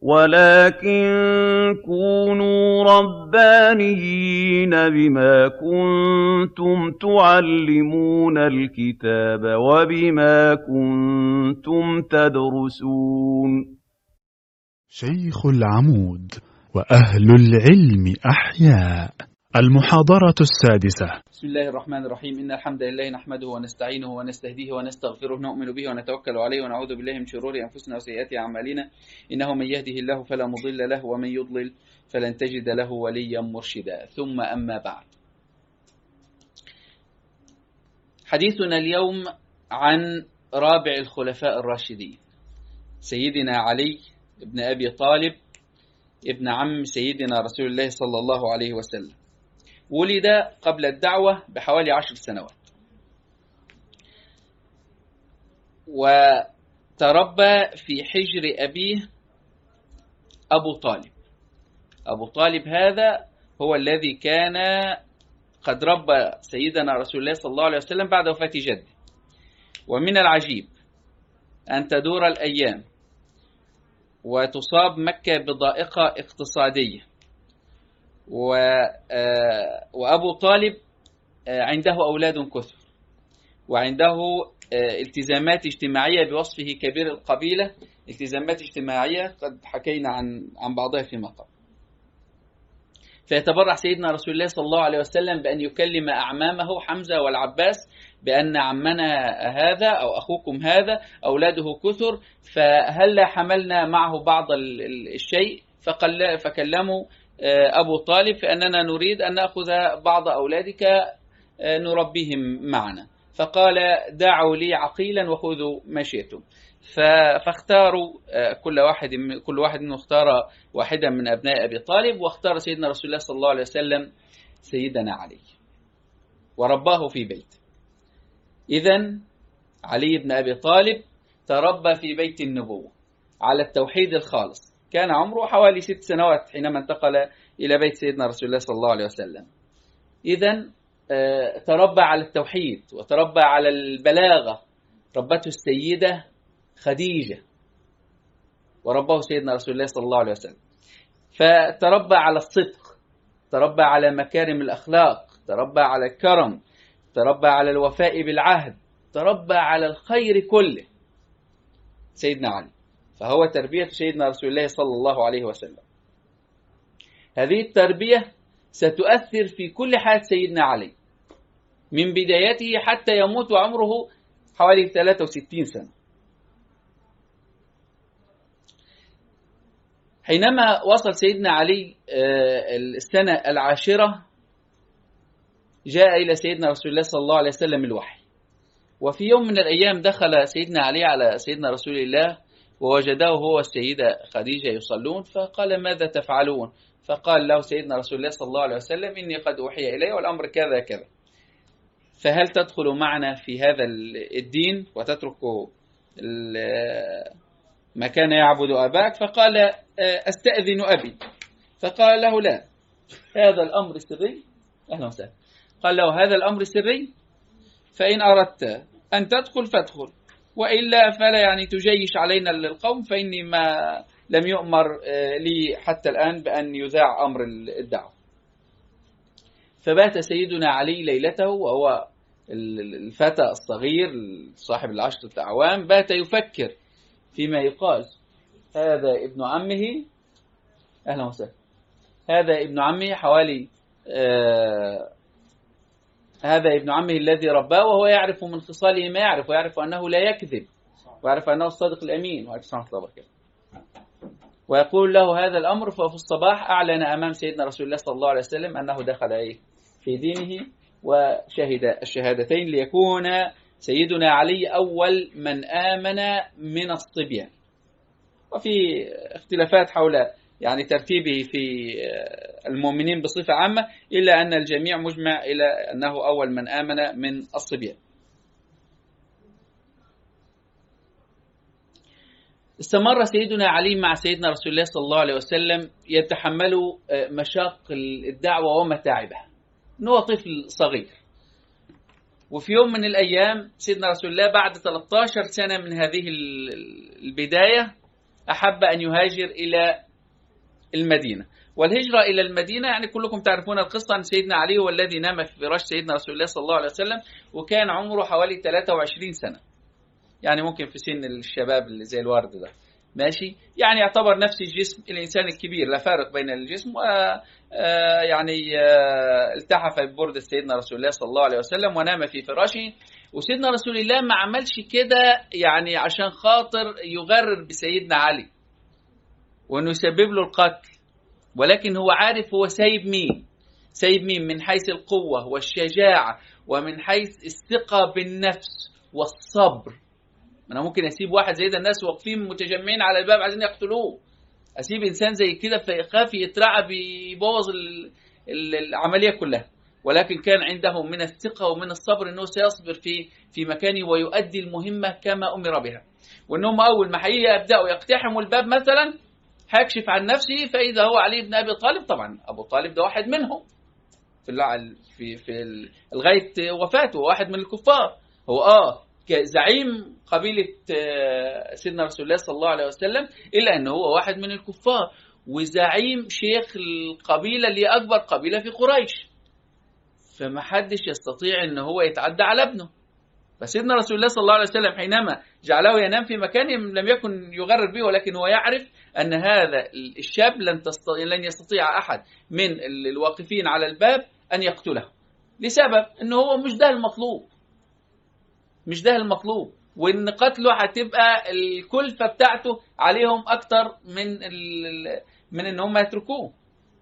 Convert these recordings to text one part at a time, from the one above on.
ولكن كونوا ربانيين بما كنتم تعلمون الكتاب وبما كنتم تدرسون. شيخ العمود وأهل العلم أحياء. المحاضرة السادسة. بسم الله الرحمن الرحيم. إن الحمد لله نحمده ونستعينه ونستهديه ونستغفره، نؤمن به ونتوكل عليه ونعوذ بالله من شرور أنفسنا وسيئات أعمالنا. إنه من يهده الله فلا مضل له ومن يضلل فلن تجد له وليا مرشدا. ثم أما بعد، حديثنا اليوم عن رابع الخلفاء الراشدين سيدنا علي ابن أبي طالب ابن عم سيدنا رسول الله صلى الله عليه وسلم. ولد قبل الدعوة بحوالي 10 سنوات، وتربى في حجر أبيه أبو طالب. أبو طالب هذا هو الذي كان قد ربى سيدنا رسول الله صلى الله عليه وسلم بعد وفاة جده. ومن العجيب أن تدور الأيام وتصاب مكة بضائقة اقتصادية، وأبو طالب عنده أولاد كثر، وعنده التزامات اجتماعية بوصفه كبير القبيلة، التزامات اجتماعية قد حكينا عن بعضها في مقام. فيتبرع سيدنا رسول الله صلى الله عليه وسلم بأن يكلم أعمامه حمزة والعباس بأن عمنا هذا أو أخوكم هذا أولاده كثر، فهل حملنا معه بعض الشيء؟ فكلموا أبو طالب فأننا نريد أن نأخذ بعض أولادك نربيهم معنا. فقال دعوا لي عقيلا وخذوا ما شئتم. فاختاروا كل واحد منهم اختار واحدا من أبناء أبي طالب، واختار سيدنا رسول الله صلى الله عليه وسلم سيدنا علي ورباه في بيت. إذن علي بن أبي طالب تربى في بيت النبوة على التوحيد الخالص. كان عمره حوالي 6 سنوات حينما انتقل إلى بيت سيدنا رسول الله صلى الله عليه وسلم. إذن تربى على التوحيد وتربى على البلاغة. ربته السيدة خديجة ورباه سيدنا رسول الله صلى الله عليه وسلم. فتربى على الصدق، تربى على مكارم الأخلاق، تربى على الكرم، تربى على الوفاء بالعهد، تربى على الخير كله سيدنا علي. فهو تربية سيدنا رسول الله صلى الله عليه وسلم. هذه التربية ستؤثر في كل حياة سيدنا علي من بدايته حتى يموت وعمره حوالي 63 سنة. حينما وصل سيدنا علي السنة 10 جاء إلى سيدنا رسول الله صلى الله عليه وسلم الوحي. وفي يوم من الأيام دخل سيدنا علي على سيدنا رسول الله ووجده هو السيدة خديجة يصلون، فقال ماذا تفعلون؟ فقال له سيدنا رسول الله صلى الله عليه وسلم إني قد أوحي إلي والأمر كذا كذا، فهل تدخل معنا في هذا الدين وتترك ما كان يعبد أباك؟ فقال أستأذن أبي. فقال له لا، هذا الأمر سري. أهلا وسهلا. قال له هذا الأمر سري، فإن أردت أن تدخل فادخل، وإلا فلا تجيش علينا للقوم، فإني ما لم يؤمر لي حتى الآن بأن يذاع أمر الدعوة. فبات سيدنا علي ليلته وهو الفتى الصغير صاحب 10 أعوام، بات يفكر فيما يقال. هذا ابن عمه، أهلا وسهلا، هذا ابن عمه حوالي هذا ابن عمه الذي رباه، وهو يعرف من خصاله ما يعرف، ويعرف أنه لا يكذب، ويعرف أنه الصادق الأمين، ويقول له هذا الأمر. ففي الصباح أعلن أمام سيدنا رسول الله صلى الله عليه وسلم أنه دخل في دينه وشهد الشهادتين، ليكون سيدنا علي أول من آمن من الصبيان. وفي اختلافات حول ترتيبه في المؤمنين بصفة عامة، إلا أن الجميع مجمع إلى أنه أول من آمن من الصبيان. استمر سيدنا علي مع سيدنا رسول الله صلى الله عليه وسلم يتحمل مشاق الدعوة ومتاعبها، إنه طفل صغير. وفي يوم من الأيام سيدنا رسول الله بعد 13 سنة من هذه البداية أحب أن يهاجر إلى المدينة. والهجرة إلى المدينة يعني كلكم تعرفون القصة، أن سيدنا علي هو الذي نام في فراش سيدنا رسول الله صلى الله عليه وسلم، وكان عمره حوالي 23 سنة، يعني ممكن في سن الشباب اللي زي الورد ده، ماشي، يعني يعتبر نفس الجسم الإنسان الكبير، لا فارق بين الجسم، يعني التحف ببردة سيدنا رسول الله صلى الله عليه وسلم ونام في فراشه. وسيدنا رسول الله ما عملش كده يعني عشان خاطر يغرر بسيدنا علي وأنه يسبب له القتل، ولكن هو عارف هو سايب مين، سايب مين من حيث القوة والشجاعة ومن حيث الثقة بالنفس والصبر. أنا ممكن أسيب واحد زي ده، الناس واقفين متجمعين على الباب عايزين يقتلوه، أسيب إنسان زي كده فيخاف يترعب يبوظ العملية كلها، ولكن كان عنده من الثقة ومن الصبر أنه سيصبر في مكانه ويؤدي المهمة كما أمر بها، وأنهم أول ما يبدأوا يقتحموا الباب مثلا هيكشف عن نفسه فإذا هو علي بن أبي طالب. طبعا أبو طالب ده واحد منهم في لغاية وفاته، واحد من الكفار، هو كزعيم قبيلة سيدنا رسول الله صلى الله عليه وسلم، إلا أنه هو واحد من الكفار وزعيم شيخ القبيلة اللي أكبر قبيلة في قريش، فما حدش يستطيع أنه هو يتعدى على ابنه. فسيدنا رسول الله صلى الله عليه وسلم حينما جعله ينام في مكان لم يكن يغرر به، ولكن هو يعرف أن هذا الشاب لن يستطيع أحد من الواقفين على الباب أن يقتله، لسبب أنه هو مش ده المطلوب، مش ده المطلوب، وأن قتله هتبقى الكلفة بتاعته عليهم أكتر من أن هم يتركوه.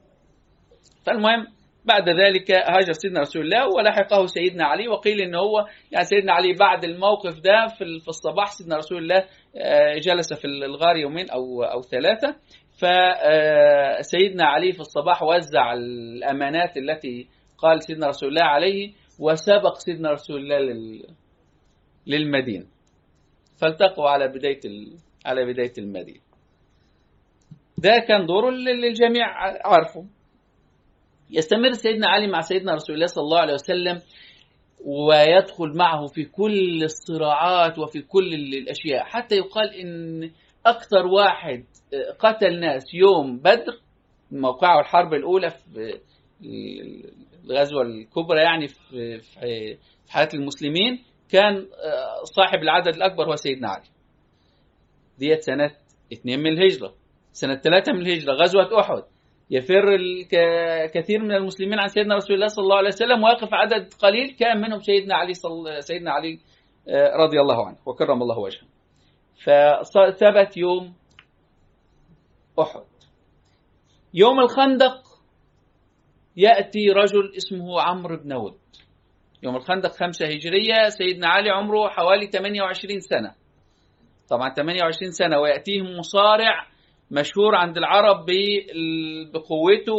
فالمهم بعد ذلك هاجر سيدنا رسول الله ولحقه سيدنا علي، وقيل إن هو يعني سيدنا علي بعد الموقف ده في الصباح سيدنا رسول الله جلس في الغار يومين أو 3، فسيدنا علي في الصباح وزع الأمانات التي قال سيدنا رسول الله عليه، وسبق سيدنا رسول الله للمدينة، فالتقوا على بداية المدينة. ده كان دوره للجميع عارفه. يستمر سيدنا علي مع سيدنا رسول الله صلى الله عليه وسلم ويدخل معه في كل الصراعات وفي كل الأشياء، حتى يقال إن أكثر واحد قتل ناس يوم بدر، موقعه الحرب الأولى في الغزوة الكبرى يعني في حياة المسلمين، كان صاحب العدد الأكبر هو سيدنا علي. ديت سنة 2 من الهجرة. سنة 3 من الهجرة غزوة أحد، يفر كثير من المسلمين عن سيدنا رسول الله صلى الله عليه وسلم، ويقف عدد قليل كان منهم سيدنا علي رضي الله عنه وكرم الله وجهه. فثبت يوم أحد. يوم الخندق يأتي رجل اسمه عمرو بن ود. يوم الخندق 5 هجرية، سيدنا علي عمره حوالي 28 سنة، طبعا 28 سنة، ويأتيه مصارع مشهور عند العرب بقوته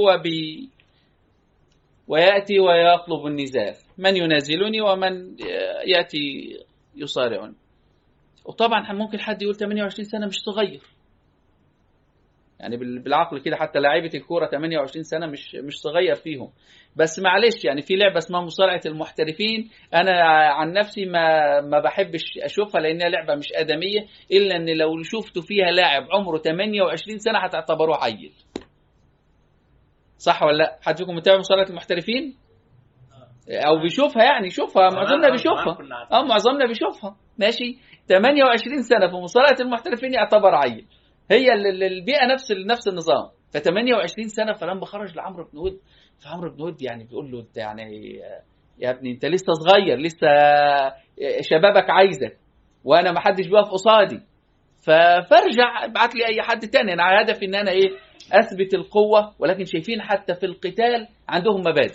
ويأتي ويطلب النزال، من ينازلني ومن يأتي يصارعني. وطبعا ممكن حد يقول 28 سنة مش صغير، يعني بالعقل كده حتى لاعيبة الكورة 28 سنة مش صغير فيهم، بس معلش يعني في لعبة اسمها مصارعة المحترفين، أنا عن نفسي ما بحبش أشوفها لأنها لعبة مش آدمية، إلا أن لو شفتوا فيها لاعب عمره 28 سنة هتعتبروه عيل. صح ولا لا؟ حد فيكم متابع مصارعة المحترفين؟ أو بيشوفها، يعني يشوفها، معظمنا بيشوفها، معظمنا بيشوفها، ماشي. 28 سنة في مصارعة المحترفين يعتبر عيل، هي البيئة نفس النظام. ف 28 سنة فلما خرج لعمرو بن ود، فعمرو بن ود يعني بيقول له انت يعني يا ابني انت لسه صغير، لسه شبابك عايزك، وانا ما حدش بيقف قصادي، فارجع ابعت لي اي حد تاني، انا هدفي ان انا اثبت القوة. ولكن شايفين حتى في القتال عندهم مبادئ،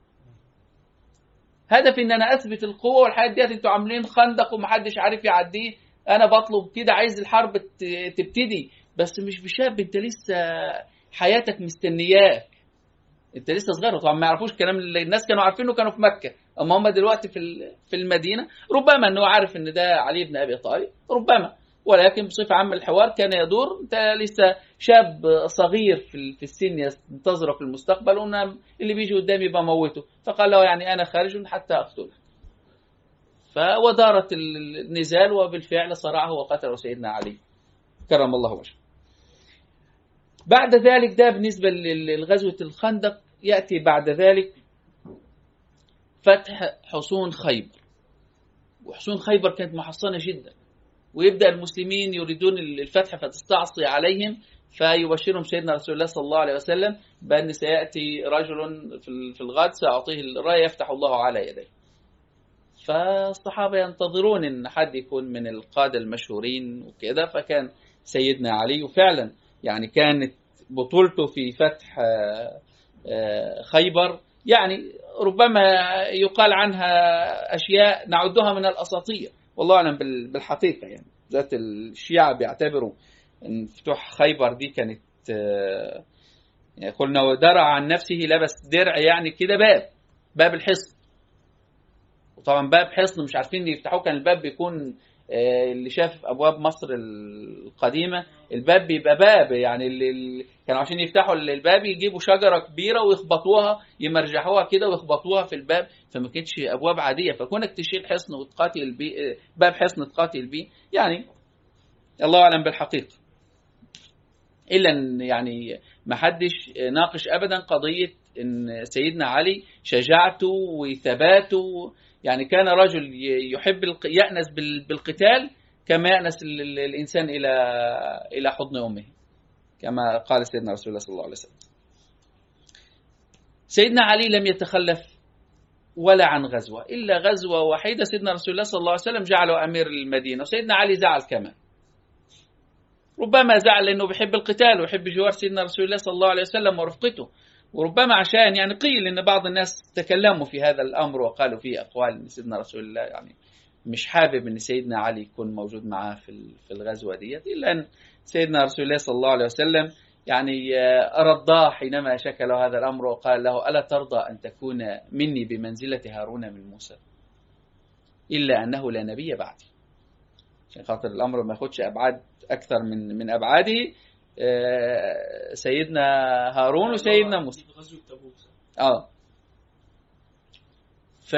هدفي ان انا اثبت القوة، والحاجات ديت انتوا عاملين خندق ومحدش عارف يعديه، انا بطلب كده، عايز الحرب تبتدي، بس مش بشاب، انت لسه حياتك مستنياك، انت لسه صغير. طبعا ما يعرفوش الكلام اللي الناس كانوا عارفينه، كانوا في مكة، اما هم دلوقتي في المدينة. ربما انه عارف ان ده علي بن ابي طالب، ربما، ولكن بصفة عامة الحوار كان يدور، انت لسه شاب صغير في السن ينتظرك المستقبل، وان اللي بيجي قدامي بموته، فقال له يعني انا خارج حتى اقتله. فودارت النزال، وبالفعل صرعه وقتله سيدنا علي كرم الله وجهه. بعد ذلك ده بالنسبة لغزوة الخندق. يأتي بعد ذلك فتح حصون خيبر، وحصون خيبر كانت محصنة جدا، ويبدأ المسلمين يريدون الفتح فتستعصي عليهم، فيبشرهم سيدنا رسول الله صلى الله عليه وسلم بأن سيأتي رجل في الغد سأعطيه الراية يفتح الله على يديه. فالصحابة ينتظرون أن حد يكون من القادة المشهورين وكذا، فكان سيدنا علي، وفعلا يعني كانت بطولته في فتح خيبر يعني ربما يقال عنها أشياء نعدها من الأساطير، والله أعلم بالحقيقة. يعني ذات الشيعة بيعتبروا أن فتوح خيبر دي كانت يعني قلنا ودرع عن نفسه، لبس درع يعني كده باب الحصن. وطبعا باب حصن مش عارفين يفتحوه، كان الباب بيكون اللي شاف أبواب مصر القديمة الباب بيبقى باب، يعني اللي كانوا عشان يفتحوا الباب يجيبوا شجرة كبيرة ويخبطوها، يمرجحوها كده ويخبطوها في الباب، فما كانتش أبواب عادية. فكونك تشيل حصن وتقاتل بيه، باب حصن تقاتل بيه، يعني الله أعلم بالحقيقة. إلا أن يعني ما حدش ناقش أبدا قضية أن سيدنا علي شجاعته وثباته، يعني كان رجل يحب يأنس بالقتال كما يأنس الإنسان إلى حضن أمه، كما قال سيدنا رسول الله صلى الله عليه وسلم. سيدنا علي لم يتخلف ولا عن غزوة إلا غزوة واحدة، سيدنا رسول الله صلى الله عليه وسلم جعله أمير المدينة، وسيدنا علي زعل كمان. ربما زعل لأنه بيحب القتال ويحب جوار سيدنا رسول الله صلى الله عليه وسلم ورفقته، وربما عشان يعني قيل إن بعض الناس تكلموا في هذا الأمر وقالوا فيه أقوال إن سيدنا رسول الله يعني مش حابب إن سيدنا علي يكون موجود معاه في الغزوة ديت، إلا أن سيدنا رسول الله صلى الله عليه وسلم يعني رضاه حينما شكى له هذا الأمر وقال له: ألا ترضى أن تكون مني بمنزلة هارون من موسى، إلا أنه لا نبي بعدي. عشان خاطر الأمر ما ياخدش أبعاد أكثر من أبعاده سيدنا هارون وسيدنا موسى. ف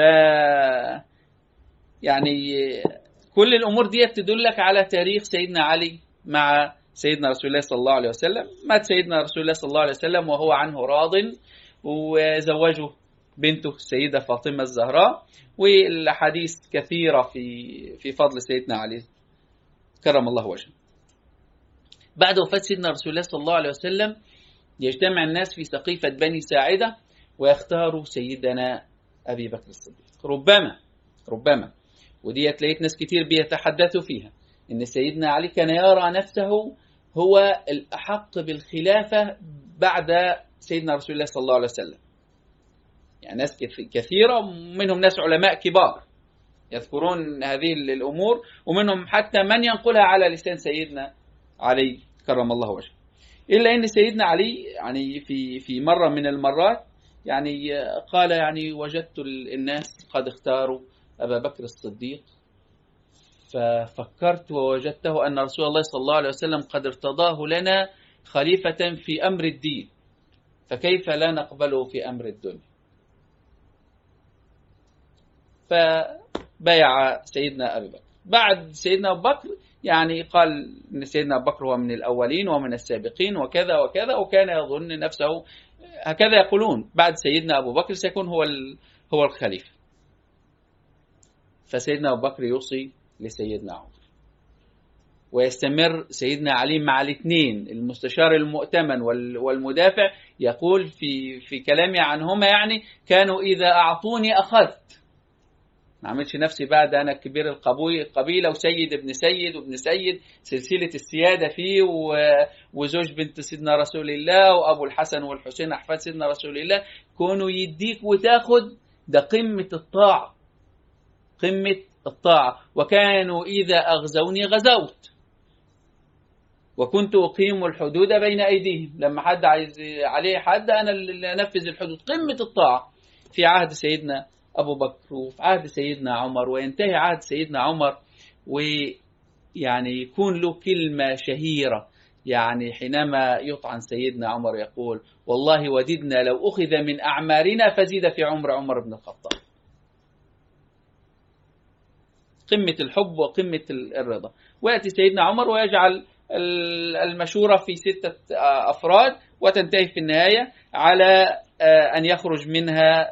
يعني كل الأمور دي تدلك على تاريخ سيدنا علي مع سيدنا رسول الله صلى الله عليه وسلم. مات سيدنا رسول الله صلى الله عليه وسلم وهو عنه راض، وزوجه بنته السيدة فاطمة الزهراء، والحديث كثيرة في فضل سيدنا علي كرم الله وجهه. بعد وفاة سيدنا رسول الله صلى الله عليه وسلم يجتمع الناس في سقيفة بني ساعدة ويختاروا سيدنا أبي بكر الصديق. ربما ودي لقيت ناس كتير بيتحدثوا فيها إن سيدنا علي كان يرى نفسه هو الأحق بالخلافة بعد سيدنا رسول الله صلى الله عليه وسلم. يعني ناس كثيرة، منهم ناس علماء كبار يذكرون هذه الأمور، ومنهم حتى من ينقلها على لسان سيدنا علي كرم الله وجهه. إلا أن سيدنا علي يعني في مرة من المرات يعني قال: يعني وجدت الناس قد اختاروا أبا بكر الصديق، ففكرت ووجدته أن رسول الله صلى الله عليه وسلم قد ارتضاه لنا خليفة في أمر الدين، فكيف لا نقبله في أمر الدنيا؟ فبايع سيدنا أبي بكر. بعد سيدنا أبو بكر يعني قال إن سيدنا أبو بكر هو من الأولين ومن السابقين وكذا وكذا، وكان يظن نفسه هكذا يقولون بعد سيدنا أبو بكر سيكون هو الخليفة. فسيدنا أبو بكر يوصي لسيدنا عمر، ويستمر سيدنا علي مع الاثنين، المستشار المؤتمن والمدافع، يقول في كلامي عنهما يعني: كانوا إذا أعطوني أخذت، ما عملش نفسي بعد أنا كبير القبيلة وسيد ابن سيد وابن سيد، سلسلة السيادة فيه، وزوج بنت سيدنا رسول الله، وأبو الحسن والحسين أحفاد سيدنا رسول الله. كونوا يديك وتاخد، ده قمة الطاعة، قمة الطاعة. وكانوا إذا أغزوني غزوت، وكنت أقيم الحدود بين أيديهم، لما حد عايز عليه حد أنا اللي أنفذ الحدود. قمة الطاعة في عهد سيدنا أبو بكر وفي عهد سيدنا عمر، وينتهي عهد سيدنا عمر ويعني يكون له كلمة شهيرة، يعني حينما يطعن سيدنا عمر يقول: والله وددنا لو أخذ من أعمارنا فزيد في عمر بن الخطاب. قمة الحب وقمة الرضا. ويأتي سيدنا عمر ويجعل المشورة في 6 أفراد، وتنتهي في النهاية على أن يخرج منها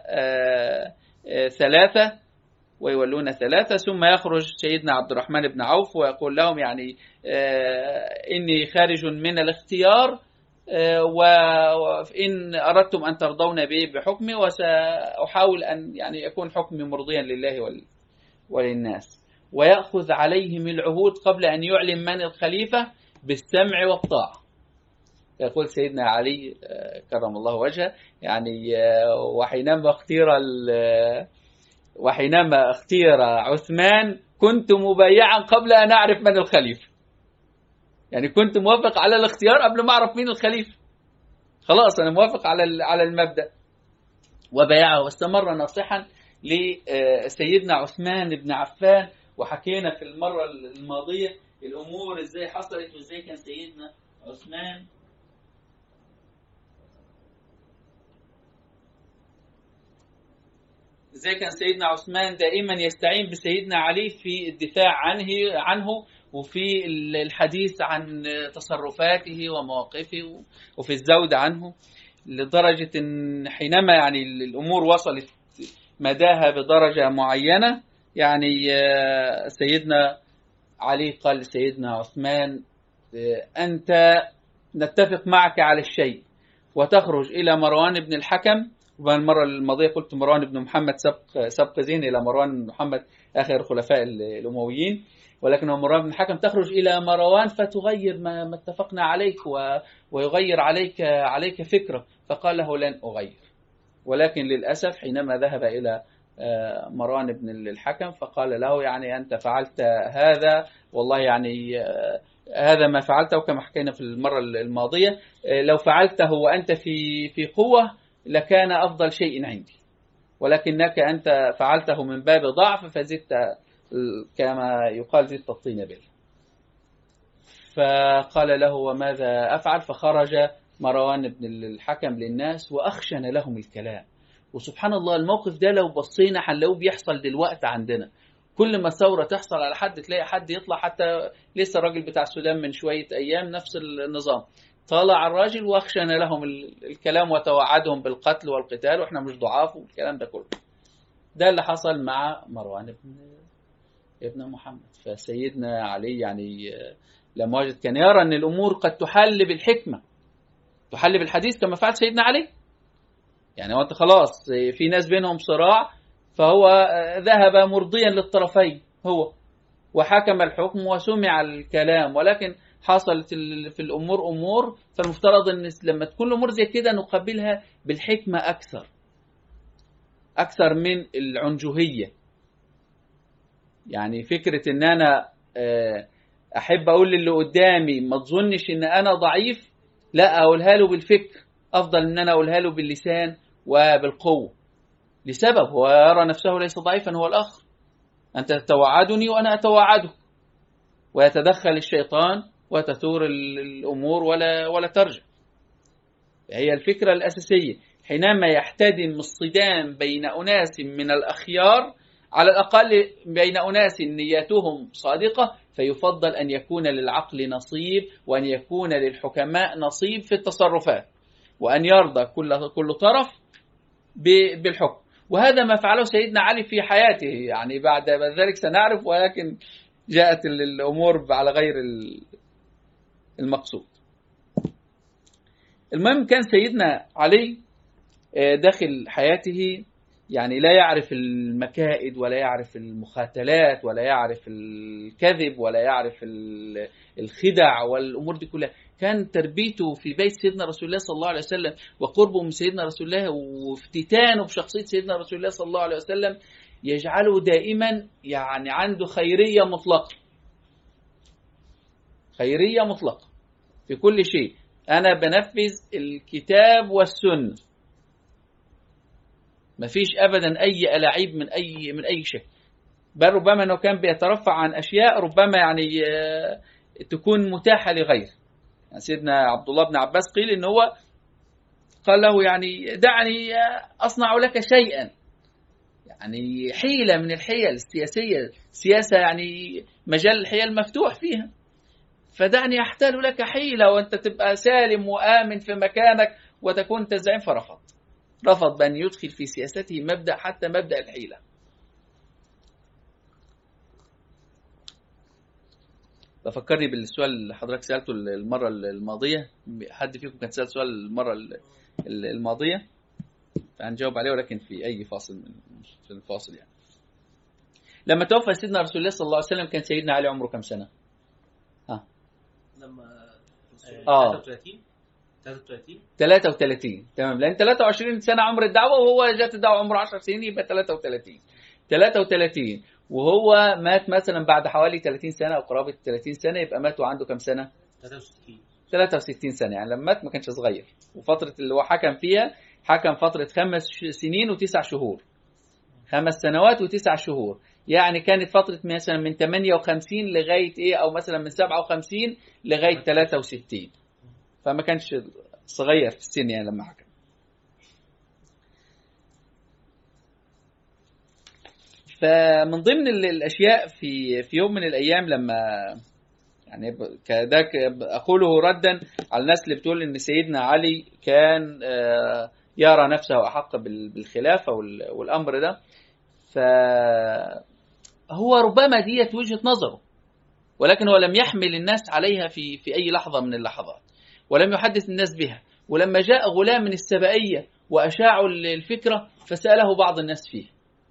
3 ويولون 3. ثم يخرج سيدنا عبد الرحمن بن عوف ويقول لهم يعني إني خارج من الاختيار، وإن أردتم أن ترضون به بحكمي وسأحاول أن يعني يكون حكمي مرضيا لله وللناس. ويأخذ عليهم العهود قبل أن يعلن من الخليفة بالسمع والطاعة. يقول سيدنا علي كرم الله وجهه يعني وحينما اختير عثمان كنت مبايعا قبل أن أعرف من الخليفة. يعني كنت موافق على الاختيار قبل ما أعرف مين الخليفة، خلاص أنا موافق على المبدأ. وبايعه واستمر ناصحا لسيدنا عثمان بن عفان. وحكينا في المرة الماضية الأمور إزاي حصلت وإزاي كان سيدنا عثمان دائما يستعين بسيدنا علي في الدفاع عنه وفي الحديث عن تصرفاته ومواقفه وفي الزود عنه، لدرجة إن حينما يعني الأمور وصلت مداها بدرجة معينة يعني سيدنا علي قال لسيدنا عثمان أنت نتفق معك على الشيء وتخرج إلى مروان بن الحكم. والمرة الماضية قلت مروان بن محمد سبق ذهن إلى مروان بن محمد آخر خلفاء الأمويين، ولكن مروان بن الحكم تخرج إلى مروان فتغير ما اتفقنا عليك ويغير عليك فكرة. فقال له لن أغير. ولكن للأسف حينما ذهب إلى مروان بن الحكم فقال له يعني أنت فعلت هذا، والله يعني هذا ما فعلته كما حكينا في المرة الماضية، لو فعلته وأنت في قوة لكان أفضل شيء عندي، ولكنك أنت فعلته من باب ضعف فزدت كما يقال زدت الطين بله. فقال له وماذا أفعل؟ فخرج مروان بن الحكم للناس وأخشن لهم الكلام. وسبحان الله الموقف ده لو بصينا هنلاقيه بيحصل دلوقتي عندنا. كل ما ثورة تحصل على حد تلاقي حد يطلع، حتى لسه الراجل بتاع السودان من شوية أيام نفس النظام، طالع الراجل واخشن لهم الكلام وتوعدهم بالقتل والقتال واحنا مش ضعاف والكلام ده كله. ده اللي حصل مع مروان ابن محمد. فسيدنا علي يعني لما وجد كان يرى أن الأمور قد تحل بالحكمة، تحل بالحديث كما فعل سيدنا علي. يعني وانت خلاص في ناس بينهم صراع فهو ذهب مرضيا للطرفين هو وحكم الحكم وسمع الكلام، ولكن حصلت في الأمور أمور فالمفترض أن لما تكون الأمور زي كده نقابلها بالحكمة أكثر من العنجهية. يعني فكرة أن أنا أحب أقول للي قدامي ما تظنش أن أنا ضعيف، لا أقولها له بالفكر أفضل من أنا أقولها له باللسان وبالقوة، لسبب هو يرى نفسه ليس ضعيفا هو الآخر. أنت تتوعدني وأنا أتوعدك، ويتدخل الشيطان وتثور الأمور ولا ترجع. هي الفكرة الأساسية حينما يحتدم الصدام بين أناس من الأخيار، على الأقل بين أناس نياتهم صادقة، فيفضل أن يكون للعقل نصيب وأن يكون للحكماء نصيب في التصرفات، وأن يرضى كل طرف بالحكم. وهذا ما فعله سيدنا علي في حياته، يعني بعد ذلك سنعرف، ولكن جاءت الأمور على غير المقصود. المهم كان سيدنا علي داخل حياته يعني لا يعرف المكائد ولا يعرف المخاتلات ولا يعرف الكذب ولا يعرف الخدع والأمور دي كلها. كان تربيته في بيت سيدنا رسول الله صلى الله عليه وسلم وقربه من سيدنا رسول الله وافتتانه بشخصية سيدنا رسول الله صلى الله عليه وسلم يجعله دائما يعني عنده خيرية مطلقة، خيرية مطلقة في كل شيء. أنا بنفذ الكتاب والسنة، ما فيش أبدا أي ألاعيب من أي شيء. بل ربما أنه كان بيترفع عن أشياء ربما يعني تكون متاحة لغيره. يعني سيدنا عبد الله بن عباس قيل إن هو قال له يعني دعني أصنع لك شيئا، يعني حيلة من الحيل السياسية، سياسة يعني مجال الحيل مفتوح فيها. فدعني أحتال لك حيلة وأنت تبقى سالم وآمن في مكانك وتكون تزعيم. رفض بأن يدخل في سياسته مبدأ حتى مبدأ الحيلة. بفكرني بالسؤال اللي حضرتك سألته المرة الماضية. حد فيكم كان سأل سؤال المرة الماضية فهنجاوب عليه، ولكن في أي فاصل في الفاصل يعني. لما توفى سيدنا رسول الله صلى الله عليه وسلم كان سيدنا علي عمره كم سنة؟ لما 33 تمام، لأن 23 سنة عمر الدعوة وهو جات الدعوة عمره 10 سنين يبقى 33 وهو مات مثلا بعد حوالي 30 سنة أو قرابة 30 سنة، يبقى مات وعنده كم سنة؟ 63 سنة. يعني لما مات ما كانش صغير. وفترة اللي هو حكم فيها حكم فترة 5 سنين و9 شهور، 5 سنوات و9 شهور. يعني كانت فترة مثلا من 58 لغاية إيه، أو مثلا من 57 لغاية 63. فما كانش صغير في السن يعني لما حكم. فمن ضمن الأشياء في يوم من الأيام لما يعني كذاك أقوله ردا على الناس اللي بتقول إن سيدنا علي كان يرى نفسه أحق بالخلافة والأمر ده، فهو ربما ديت وجهة نظره، ولكن هو لم يحمل الناس عليها في أي لحظة من اللحظات، ولم يحدث الناس بها. ولما جاء غلام من السبائية وأشاعوا الفكرة فسأله بعض الناس فيه،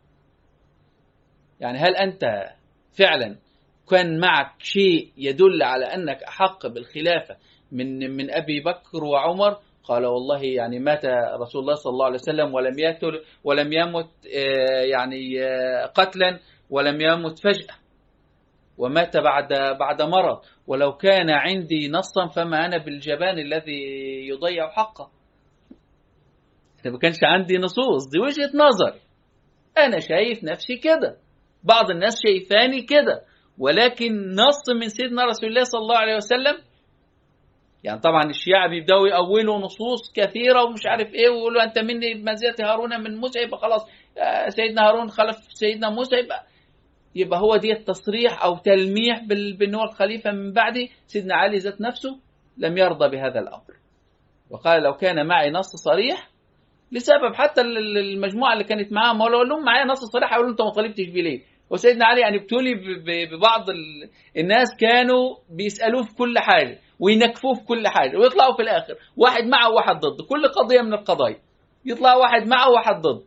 يعني هل أنت فعلا كان معك شيء يدل على أنك أحق بالخلافة من أبي بكر وعمر؟ قال والله يعني مات رسول الله صلى الله عليه وسلم ولم يمت يعني قتلا، ولم يمت فجأة، ومات بعد مرض، ولو كان عندي نصا فما أنا بالجبان الذي يضيع حقه. ما كانش عندي نصوص، دي وجهة نظري، أنا شايف نفسي كده، بعض الناس شايفاني كده، ولكن نص من سيدنا رسول الله صلى الله عليه وسلم. يعني طبعا الشيعة بيبدأوا يأولوا نصوص كثيرة ومش عارف ايه، ويقولوا أنت مني بمنزلة هارون من موسى، يبقى خلاص سيدنا هارون خلف سيدنا موسى، يبقى هو دي التصريح أو تلميح بأنه الخليفة من بعده. سيدنا علي ذات نفسه لم يرضى بهذا الأمر، وقال لو كان معي نص صريح، لسبب حتى المجموعة اللي كانت معاه ما لو لهم معايا نص صريح يقولوا أنت ما طالبتش بيه ليه. وسيدنا علي يعني ابتلي ببعض الناس كانوا بيسألوه في كل حاجة وينكفوه في كل حاجة، ويطلعوا في الآخر واحد معه وواحد ضد كل قضية من القضايا، يطلع واحد معه وواحد ضد.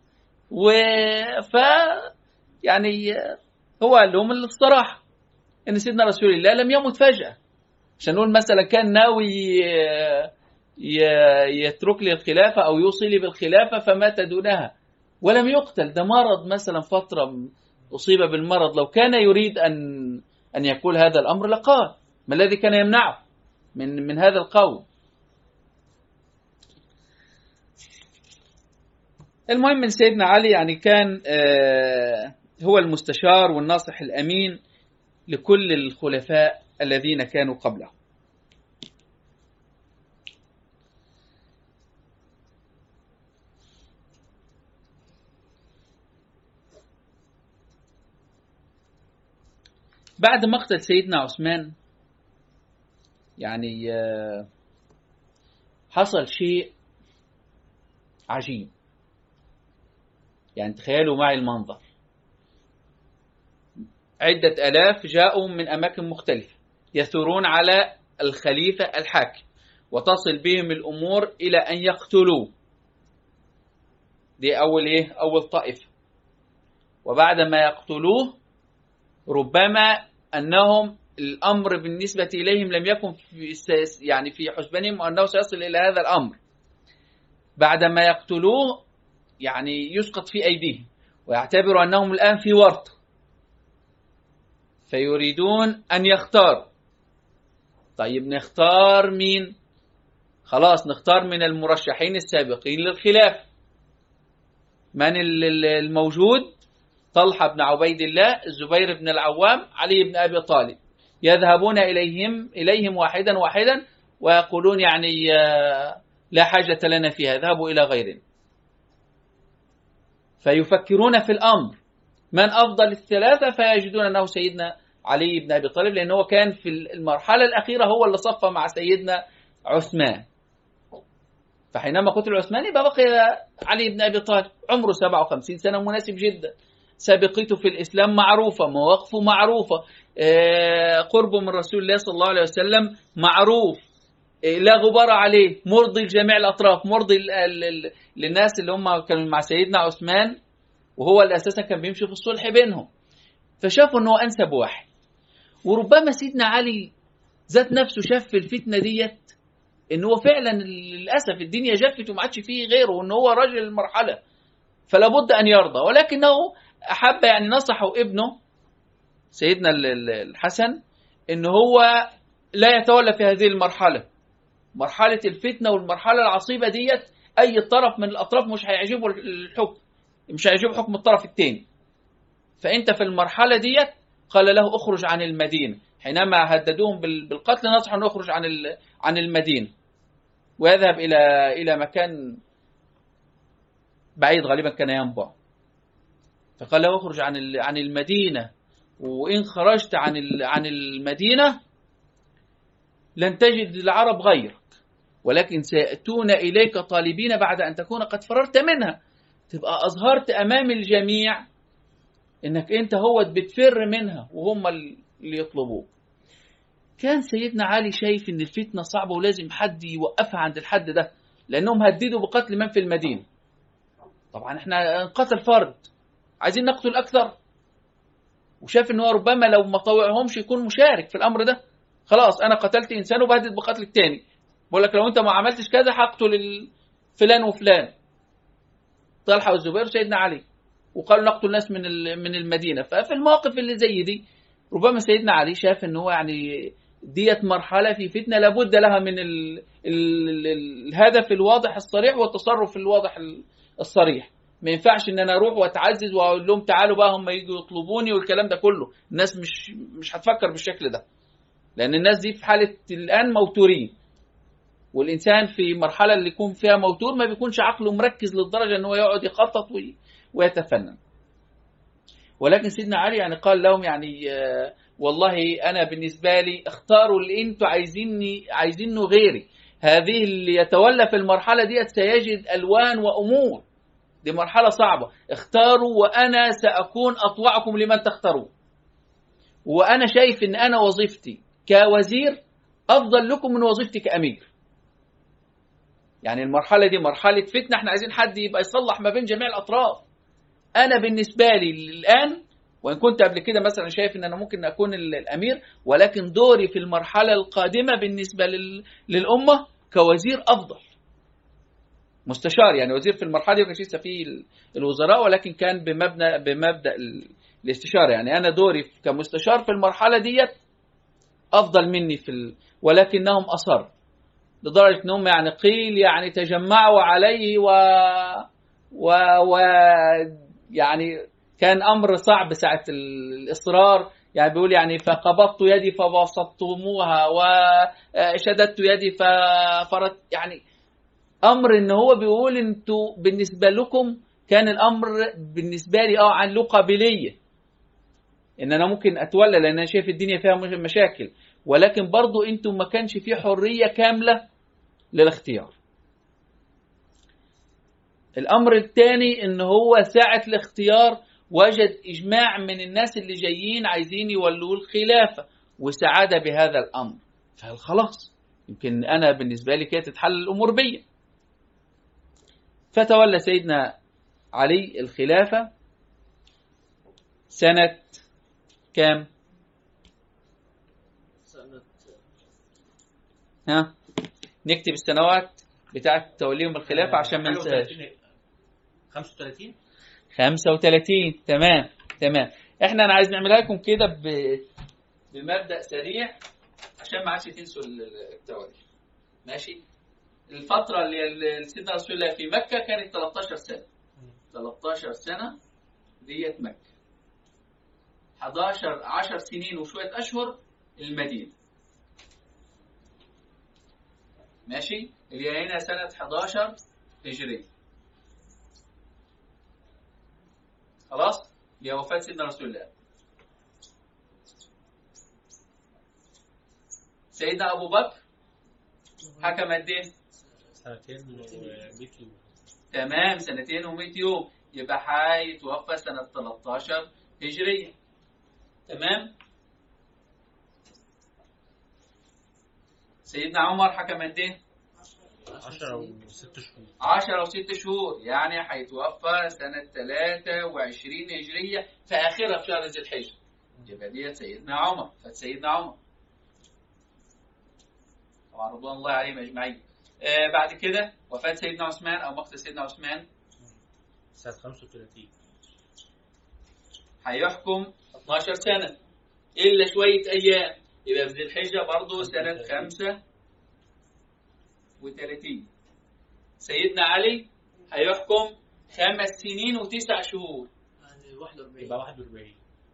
يعني هو قال لهم الصراحة إن سيدنا رسول الله لم يمت فجأة، عشان نقول مثلا كان ناوي يترك لي الخلافة أو يوصي لي بالخلافة فمات دونها، ولم يقتل. ده مرض مثلا، فترة أصيب بالمرض، لو كان يريد أن يقول هذا الأمر لقال. ما الذي كان يمنعه من هذا القول؟ المهم من سيدنا علي يعني كان هو المستشار والناصح الأمين لكل الخلفاء الذين كانوا قبله. بعد مقتل سيدنا عثمان يعني حصل شيء عجيب. يعني تخيلوا معي المنظر، عدة آلاف جاءوا من أماكن مختلفة يثورون على الخليفة الحاكم، وتصل بهم الأمور إلى أن يقتلوه. دي أول طائفة. وبعد ما يقتلوه ربما أنهم الأمر بالنسبة إليهم لم يكن في حسبانهم أنه سيصل إلى هذا الأمر. بعد ما يقتلوه يعني يسقط في أيديهم ويعتبروا أنهم الآن في ورطة، فيريدون أن يختاروا. طيب نختار مين؟ خلاص نختار من المرشحين السابقين للخلافة. من الموجود؟ طلحة بن عبيد الله، الزبير بن العوام، علي بن أبي طالب. يذهبون إليهم واحدا واحدا ويقولون يعني لا حاجة لنا فيها، اذهبوا إلى غيرنا. فيفكرون في الأمر من أفضل الثلاثة، فيجدون أنه سيدنا علي بن أبي طالب، لأن هو كان في المرحلة الأخيرة هو اللي صف مع سيدنا عثمان. فحينما قتل عثمان يبقى بقي علي بن أبي طالب عمره 57 سنة، مناسب جدا. سابقته في الإسلام معروفة، مواقفه معروفة، قربه من رسول الله صلى الله عليه وسلم معروف، لا غبار عليه، مرضي لجميع الأطراف، مرضي للناس اللي هم كانوا مع سيدنا عثمان، وهو اللي أساسا كان بيمشي في الصلح بينهم. فشافوا أنه أنسب واحد. وربما سيدنا علي ذات نفسه شاف في الفتنة ديت إن هو فعلا للأسف الدنيا جفت وما عادش فيه غيره، وإن هو رجل المرحلة، فلا بد أن يرضى. ولكنه أحب يعني نصحه ابنه سيدنا الحسن إن هو لا يتولى في هذه المرحلة، مرحلة الفتنة والمرحلة العصيبة ديت. أي طرف من الأطراف مش هيعجبه الحكم، مش هيعجبه حكم الطرف الثاني. فأنت في المرحلة ديت قال له اخرج عن المدينة. حينما هددوهم بالقتل نصح أن يخرج عن المدينة ويذهب إلى مكان بعيد، غالبا كان ينبع. فقال له اخرج عن المدينة، وإن خرجت عن المدينة لن تجد العرب غيرك، ولكن سيأتون إليك طالبين بعد أن تكون قد فررت منها. تبقى أظهرت أمام الجميع إنك أنت هو بتفر منها وهم اللي يطلبوك. كان سيدنا علي شايف إن الفتنة صعبة ولازم حد يوقفها عند الحد ده، لأنهم هددوا بقتل من في المدينة. طبعا احنا قتل فرد، عايزين نقتل أكثر. وشاف إنه ربما لو ما طوعهمش يكون مشارك في الأمر ده. خلاص أنا قتلت إنسان وبهدد بقتل التاني، بقول لك لو أنت ما عملتش كذا هقتل فلان وفلان، طلحة والزبير وسيدنا علي، وقالوا نقتل ناس من المدينة. ففي المواقف اللي زي دي ربما سيدنا علي شاف إنه هو يعني ديت مرحلة في فتنة لابد لها من الهدف الواضح الصريح والتصرف الواضح الصريح. ما ينفعش ان انا اروح واتعزز واقول لهم تعالوا بقى هم يجوا يطلبوني والكلام ده كله. الناس مش هتفكر بالشكل ده، لان الناس دي في حالة الان موتورين، والانسان في مرحلة اللي يكون فيها موتور ما بيكونش عقله مركز للدرجة ان هو يقعد يخطط ويتفنن. ولكن سيدنا علي يعني قال لهم يعني والله انا بالنسبة لي اختاروا اللي انتوا عايزينه غيري. هذه اللي يتولى في المرحلة دي سيجد الوان وامور، دي مرحلة صعبة. اختاروا وأنا سأكون أطوعكم لمن تختاروا، وأنا شايف إن أنا وظيفتي كوزير أفضل لكم من وظيفتي كأمير. يعني المرحلة دي مرحلة فتنة، احنا عايزين حد يبقى يصلح ما بين جميع الأطراف. أنا بالنسبة لي الآن، وإن كنت قبل كده مثلا شايف إن أنا ممكن أكون الأمير، ولكن دوري في المرحلة القادمة بالنسبة للأمة كوزير أفضل. مستشار يعني وزير في المرحله دي، ما كانش لسه في الوزراء، ولكن كان بمبدا الاستشاره. يعني انا دوري كمستشار في المرحله ديت افضل مني ولكنهم اصر لدرجه انهم يعني قيل يعني تجمعوا عليه و يعني كان امر صعب ساعه الاصرار. يعني بيقول يعني فقبضت يدي فبسطتموها وشددت يدي ففرت. يعني امر ان هو بيقول انتوا بالنسبه لكم كان الامر بالنسبه لي عن له قابليه ان انا ممكن اتولى، لان انا شايف الدنيا فيها مشاكل، ولكن برضو انتوا ما كانش في حريه كامله للاختيار. الامر الثاني ان هو ساعه الاختيار وجد اجماع من الناس اللي جايين عايزين يولوا الخلافه وسعاده بهذا الامر. فخلاص يمكن انا بالنسبه لي كده تتحل الامور بيا. فتولى سيدنا علي الخلافة سنة كام؟ نكتب السنوات بتاعة توليهم الخلافة عشان ما ننساش. 35. تمام. انا عايز نعملها لكم كده بمبدأ سريع عشان ما عادش تنسوا التواريخ. ماشي. الفترة اللي سيدنا رسول الله في مكة كانت 13 سنة. 13 سنة ديت مكة. 10 سنين وشوية أشهر المدينة. ماشي. اللي هنا سنة 11 هجرية. خلاص. اللي هي وفاة سيدنا رسول الله. سيدنا أبو بكر حكم قد إيه؟ 2 و100 يوم. تمام، 2 و100 يوم، يبقى هيتوفى سنة 13 هجرية. تمام. سيدنا عمر حكم قد إيه؟ 10 و6 شهور. 10 و6 شهور، يعني هيتوفى سنة 23 هجرية في آخرها في شهر ذي الحجة. يبقى ديت سيدنا عمر، فسيدنا عمر طبعا رضوان الله عليهم أجمعين. بعد كده وفاة سيدنا عثمان أو مقتل سيدنا عثمان سنة 35. هيحكم 12 سنة إلا شوية أيام، يبقى في ذي الحجة برضه سنة 35. سيدنا علي هيحكم 5 سنين و9 شهور، يبقى 41.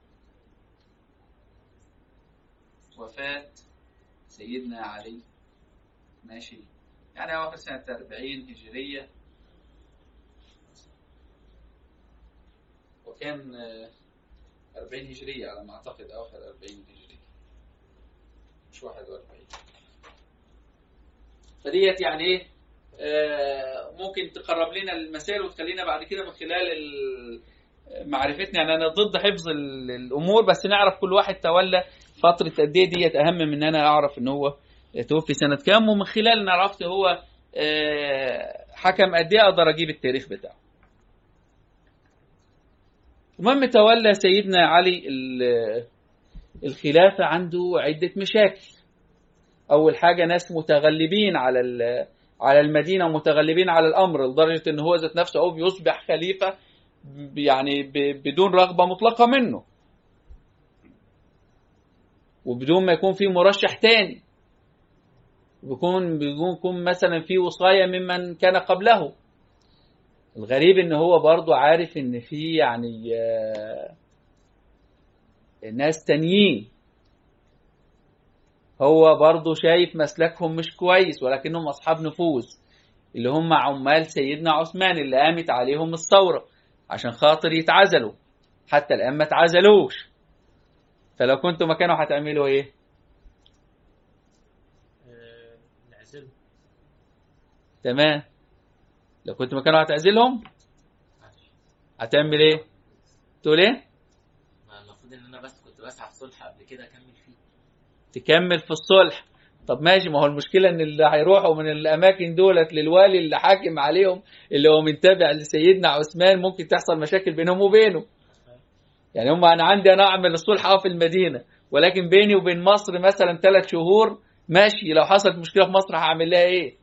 وفاة سيدنا علي ماشي، يعني هو في سنة 40 هجرية، وكان 40 هجرية على ما أعتقد، أواخر 40 هجرية مش 41. فديت يعني إيه، ممكن تقرب لنا المسائل وتخلينا بعد كده من خلال معرفتنا، يعني أنا ضد حفظ الأمور، بس نعرف كل واحد تولى فترة قد إيه، ديت أهم من أن أنا أعرف إن هو توفي سنة كام، ومن خلال أن عرفت هو حكم قد إيه أقدر أجيب التاريخ بتاعه. المهم تولى سيدنا علي الخلافة عنده عدة مشاكل. أول حاجة ناس متغلبين على المدينة ومتغلبين على الأمر، لدرجة أن هو ذات نفسه بيصبح خليفة يعني بدون رغبة مطلقة منه، وبدون ما يكون في مرشح تاني، بيكون مثلا في وصاية ممن كان قبله. الغريب ان هو برضو عارف ان في يعني ناس تانيين هو برضو شايف مسلكهم مش كويس، ولكنهم اصحاب نفوذ، اللي هم عمال سيدنا عثمان اللي قامت عليهم الثورة عشان خاطر يتعزلوا، حتى الآن ما اتعزلوش. فلو كنتوا مكانه هتعملوا ايه؟ نعزله. تمام، لو كنت مكانه هتعزلهم هتعمل ايه؟ تقول ايه؟ المفروض ان انا بس كنت بسعى الصلح قبل كده اكمل فيه. تكمل في الصلح. طب ماشي، ما هو المشكلة ان اللي هيروحوا من الاماكن دولت للوالي اللي حاكم عليهم اللي هو منتبع لسيدنا عثمان، ممكن تحصل مشاكل بينهم وبينه. يعني انا عندي اعمل الصلح في المدينة، ولكن بيني وبين مصر مثلا 3 شهور ماشي، لو حصلت مشكلة في مصر هعمل لها ايه؟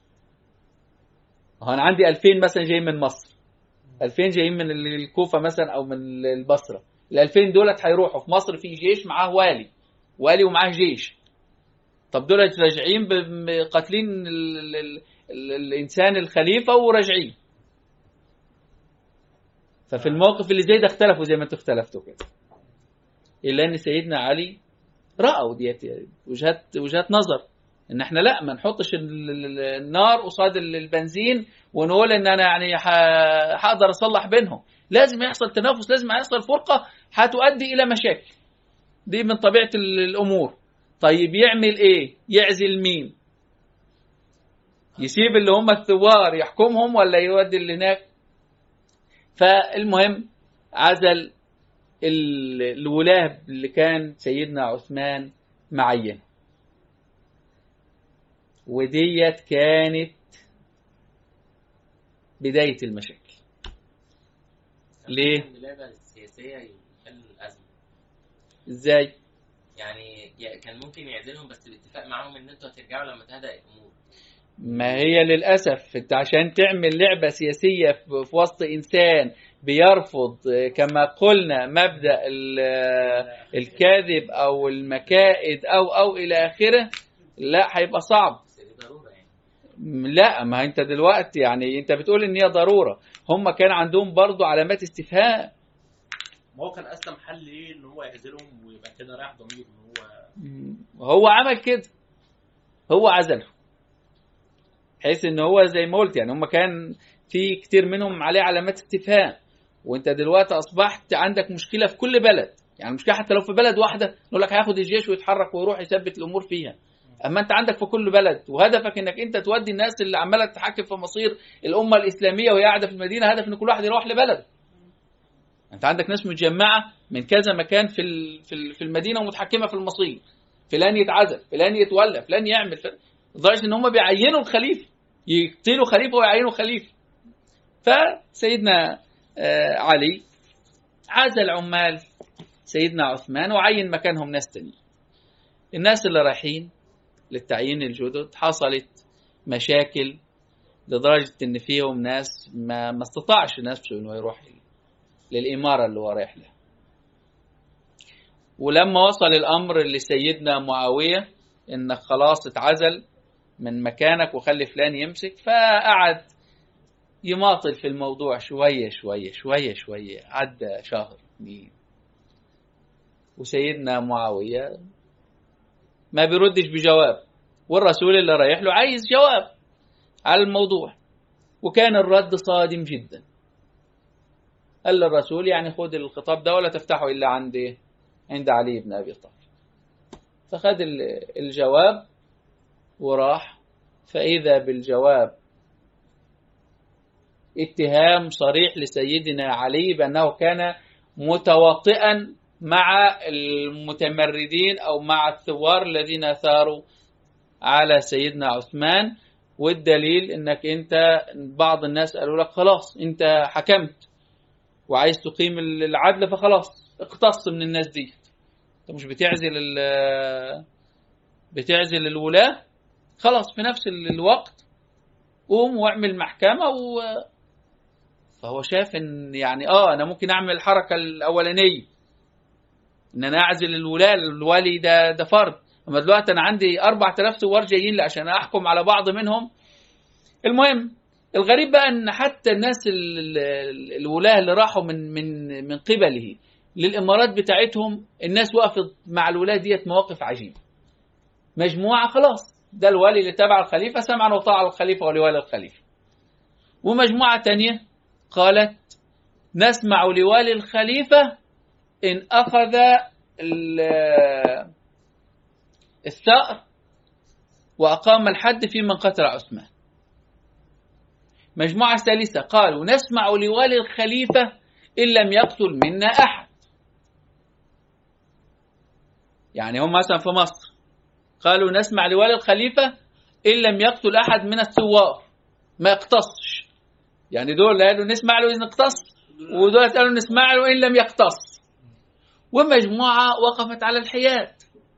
انا عندي 2000 مثلا جايين من مصر، 2000 جايين من الكوفة مثلا او من البصرة، ال2000 دولت هيروحوا في مصر، في جيش معاه والي ومعاه جيش. طب دولت راجعين قاتلين الانسان الخليفة وراجعين. ففي الموقف اللي زي ده اختلفوا زي ما انتوا اختلفتوا كده، الا ان سيدنا علي رأوا ديت وجهات نظر، ان احنا لا ما نحطش النار قصاد البنزين ونقول ان انا يعني هقدر اصلح بينهم، لازم يحصل تنافس، لازم يحصل فرقة هتؤدي الى مشاكل، دي من طبيعة الامور. طيب يعمل ايه؟ يعزل مين؟ يسيب اللي هم الثوار يحكمهم ولا يودي اللي هناك؟ فالمهم عزل الولاة اللي كان سيدنا عثمان معين، وديت كانت بداية المشاكل. ليه؟ اللعبة السياسية يحل الأزمة. ازاي؟ يعني كان ممكن يعزلهم بس باتفاق معاهم ان انتوا هترجعوا لما تهدأ الامور. ما هي للأسف انت عشان تعمل لعبة سياسية في وسط إنسان بيرفض كما قلنا مبدأ الكاذب أو المكائد أو إلى آخره، لا هيبقى صعب. ضرورة يعني. لا، ما انت دلوقتي يعني انت بتقول ان هي ضرورة، هم كان عندهم برضو علامات استفهام. ما هو كان أسلم حل ايه ان هو يعزلهم ويبقى كده رايح ضمير ان هو عمل كده، هو عزله، بحيث ان هو زي ما قلت يعني هم كان في كتير منهم عليه علامات استفهام، وانت دلوقتي اصبحت عندك مشكلة في كل بلد، يعني مشكلة حتى لو في بلد واحدة نقول لك هياخد الجيش ويتحرك ويروح يثبت الامور فيها، اما انت عندك في كل بلد وهدفك انك انت تودي الناس اللي عماله تتحكم في مصير الامه الاسلاميه وهي قاعده في المدينه، هدف ان كل واحد يروح لبلد. انت عندك ناس متجمعه من كذا مكان في المدينه ومتحكمه في المصير، فلان يتعزل، فلان يتولى، فلان يعمل، لدرجه ان هم بيعينوا الخليفه، يقتلوا خليفه ويعينوا خليفه. فسيدنا علي عزل عمال سيدنا عثمان وعين مكانهم ناس تانيين. الناس اللي رايحين للتعيين الجدد حصلت مشاكل لدرجة ان فيهم ناس ما استطاعش نفسه انه يروح للإمارة اللي هو رايح لها. ولما وصل الأمر لسيدنا معاوية انك خلاص اتعزل من مكانك وخلي فلان يمسك، فقعد يماطل في الموضوع شوية شوية شوية شوية، عدى شهر 2، وسيدنا معاوية ما بيردش بجواب، والرسول اللي رايح له عايز جواب على الموضوع. وكان الرد صادم جدا. قال للرسول يعني خد الخطاب ده ولا تفتحه إلا عند علي بن أبي طالب. فخد الجواب وراح، فإذا بالجواب اتهام صريح لسيدنا علي بأنه كان متواطئا مع المتمردين أو مع الثوار الذين ثاروا على سيدنا عثمان. والدليل انك انت بعض الناس قالوا لك خلاص انت حكمت وعايز تقيم العدل، فخلاص اقتص من الناس دي، انت مش بتعزل الولاة، خلاص في نفس الوقت قوم واعمل محكمة. فهو شاف ان يعني انا ممكن اعمل الحركة الاولانية ان انا اعزل الولاة، الولي ده فرض، اما دلوقتي انا عندي 4000 ثوار جايين لي عشان احكم على بعض منهم. المهم الغريب بقى ان حتى الناس الولاة اللي راحوا من قبله للامارات بتاعتهم، الناس وقفت مع الولاة ديت مواقف عجيبة. مجموعة خلاص ده الولي اللي تبع الخليفة سمعا وطاعة الخليفة ولوالي الخليفة، ومجموعة تانية قالت نسمع لوالي الخليفة إن أخذ الثأر وأقام الحد في من قتل عثمان. مجموعة ثالثة قالوا نسمع لوالي الخليفة إن لم يقتل منا أحد. يعني هم مثلا في مصر قالوا نسمع لوالي الخليفة إن لم يقتل أحد من الثوار، ما يقتصش. يعني دول قالوا نسمع له إن اقتص، ودول قالوا نسمع له إن لم يقتص. ومجموعة وقفت على الحياد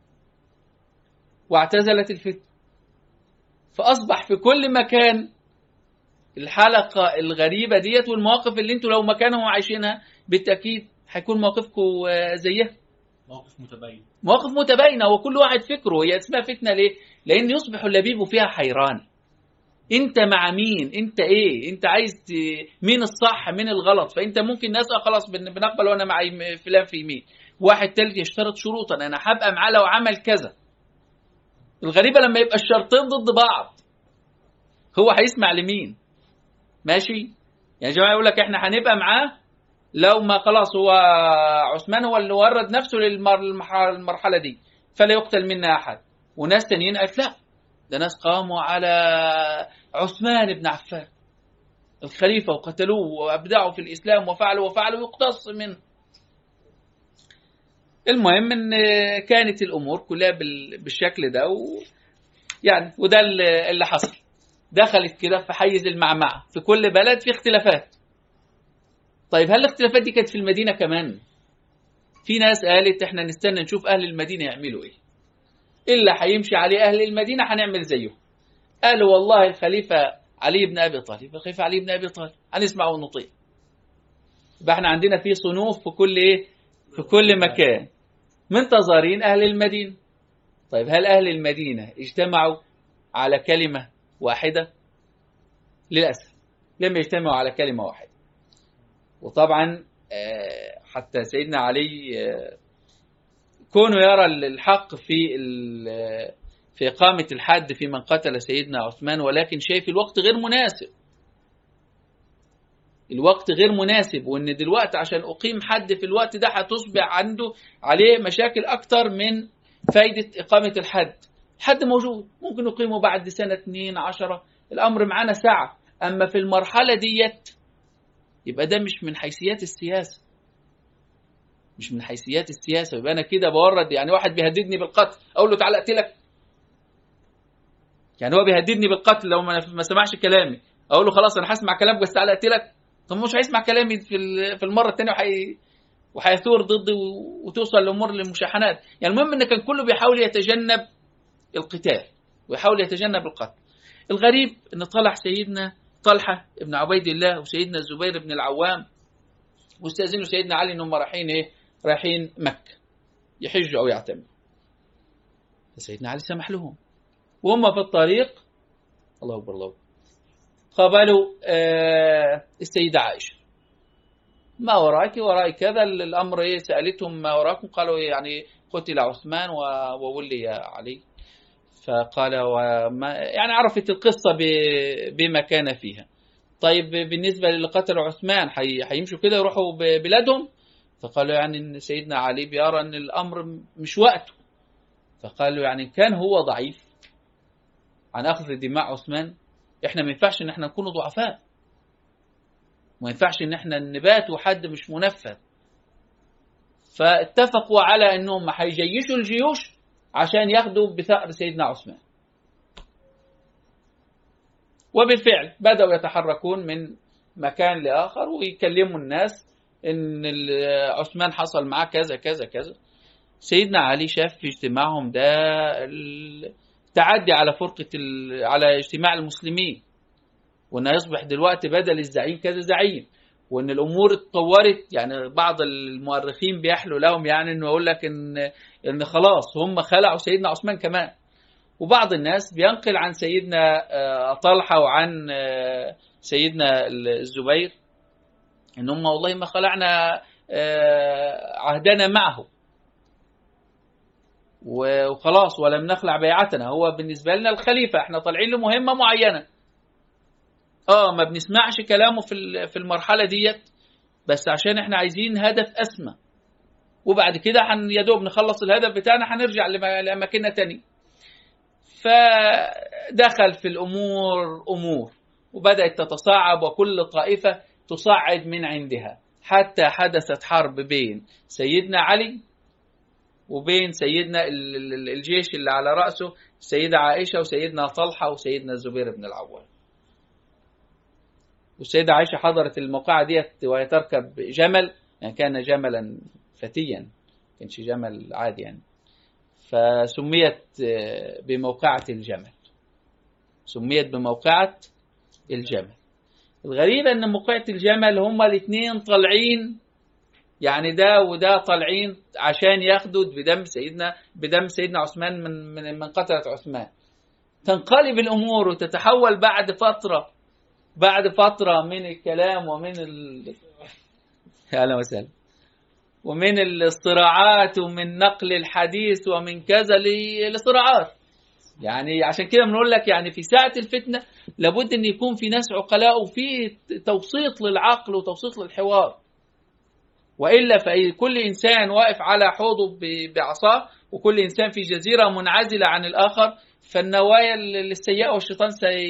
واعتزلت الفتنة. فأصبح في كل مكان الحلقة الغريبة ديت، والمواقف اللي انتوا لو مكانهم عايشينها بالتأكيد هيكون موقفكم زيها. مواقف متباينة وكل واحد فكره. هي اسمها فتنة ليه؟ لأن يصبح اللبيب فيها حيران. انت مع مين؟ انت ايه؟ انت عايز مين الصح مين الغلط؟ فانت ممكن ناس خلاص بنقبل وانا مع فلان في يمين، واحد تالت يشترط شروطا انا هبقى معاه لو عمل كذا. الغريبة لما يبقى الشرطين ضد بعض هو هيسمع لمين؟ ماشي؟ يعني جماعة يقول لك احنا هنبقى معاه لو ما خلاص هو عثمان هو اللي ورد نفسه للمرحلة دي فلا يقتل منا أحد، وناس تانيين قالت لا ده ناس قاموا على عثمان بن عفان الخليفة وقتلوه وأبدعوا في الإسلام وفعلوا يقتص منه. المهم ان كانت الأمور كلها بالشكل ده، يعني وده اللي حصل. دخلت كده في حيز المعمعة، في كل بلد في اختلافات. طيب هل الاختلافات دي كانت في المدينة كمان؟ في ناس قالت احنا نستنى نشوف أهل المدينة يعملوا ايه، إلا هيمشي عليه أهل المدينة هنعمل زيه. قالوا والله الخليفة علي بن أبي طالب، الخليفة علي بن أبي طالب هنسمع ونطيع. يبقى احنا عندنا في صنوف في كل ايه؟ في كل مكان منتظرين أهل المدينة. طيب هل أهل المدينة اجتمعوا على كلمة واحدة؟ للأسف لم يجتمعوا على كلمة واحدة. وطبعا حتى سيدنا علي كونه يرى الحق في إقامة الحد في من قتل سيدنا عثمان، ولكن شايف الوقت غير مناسب. الوقت غير مناسب، وإن دلوقتي عشان أقيم حد في الوقت ده هتصبح عنده عليه مشاكل أكتر من فايدة إقامة الحد. حد موجود، ممكن نقيمه بعد سنة 2 10، الأمر معنا ساعة. أما في المرحلة ديت يبقى ده مش من حيثيات السياسة، مش من حيثيات السياسة. يبقى أنا كده بورد، يعني واحد بيهددني بالقتل أقول له تعالى أقتلك؟ يعني هو بيهددني بالقتل لو ما سمعش كلامي، أقول له خلاص أنا هسمع كلامك بس تعالى أقتلك؟ طب مش هيسمع كلامي في المرة الثانية وهيثور ضدي وتوصل الأمور للمشاحنات. يعني المهم إن كان كله بيحاول يتجنب القتال ويحاول يتجنب القتل. الغريب إن طلع سيدنا طلحة ابن عبيد الله وسيدنا الزبير بن العوام واستأذنوا سيدنا علي إنهم رايحين رايحين مكة يحجوا أو يعتمروا. فسيدنا علي سمح لهم، وهم في الطريق الله أكبر الله قابلوا السيدة عائشة. ما وراك؟ وراي كذا الأمر سألتهم ما وراكم؟ قالوا يعني قتل عثمان وولي علي. فقال وما يعني عرفت القصة بما كان فيها. طيب بالنسبة للي قتلوا عثمان هيمشوا كده يروحوا بلادهم؟ فقالوا يعني إن سيدنا علي بيرى أن الأمر مش وقته. فقالوا يعني كان هو ضعيف عن أخذ دماء عثمان، إحنا ما ينفعش إن إحنا نكون ضعفاء، ما ينفعش إن إحنا نبات وحد مش منفذ. فاتفقوا على أنهم هيجيشوا الجيوش عشان ياخدوا بثأر سيدنا عثمان. وبالفعل بدأوا يتحركون من مكان لآخر ويكلموا الناس إن عثمان حصل معاه كذا كذا كذا. سيدنا علي شاف في اجتماعهم ده التعدي على على اجتماع المسلمين، وإنه يصبح دلوقتي بدل الزعيم كذا زعيم، وإن الأمور اتطورت. يعني بعض المؤرخين بيحلوا لهم يعني إنه يقول لك إن خلاص هم خلعوا سيدنا عثمان كمان. وبعض الناس بينقل عن سيدنا طلحة وعن سيدنا الزبير إن هم والله ما خلعنا عهدنا معه وخلاص ولم نخلع بيعتنا، هو بالنسبة لنا الخليفة، احنا طالعين لمهمة معينة. ما بنسمعش كلامه في المرحلة ديت، بس عشان احنا عايزين هدف أسمى، وبعد كده يدوب نخلص الهدف بتاعنا هنرجع لأماكننا تاني. فدخل في الأمور وبدأت تتصاعب، وكل طائفة تصعد من عندها، حتى حدثت حرب بين سيدنا علي وبين سيدنا الجيش اللي على رأسه السيدة عائشة وسيدنا طلحة وسيدنا الزبير بن العوام. والسيدة عائشة حضرت الموقعة ديت وهي تركب جمل، يعني كان جملا فتيا، كانش جمل عادي يعني، فسميت بموقعة الجمل، سميت بموقعة الجمل. الغريب أن موقعة الجمل هما الاثنين طالعين، يعني ده وده طالعين عشان ياخدوا بدم سيدنا عثمان من قتلة عثمان. تنقلب الأمور وتتحول بعد فترة من الكلام أهلا وسهلا، ومن الصراعات ومن نقل الحديث ومن كذا لصراعات. يعني عشان كده بنقول لك يعني في ساعة الفتنة لابد أن يكون في ناس عقلاء وفي توسيط للعقل وتوسيط للحوار، وإلا فكل إنسان واقف على حوضه بعصاه، وكل إنسان في جزيرة منعزلة عن الآخر، فالنوايا السيئة والشيطان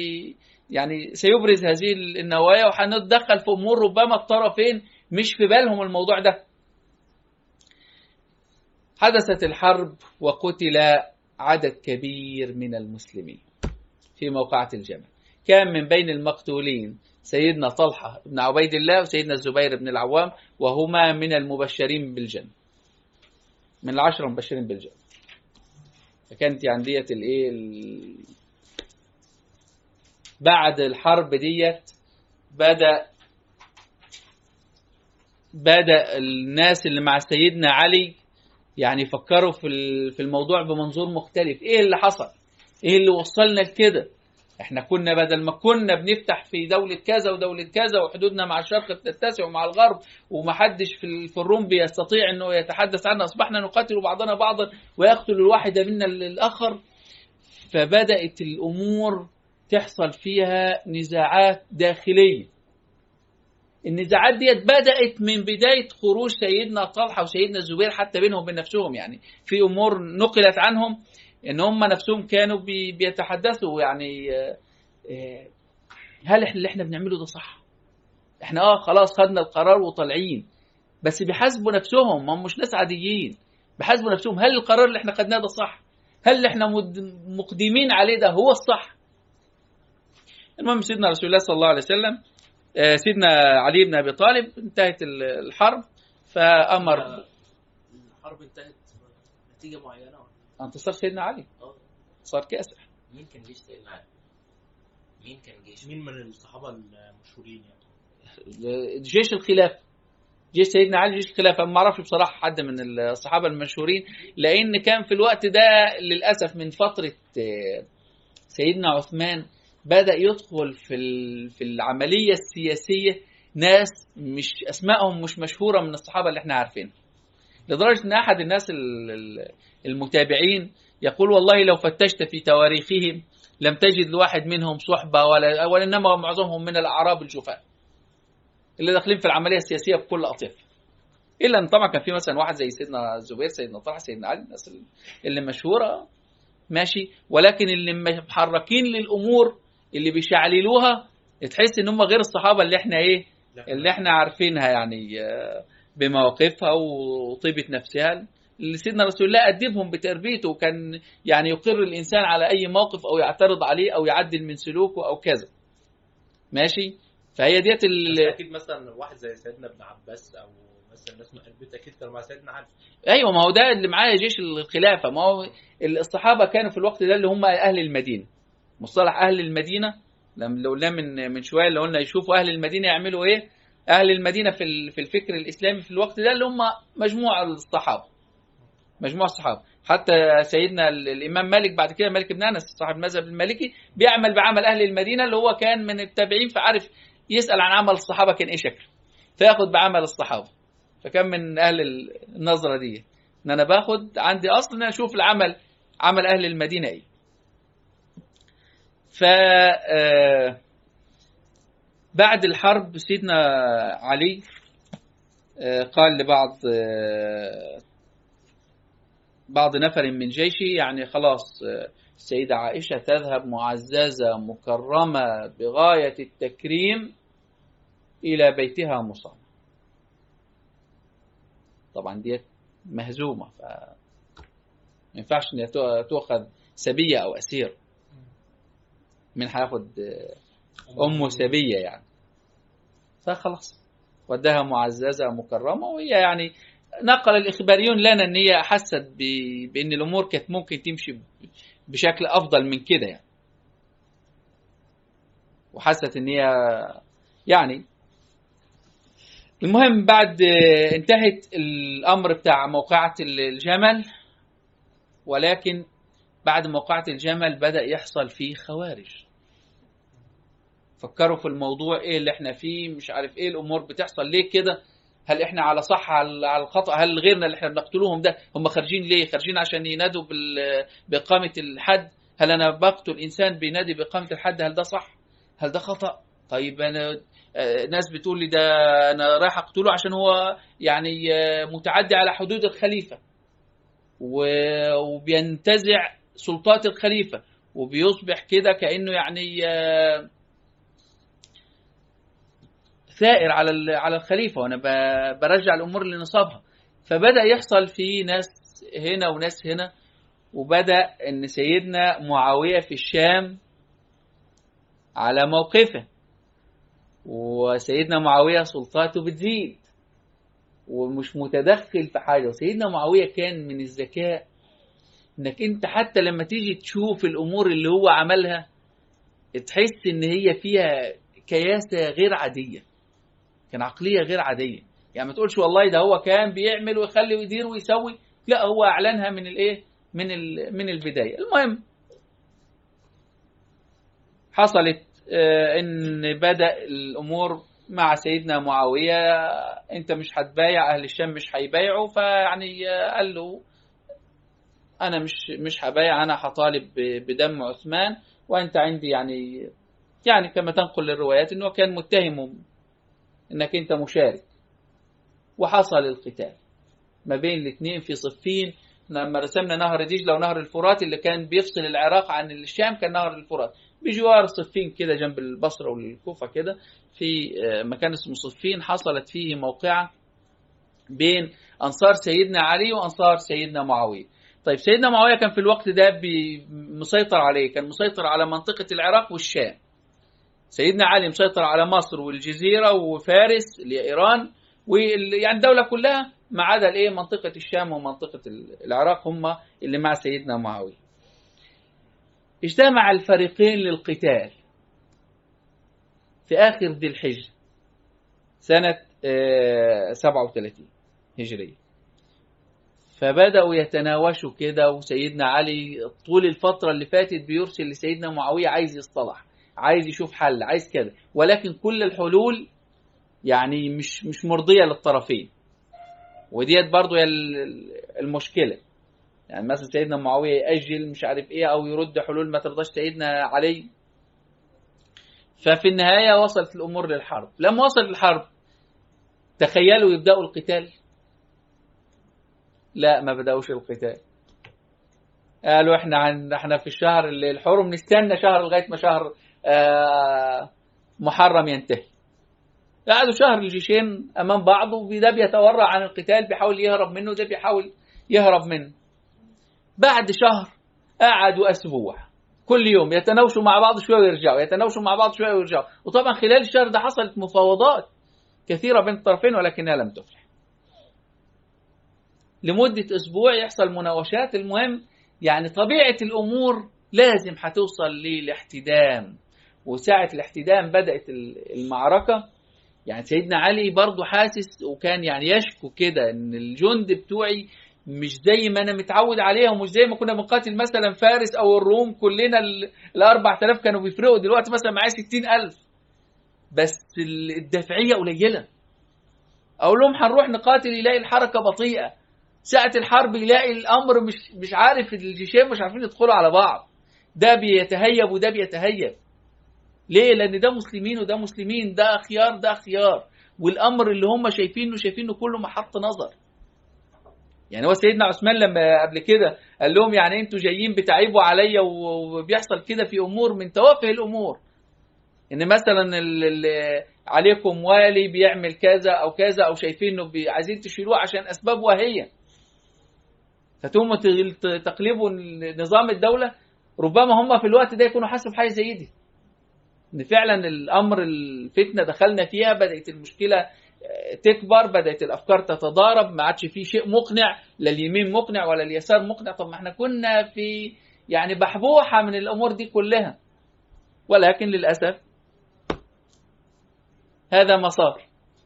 سيبرز هذه النوايا، وحنتدخل في أمور ربما الطرفين مش في بالهم الموضوع ده. حدثت الحرب وقتل عدد كبير من المسلمين في موقعة الجمل. كان من بين المقتولين سيدنا طلحة بن عبيد الله وسيدنا الزبير بن العوام، وهما من المبشرين بالجنة، من 10 مبشرين بالجنة. فكانت يعني ديت بعد الحرب ديت بدأ الناس اللي مع سيدنا علي يعني يفكروا في الموضوع بمنظور مختلف. ايه اللي حصل؟ ايه اللي وصلنا لكده؟ احنا كنا بدل ما كنا بنفتح في دولة كذا ودولة كذا وحدودنا مع الشرق بتتسع ومع الغرب ومحدش في الروم بيستطيع انه يتحدث عنها، اصبحنا نقاتل بعضنا بعضا ويقتل الواحد منا الاخر. فبدأت الامور تحصل فيها نزاعات داخلية. النزاعات ديت بدأت من بداية خروج سيدنا طلحة وسيدنا الزبير حتى بينهم وبين نفسهم. يعني في أمور نقلت عنهم ان هم نفسهم كانوا بيتحدثوا يعني هل اللي احنا بنعمله ده صح؟ احنا خلاص خدنا القرار وطالعين، بس بيحاسبوا نفسهم، هم مش ناس عاديين، بيحاسبوا نفسهم هل القرار اللي احنا خدناه ده صح؟ هل اللي احنا مقدمين عليه ده هو الصح؟ المهم سيدنا رسول الله صلى الله عليه وسلم، سيدنا علي بن ابي طالب، انتهت الحرب فامر. الحرب انتهت نتيجه معينه انتصار سيدنا علي، صار كاسح. مين كان جيش سيدنا علي؟ مين كان جيش؟ مين من الصحابه المشهورين يعني؟ جيش الخلافه، جيش سيدنا علي جيش الخلافه. ما اعرفش بصراحه حد من الصحابه المشهورين، لان كان في الوقت ده للاسف من فتره سيدنا عثمان بدأ يدخل في العمليه السياسيه ناس مش اسمائهم مش مشهوره من الصحابه اللي احنا عارفينها، لدرجه ان احد الناس المتابعين يقول والله لو فتشت في تواريخهم لم تجد لواحد منهم صحبه ولا انما معظمهم من الاعراب الجفاء اللي داخلين في العمليه السياسيه بكل اطيافها. الا ان طبعا كان في مثلا واحد زي سيدنا الزبير، سيدنا طلحه، سيدنا علي، الناس اللي مشهوره ماشي، ولكن اللي محركين للامور اللي بيشعللوها تحس ان هم غير الصحابه اللي احنا اللي احنا عارفينها يعني بمواقفها وطيبه نفسها، اللي سيدنا رسول الله أدبهم بتربيته، وكان يعني يقر الإنسان على أي موقف أو يعترض عليه أو يعدل من سلوكه أو كذا ماشي. فهي ديت أكيد مثلا واحد زي سيدنا ابن عباس أو مثلا ناس من البيت أكيد كانوا مع سيدنا علي. أيوة، ما هو ده اللي معاه جيش الخلافة. ما هو الصحابة كانوا في الوقت ده اللي هم أهل المدينة. مصطلح أهل المدينة لما قلنا من شوية اللي قلنا يشوفوا أهل المدينة يعملوا إيه. أهل المدينة في الفكر الإسلامي في الوقت ده اللي هم مجموعة الصحابة، مجموعة الصحابة. حتى سيدنا الإمام مالك بعد كده، مالك بن أنس صاحب المذهب المالكي، بيعمل بعمل أهل المدينة اللي هو كان من التابعين، فعارف يسأل عن عمل الصحابة كان إيه شكله، فياخد بعمل الصحابة. فكان من أهل النظرة دي إن أنا باخد عندي أصل إن أنا أشوف عمل أهل المدينة إيه. بعد الحرب سيدنا علي قال بعض نفر من جيشه يعني خلاص السيدة عائشة تذهب معززة مكرمة بغاية التكريم إلى بيتها مصابة. طبعا دي مهزومة، ما ينفعش أن تؤخذ سبية أو أسير. من هياخد أمه سبية يعني؟ فخلاص ودها معززة مكرمة. وهي يعني نقل الإخباريون لنا أن هي حست بأن الأمور كانت ممكن تمشي بشكل أفضل من كده يعني، وحست أن هي يعني المهم بعد انتهت الأمر بتاع موقعة الجمل. ولكن بعد موقعة الجمل بدأ يحصل فيه خوارج، فكروا في الموضوع ايه اللي احنا فيه، مش عارف ايه الامور بتحصل ليه كده، هل احنا على صح على الخطأ، هل غيرنا اللي احنا بنقتلوهم ده هم خارجين ليه، خارجين عشان ينادوا بإقامة الحد، هل انا بقتل انسان بينادي بإقامة الحد، هل ده صح، هل ده خطأ؟ طيب انا ناس بتقول لي ده انا رايح اقتله عشان هو يعني متعدي على حدود الخليفة وبينتزع سلطات الخليفة وبيصبح كده كأنه يعني ثائر على الخليفة، وأنا برجع الأمور لنصابها. فبدأ يحصل في ناس هنا وناس هنا، وبدأ أن سيدنا معاوية في الشام على موقفه، وسيدنا معاوية سلطاته بتزيد ومش متدخل في حاجة. وسيدنا معاوية كان من الذكاء انك انت حتى لما تيجي تشوف الامور اللي هو عملها تحس ان هي فيها كياسة غير عادية، كان عقلية غير عادية. يعني ما تقولش والله ده هو كان بيعمل ويخلي ويدير ويسوي، لا هو اعلنها من الايه من البداية. المهم حصلت ان بدأ الامور مع سيدنا معاوية، انت مش هتبايع، اهل الشام مش هيبايعوا، فيعني قال له انا مش هبايع، انا هطالب بدم عثمان، وانت عندي يعني كما تنقل الروايات انه كان متهم انك انت مشارك. وحصل القتال ما بين الاثنين في صفين، لما رسمنا نهر دجلة ونهر الفرات اللي كان بيفصل العراق عن الشام كان نهر الفرات بجوار صفين كده جنب البصرة والكوفة كده، في مكان اسمه صفين حصلت فيه موقعة بين أنصار سيدنا علي وأنصار سيدنا معاوية. طيب سيدنا معاوية كان في الوقت ده مسيطر عليه، كان مسيطر على منطقة العراق والشام. سيدنا علي مسيطر على مصر والجزيرة وفارس اللي هي إيران، ويعني الدولة كلها ما عدا الايه منطقة الشام ومنطقة العراق هم اللي مع سيدنا معاوية. اجتمع الفريقين للقتال في آخر ذي الحجة سنة 37 هجرية، فبدأوا يتناوشوا كده، وسيدنا علي طول الفترة اللي فاتت بيرسل لسيدنا معاوية عايز يصطلح، عايز يشوف حل، عايز كذا، ولكن كل الحلول يعني مش مرضية للطرفين، وديت برضو هي المشكلة. يعني مثلا سيدنا معاوية يأجل مش عارف ايه او يرد حلول ما ترضاش سيدنا علي. ففي النهاية وصلت الامور للحرب. لما وصل الحرب تخيلوا يبدأوا القتال؟ لا، ما بدأوش القتال. قالوا احنا في الشهر الحرم نستنى شهر لغاية ما شهر محرم ينتهي. قعدوا شهر الجيشين امام بعض، وده بيتورع عن القتال بيحاول يهرب منه، ده بيحاول يهرب منه. بعد شهر قعدوا اسبوع كل يوم يتناوشوا مع بعض شويه ويرجعوا، يتناوشوا مع بعض شويه ويرجعوا. وطبعا خلال الشهر ده حصلت مفاوضات كثيره بين الطرفين ولكنها لم تفلح. لمده اسبوع يحصل مناوشات. المهم يعني طبيعه الامور لازم هتوصل للاحتدام، وساعه الاحتدام بدات المعركه. يعني سيدنا علي برضو حاسس وكان يعني يشكو كده ان الجند بتوعي مش زي ما انا متعود عليهم، ومش زي ما كنا بنقاتل مثلا فارس او الروم كلنا 4000 كانوا بيفرقوا، دلوقتي مثلا معايا 60,000 بس الدافعيه قليله. اقول لهم هنروح نقاتل يلاقي الحركه بطيئه، ساعه الحرب يلاقي الامر مش عارف، الجيشين مش عارفين يدخلوا على بعض، ده بيتهيب وده بيتهيب. ليه؟ لأن ده مسلمين وده مسلمين، ده خيار ده خيار، والأمر اللي هم شايفينه كله محط نظر. يعني هو سيدنا عثمان لما قبل كده قال لهم يعني انتوا جايين بتعيبوا عليا، وبيحصل كده في أمور من توافه الأمور، إن مثلا عليكم والي بيعمل كذا أو كذا، أو شايفينه عايزين تشيلوه عشان أسباب وهية، فتقوموا تقلبوا نظام الدولة. ربما هم في الوقت ده يكونوا حاسوا بحاجة زي دي، ان فعلا الامر الفتنه دخلنا فيها، بدات المشكله تكبر، بدات الافكار تتضارب، ما عادش في شيء مقنع، لا اليمين مقنع ولا اليسار مقنع. طب ما احنا كنا في يعني بحبوحه من الامور دي كلها، ولكن للاسف هذا ما صار.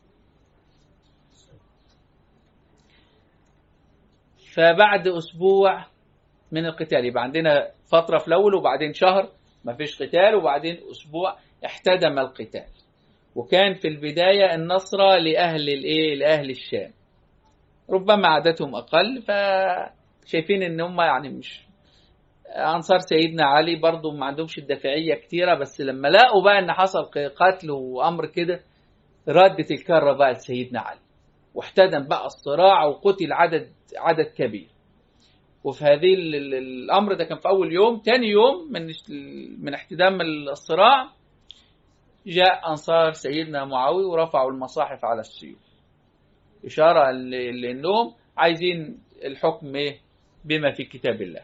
فبعد اسبوع من القتال يبقى عندنا فتره في الاول، وبعدين شهر ما فيش قتال، وبعدين أسبوع احتدم القتال. وكان في البداية النصرة لأهل الشام، ربما عددهم أقل، فشايفين إن هم يعني مش أنصار سيدنا علي برضو ما عندهمش الدافعية كتيرة. بس لما لقوا بقى إن حصل قتل وأمر كده، ردت الكرة بقى لسيدنا علي، واحتدم بقى الصراع، وقتل عدد كبير. وفي هذه الأمر ده كان في أول يوم. تاني يوم من احتدام الصراع جاء أنصار سيدنا معاوية ورفعوا المصاحف على السيوف، إشارة لأنهم عايزين الحكم بما في كتاب الله،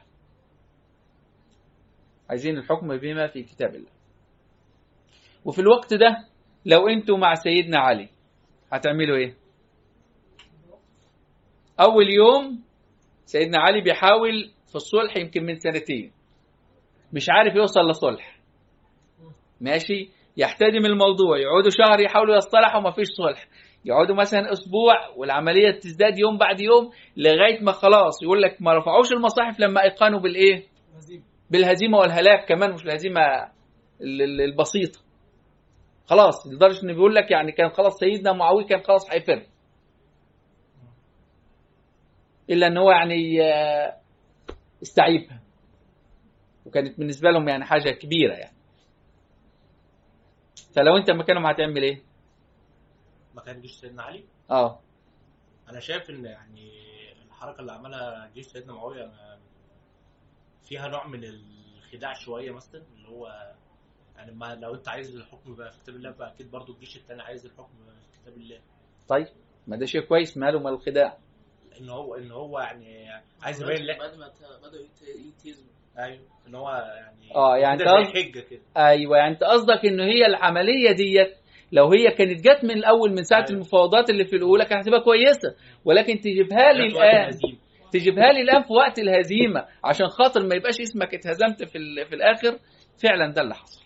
عايزين الحكم بما في كتاب الله. وفي الوقت ده لو أنتوا مع سيدنا علي هتعملوا إيه؟ أول يوم سيدنا علي بيحاول في الصلح يمكن من 2 سنين، مش عارف يوصل لصلح، ماشي، يحتدم الموضوع، يقعدوا شهر يحاولوا يصطلحوا ما فيش صلح، يقعدوا مثلا أسبوع والعملية تزداد يوم بعد يوم، لغاية ما خلاص يقول لك ما رفعوش المصاحف لما أيقنوا بالإيه؟ بالهزيمة والهلاك كمان، مش الهزيمة البسيطة. خلاص لدرجة إنه بيقول لك يعني كان خلاص سيدنا معاوية كان خلاص هيفر، إلا أنه يعني استعيبها، وكانت بالنسبة لهم يعني حاجة كبيرة يعني. فلو أنت مكانهم هتعمل إيه؟ مكان جيش سيدنا علي؟ أنا شايف إن يعني الحركه اللي عملها جيش سيدنا معاويه فيها نوع من الخداع شويه مثلا، اللي هو يعني ما لو انت عايز الحكم بقى في كتاب الله بقى اكيد برضو الجيش الثاني عايز الحكم في كتاب الله. طيب ما ده شيء كويس، ماله مال الخداع؟ ان هو يعني عايز يبين لك بعد ما بدأوا يتيزوا. ايوه ان هو يعني يعني كده زي حجه كده. ايوه يعني انت قصدك انه هي العمليه ديت لو هي كانت جت من الاول من ساعه المفاوضات اللي في الاولى كانت هتبقى كويسه، ولكن تجيبها لي الان في وقت الهزيمه عشان خاطر ما يبقاش اسمك اتهزمت في الاخر. فعلا ده اللي حصل،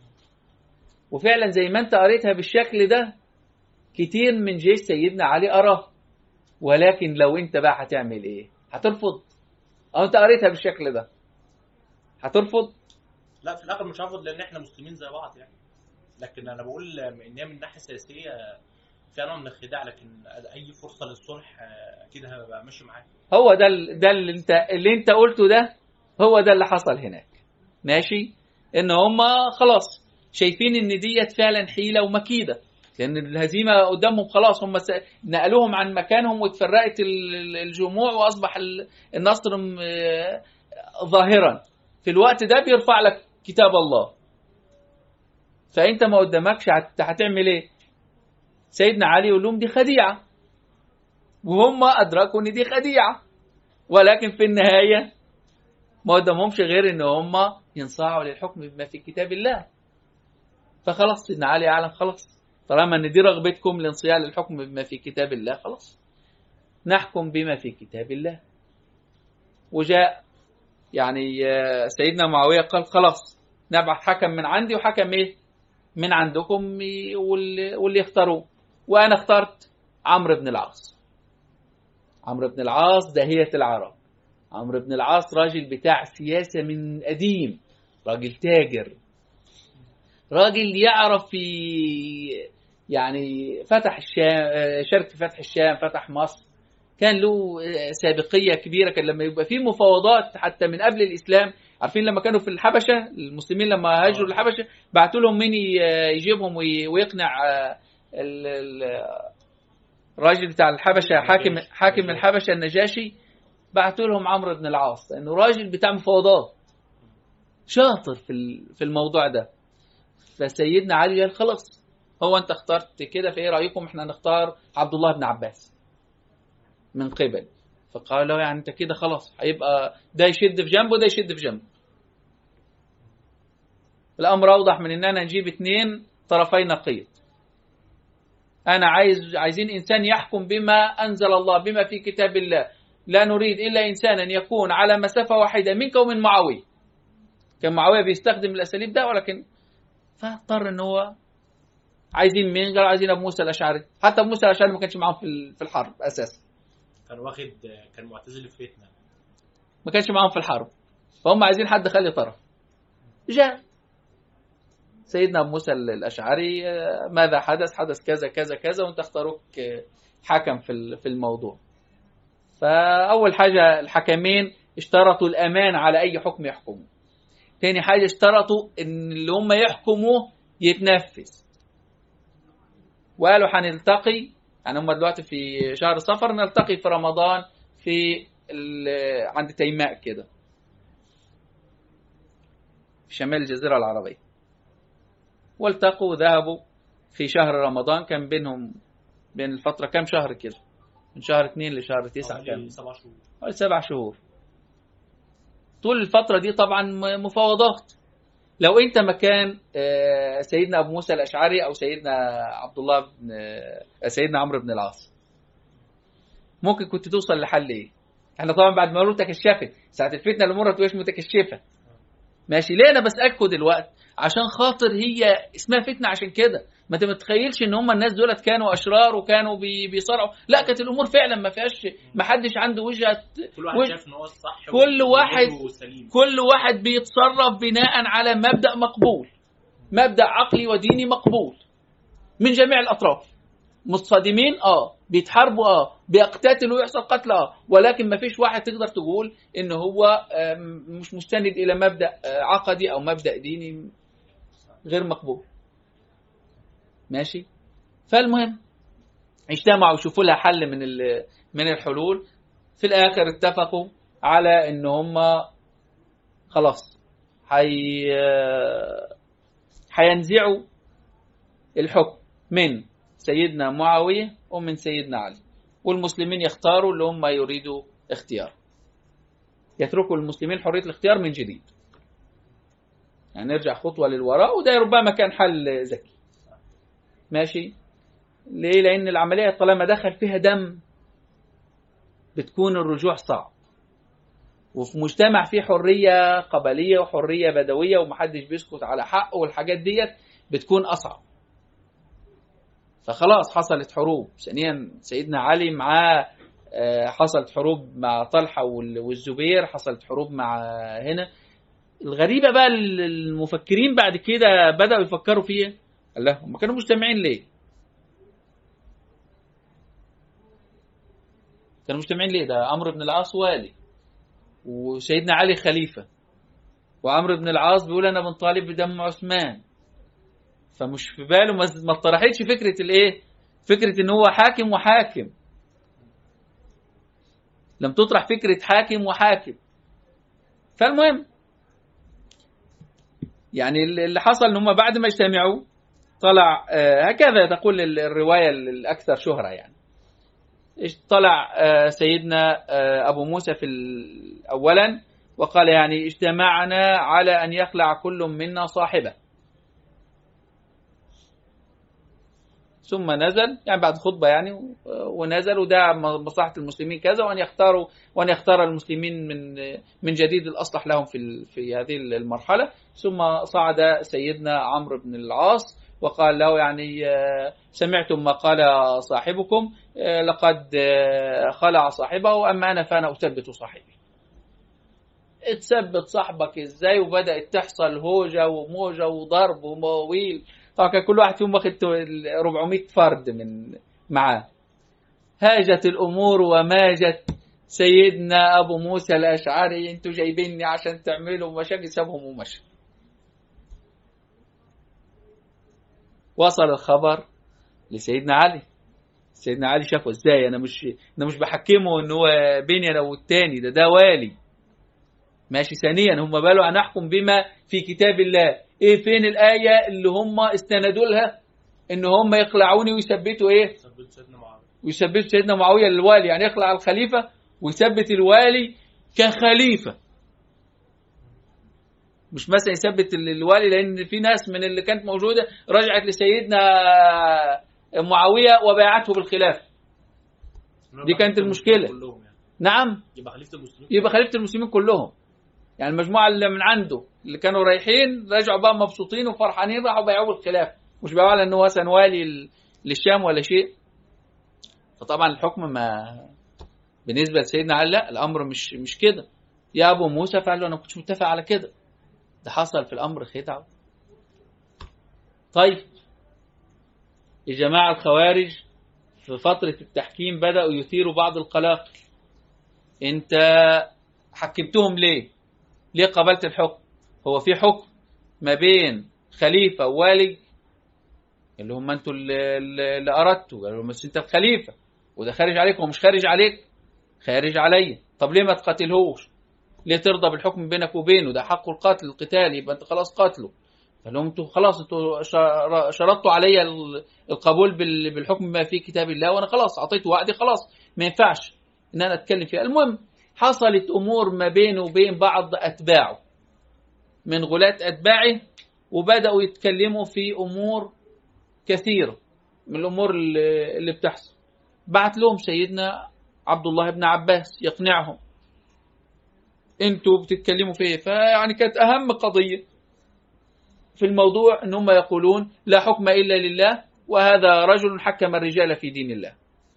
وفعلا زي ما انت قريتها بالشكل ده كتير من جيش سيدنا علي أراه. ولكن لو انت بقى هتعمل ايه؟ هترفض؟ او انت قريتها بالشكل ده هترفض؟ لا في الاخر مش هرفض لان احنا مسلمين زي بعض يعني. لكن انا بقول ان هي من الناحيه السياسيه فيها نوع من الخداع، لكن اي فرصه للصلح اكيد هبقى ماشي معاك. هو ده اللي انت قلته، ده هو ده اللي حصل هناك. ماشي، ان هم خلاص شايفين ان ديت فعلا حيله ومكيده، لان الهزيمه قدامهم خلاص، هم نقلوهم عن مكانهم واتفرقت الجموع واصبح النصر ظاهرا. في الوقت ده بيرفع لك كتاب الله، فانت ما قدامكش هتعمل ايه؟ سيدنا علي يقول لهم دي خديعه، وهم ادركوا ان دي خديعه، ولكن في النهايه ما قدامهمش غير ان هم ينصاعوا للحكم بما في كتاب الله. فخلاص سيدنا علي اعلم خلاص طالما ان دي رغبتكم الانصياع للحكم بما في كتاب الله، خلاص نحكم بما في كتاب الله. وجاء يعني سيدنا معاوية قال خلاص نبعث حكم من عندي وحكم ايه من عندكم واللي يختاروه. وانا اخترت عمرو بن العاص. عمرو بن العاص داهية العرب. عمرو بن العاص راجل بتاع سياسة من قديم، راجل تاجر، راجل يعرف في يعني فتح الشام، شارك في فتح الشام، فتح مصر، كان له سابقية كبيرة. كان لما يبقى في مفاوضات حتى من قبل الإسلام، عارفين لما كانوا في الحبشة المسلمين لما هاجروا الحبشة بعتوا لهم مين يجيبهم ويقنع الراجل بتاع الحبشة حاكم الحبشة النجاشي، بعتوا لهم عمرو بن العاص لأنه راجل بتاع مفاوضات شاطر في الموضوع ده. فسيدنا علي قال خلاص هو انت اخترت كده، فايه رايكم احنا نختار عبد الله بن عباس من قبل. فقال له يعني انت كده خلاص هيبقى ده يشد في جنبه وده يشد في جنبه. الامر اوضح من اننا نجيب 2 طرفي نقيض. انا عايزين انسان يحكم بما انزل الله بما في كتاب الله، لا نريد الا انسانا يكون على مسافه واحده منك ومن معاويه. كان معاويه بيستخدم الاساليب ده، ولكن فاضطر ان هو عايزين مين؟ قالوا عايزين ابو موسى الاشعري. حتى ابو موسى الاشعري ما كانش معاهم في الحرب اساسا، كان معتزل الفتنه، ما كانش معاهم في الحرب، فهم عايزين حد خلي طرف. جاء سيدنا ابو موسى الاشعري، ماذا حدث؟ حدث كذا كذا كذا وانت اختاروك حكم في الموضوع. فاول حاجه الحكمين اشترطوا الامان على اي حكم يحكموه. تاني حاجه اشترطوا ان اللي هم يحكموه يتنفذ، وقالوا هنلتقي يعني هم دلوقتي في شهر صفر، نلتقي في رمضان في عند تيماء كده في شمال الجزيرة العربية. والتقوا وذهبوا في شهر رمضان. كان بين الفترة كم شهر كده، من شهر 2 لشهر 9 كان 7 شهور. 7 شهور. طول الفترة دي طبعا مفاوضات. لو انت مكان سيدنا ابو موسى الاشعري او سيدنا عبد الله بن سيدنا عمرو بن العاص، ممكن كنت توصل لحل ايه؟ احنا طبعا بعد ما الامور تكشفت ساعه الفتنه الامور مش متكشفه. ماشي، ليه انا بسالكوا دلوقتي؟ عشان خاطر هي اسمها فتنه. عشان كده ما انت متخيلش ان هم الناس دولت كانوا اشرار وكانوا بيصارعوا، لا كانت الامور فعلا ما فيهاش، ما حدش عنده وجهه، كل واحد شايف ان هو الصح، كل واحد بيتصرف بناء على مبدا مقبول، مبدا عقلي وديني مقبول من جميع الاطراف. متصادمين بيتحاربوا بيقتتلوا ويحصل قتل ولكن ما فيش واحد تقدر تقول ان هو مش مستند الى مبدا عقدي او مبدا ديني غير مقبول. ماشي، فالمهم اجتمعوا وشوفوا لها حل من الحلول. في الآخر اتفقوا على إن هم خلاص هينزعوا الحكم من سيدنا معاوية ومن سيدنا علي، والمسلمين يختاروا اللي هم يريدوا اختيار، يتركوا المسلمين حرية الاختيار من جديد. يعني نرجع خطوة للوراء، وده ربما كان حل ذكي. ماشي. ليه؟ لأن العملية طالما دخل فيها دم بتكون الرجوع صعب، وفي مجتمع فيه حرية قبلية وحرية بدوية ومحدش بيسكت على حق والحاجات ديت بتكون أصعب. فخلاص حصلت حروب. ثانيا سيدنا علي معاه حصلت حروب مع طلحة والزبير، حصلت حروب مع هنا. الغريبة بقى المفكرين بعد كده بدأوا يفكروا فيها، قال لهم هم كانوا مجتمعين ليه؟ كانوا مجتمعين ليه؟ ده عمرو بن العاص والي وسيدنا علي خليفة، وعمرو بن العاص بيقول أنا بنطالب بدم عثمان. فمش في باله، ما اطرحتش فكرة الايه؟ فكرة ان هو حاكم وحاكم. لم تطرح فكرة حاكم وحاكم. فالمهم يعني اللي حصل ان هم بعد ما اجتمعوا طلع هكذا تقول الرواية الأكثر شهرة، يعني طلع سيدنا أبو موسى في أولا وقال يعني اجتمعنا على أن يخلع كل منا صاحبه. ثم نزل يعني بعد خطبة يعني، ونزل ودعا مصلحة المسلمين كذا، وأن يختار المسلمين من جديد الأصلح لهم في هذه المرحلة. ثم صعد سيدنا عمرو بن العاص وقال له يعني سمعتم ما قال صاحبكم، لقد خلع صاحبه، أما أنا فأنا أثبت صاحبي. اتثبت صاحبك ازاي؟ وبدأت تحصل هوجة وموجة وضرب ومواويل. طبعا كان كل واحد فيهم واخد 400 فرد من معاه. هاجت الأمور وماجت. سيدنا أبو موسى الأشعري انتوا جايبيني عشان تعملوا مشاكل، سابهم ومشى. وصل الخبر لسيدنا علي. سيدنا علي شافه ازاي؟ انا مش بحكمه ان هو بيني انا والتاني، ده والي. ماشي. ثانيا هم بالوا أن نحكم بما في كتاب الله. ايه فين الآية اللي هم استندوا لها ان هم يخلعوني ويثبتوا ايه؟ ويثبتوا سيدنا معاوية الوالي، يعني يخلع الخليفة ويثبت الوالي كخليفة، مش مثلا يثبت الوالي. لأن في ناس من اللي كانت موجودة رجعت لسيدنا معاوية وبايعته بالخلافة. دي كانت المشكلة. نعم، يبقى خليفة المسلمين كلهم. يعني المجموعة اللي من عنده اللي كانوا رايحين رجعوا بقى مبسوطين وفرحانين، راحوا بايعوا الخلافة، مش بايعوا على انه هو والي للشام ولا شيء. فطبعا الحكم ما بالنسبة لسيدنا علي لا، الأمر مش كده. يا أبو موسى فقال له أنا كنتش متفق على كده، ده حصل في الأمر خدعة. طيب الجماعة الخوارج في فترة التحكيم بدأوا يثيروا بعض القلاقل. انت حكمتهم ليه؟ ليه قبلت الحكم؟ هو في حكم ما بين خليفة ووالي اللي هم انتوا اللي أردتوا، قالوا بس انت الخليفة وده خارج عليك ومش خارج عليك، خارج علي. طب ليه ما تقاتلهوش؟ ليه ترضى بالحكم بينك وبينه؟ ده حق القاتل القتال، يبقى انت خلاص قاتله. قال لهم انتوا خلاص انتوا شرطتوا علي القبول بالحكم ما في كتاب الله، وانا خلاص اعطيت وعدي، خلاص ما ينفعش ان انا اتكلم فيها. المهم حصلت امور ما بينه وبين بعض اتباعه من غلاة اتباعه، وبداوا يتكلموا في امور كثيره من الامور اللي بتحصل. بعت لهم سيدنا عبد الله بن عباس يقنعهم انتوا بتتكلموا في ايه. فيعني كانت اهم قضيه في الموضوع ان هم يقولون لا حكم الا لله، وهذا رجل حكم الرجال في دين الله.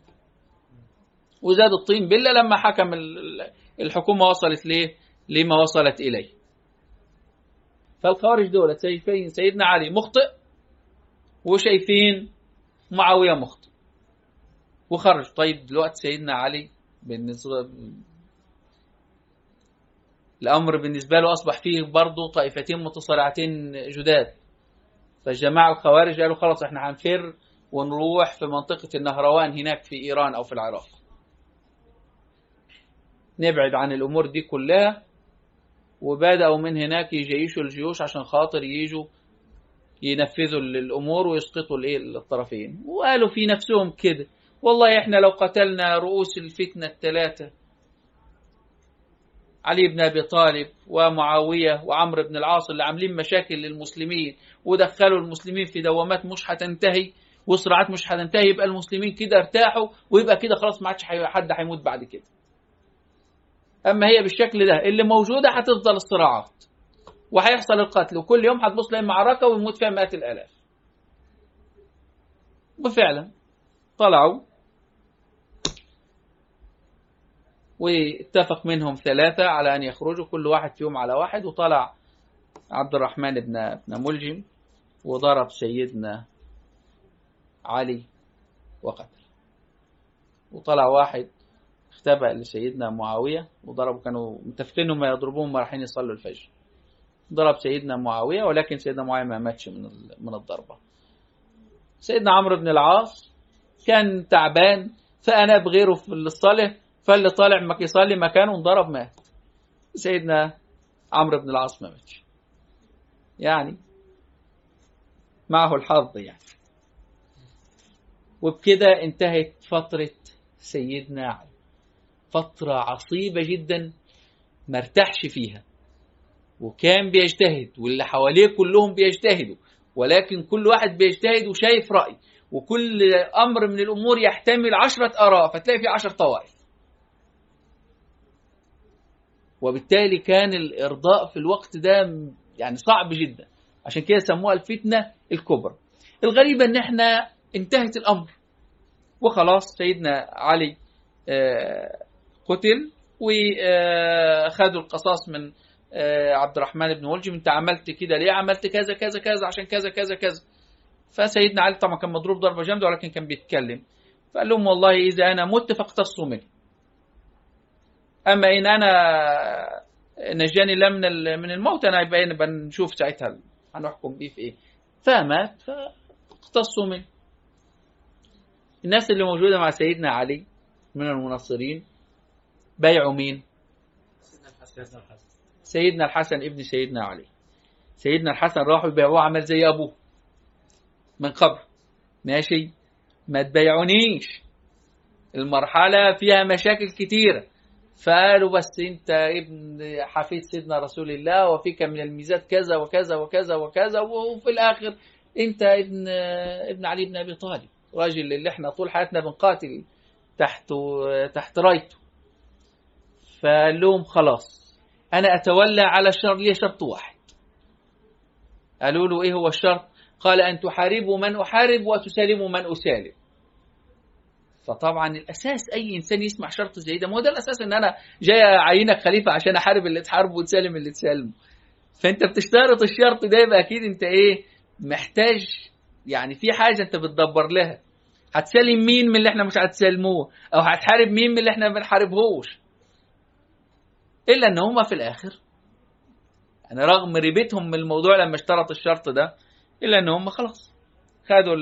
وزاد الطين بله لما حكم الحكومه وصلت ليه لما وصلت اليه. فالخوارج دولة شايفين سيدنا علي مخطئ وشايفين معاويه مخطئ وخرج. طيب دلوقتي سيدنا علي بالنسبه الأمر بالنسبة له أصبح فيه برضه طائفتين متصارعتين جداد. فالجماعة الخوارج قالوا خلاص احنا هنفر ونروح في منطقة النهروان هناك في إيران أو في العراق. نبعد عن الأمور دي كلها. وبدأوا من هناك يجيشوا الجيوش عشان خاطر يجوا ينفذوا الأمور ويسقطوا الطرفين. وقالوا في نفسهم كده والله إحنا لو قتلنا رؤوس الفتنة الثلاثة علي بن أبي طالب ومعاوية وعمرو بن العاص اللي عاملين مشاكل للمسلمين ودخلوا المسلمين في دوامات مش هتنتهي وصراعات مش هتنتهي، يبقى المسلمين كده ارتاحوا ويبقى كده خلاص ما عادش حد هيموت بعد كده. أما هي بالشكل ده اللي موجودة هتفضل الصراعات وهيحصل القتل، وكل يوم هتبص لها معركة ويموت فيها مئات الآلاف. وفعلا طلعوا واتفق منهم 3 على أن يخرجوا كل واحد فيهم على واحد. وطلع عبد الرحمن بن ملجم وضرب سيدنا علي وقتل. وطلع واحد اختبأ لسيدنا معاوية وضربوا، كانوا متفقين انهم يضربوهم رايحين يصلوا الفجر. ضرب سيدنا معاوية ولكن سيدنا معاوية ما ماتش من الضربة. سيدنا عمرو بن العاص كان تعبان فأنا بغيره في الصلاة، فاللي طالع ما يصلي مكانه انضرب مات. سيدنا عمرو بن العاص ما ماتش، يعني معه الحظ يعني. وبكده انتهت فترة سيدنا علي، فترة عصيبة جدا ما ارتاحش فيها، وكان بيجتهد واللي حواليه كلهم بيجتهدوا، ولكن كل واحد بيجتهد وشايف رأي، وكل أمر من الأمور يحتمل 10 آراء، فتلاقي فيه 10 طوائف. وبالتالي كان الإرضاء في الوقت ده يعني صعب جدا، عشان كده سموها الفتنة الكبرى. الغريبة ان احنا انتهت الأمر وخلاص سيدنا علي قتل، وخدوا القصاص من عبد الرحمن بن ملجم. انت عملت كده ليه؟ عملت كذا كذا كذا عشان كذا كذا كذا. فسيدنا علي طبعا كان مضروب ضربة جامدة ولكن كان بيتكلم، فقال لهم والله إذا أنا مت فاقتصوا مني، أما إن أنا نجاني الله من الموت أنا يبقى نشوف ساعتها هنحكم بيه في إيه. فمات فاقتصوا مني. الناس اللي موجودة مع سيدنا علي من المنصرين بايعوا مين؟ سيدنا الحسن ابن سيدنا علي. سيدنا الحسن راحوا يبيعوه عمل زي أبوه من قبل، ماشي ما تبيعونيش، المرحلة فيها مشاكل كتيرة. فقالوا بس انت ابن حفيد سيدنا رسول الله وفيك من الميزات كذا وكذا وكذا وكذا، وفي الآخر انت ابن علي بن أبي طالب، راجل اللي احنا طول حياتنا بنقاتل تحت رايته. فقال لهم خلاص أنا أتولى على الشر، ليه شرط واحد. قالوا له إيه هو الشرط؟ قال أن تحاربوا من أحارب وتسالموا من أسالم. فطبعا الأساس أي إنسان يسمع شرط زي ده، ما هو ده الأساس إن أنا جاي أعينك خليفة عشان أحارب اللي تحاربه وتسالم اللي تسالمه. فأنت بتشترط الشرط ده، يبقى أكيد أنت إيه محتاج، يعني في حاجة أنت بتدبر لها. هتسالم مين من اللي إحنا مش هتسالموه، أو هتحارب مين من اللي إحنا ما بنحاربهوش. إلا أن هما في الآخر يعني رغم ريبتهم من الموضوع لما اشترط الشرط ده، إلا أن هم خلاص خدوا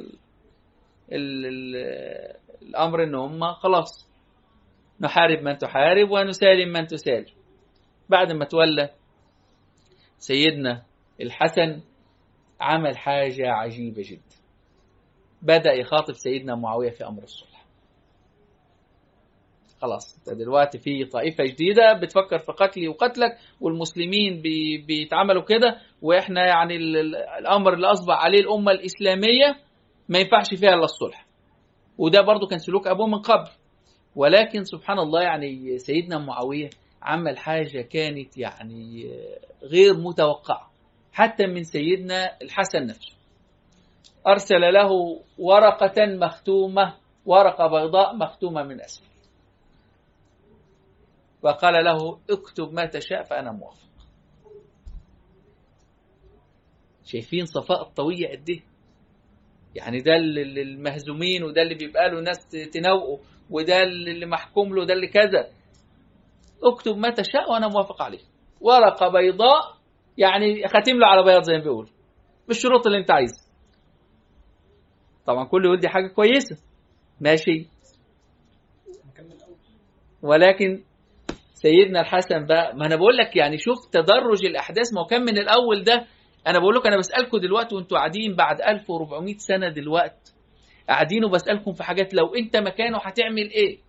الأمر أن هم خلاص نحارب من تحارب ونسالم من تسالم. بعد ما تولى سيدنا الحسن عمل حاجة عجيبة جدا، بدأ يخاطب سيدنا معاوية في أمر الصلح. خلاص انت دلوقتي في طائفة جديدة بتفكر في قتلي وقتلك، والمسلمين بيتعملوا كده، واحنا يعني الأمر اللي أصبح عليه الأمة الإسلامية ما ينفعش فيها إلا الصلح. وده برضو كان سلوك أبوه من قبل، ولكن سبحان الله يعني سيدنا معاوية عمل حاجة كانت يعني غير متوقعة حتى من سيدنا الحسن نفسه. أرسل له ورقة مختومة، ورقة بيضاء مختومة من أسفل، وقال له اكتب ما تشاء فأنا موافق. شايفين صفاء الطوية قد ايه؟ يعني ده المهزومين، وده اللي بيبقى له ناس تنوقه، وده اللي محكوم له، ده اللي كذا. اكتب ما تشاء وأنا موافق عليه. ورقة بيضاء يعني ختم له على بياض زي ما بيقول، بالشروط اللي انت عايزها. طبعا كل يقول دي حاجة كويسة ماشي، ولكن سيدنا الحسن بقى، ما انا بقول لك يعني شوف تدرج الاحداث، ما هو كان من الاول ده. انا بقول لك انا بسالكم دلوقتي وانتوا قاعدين بعد 1400 سنه دلوقتي قاعدين وبسالكم في حاجات، لو انت مكانه هتعمل ايه؟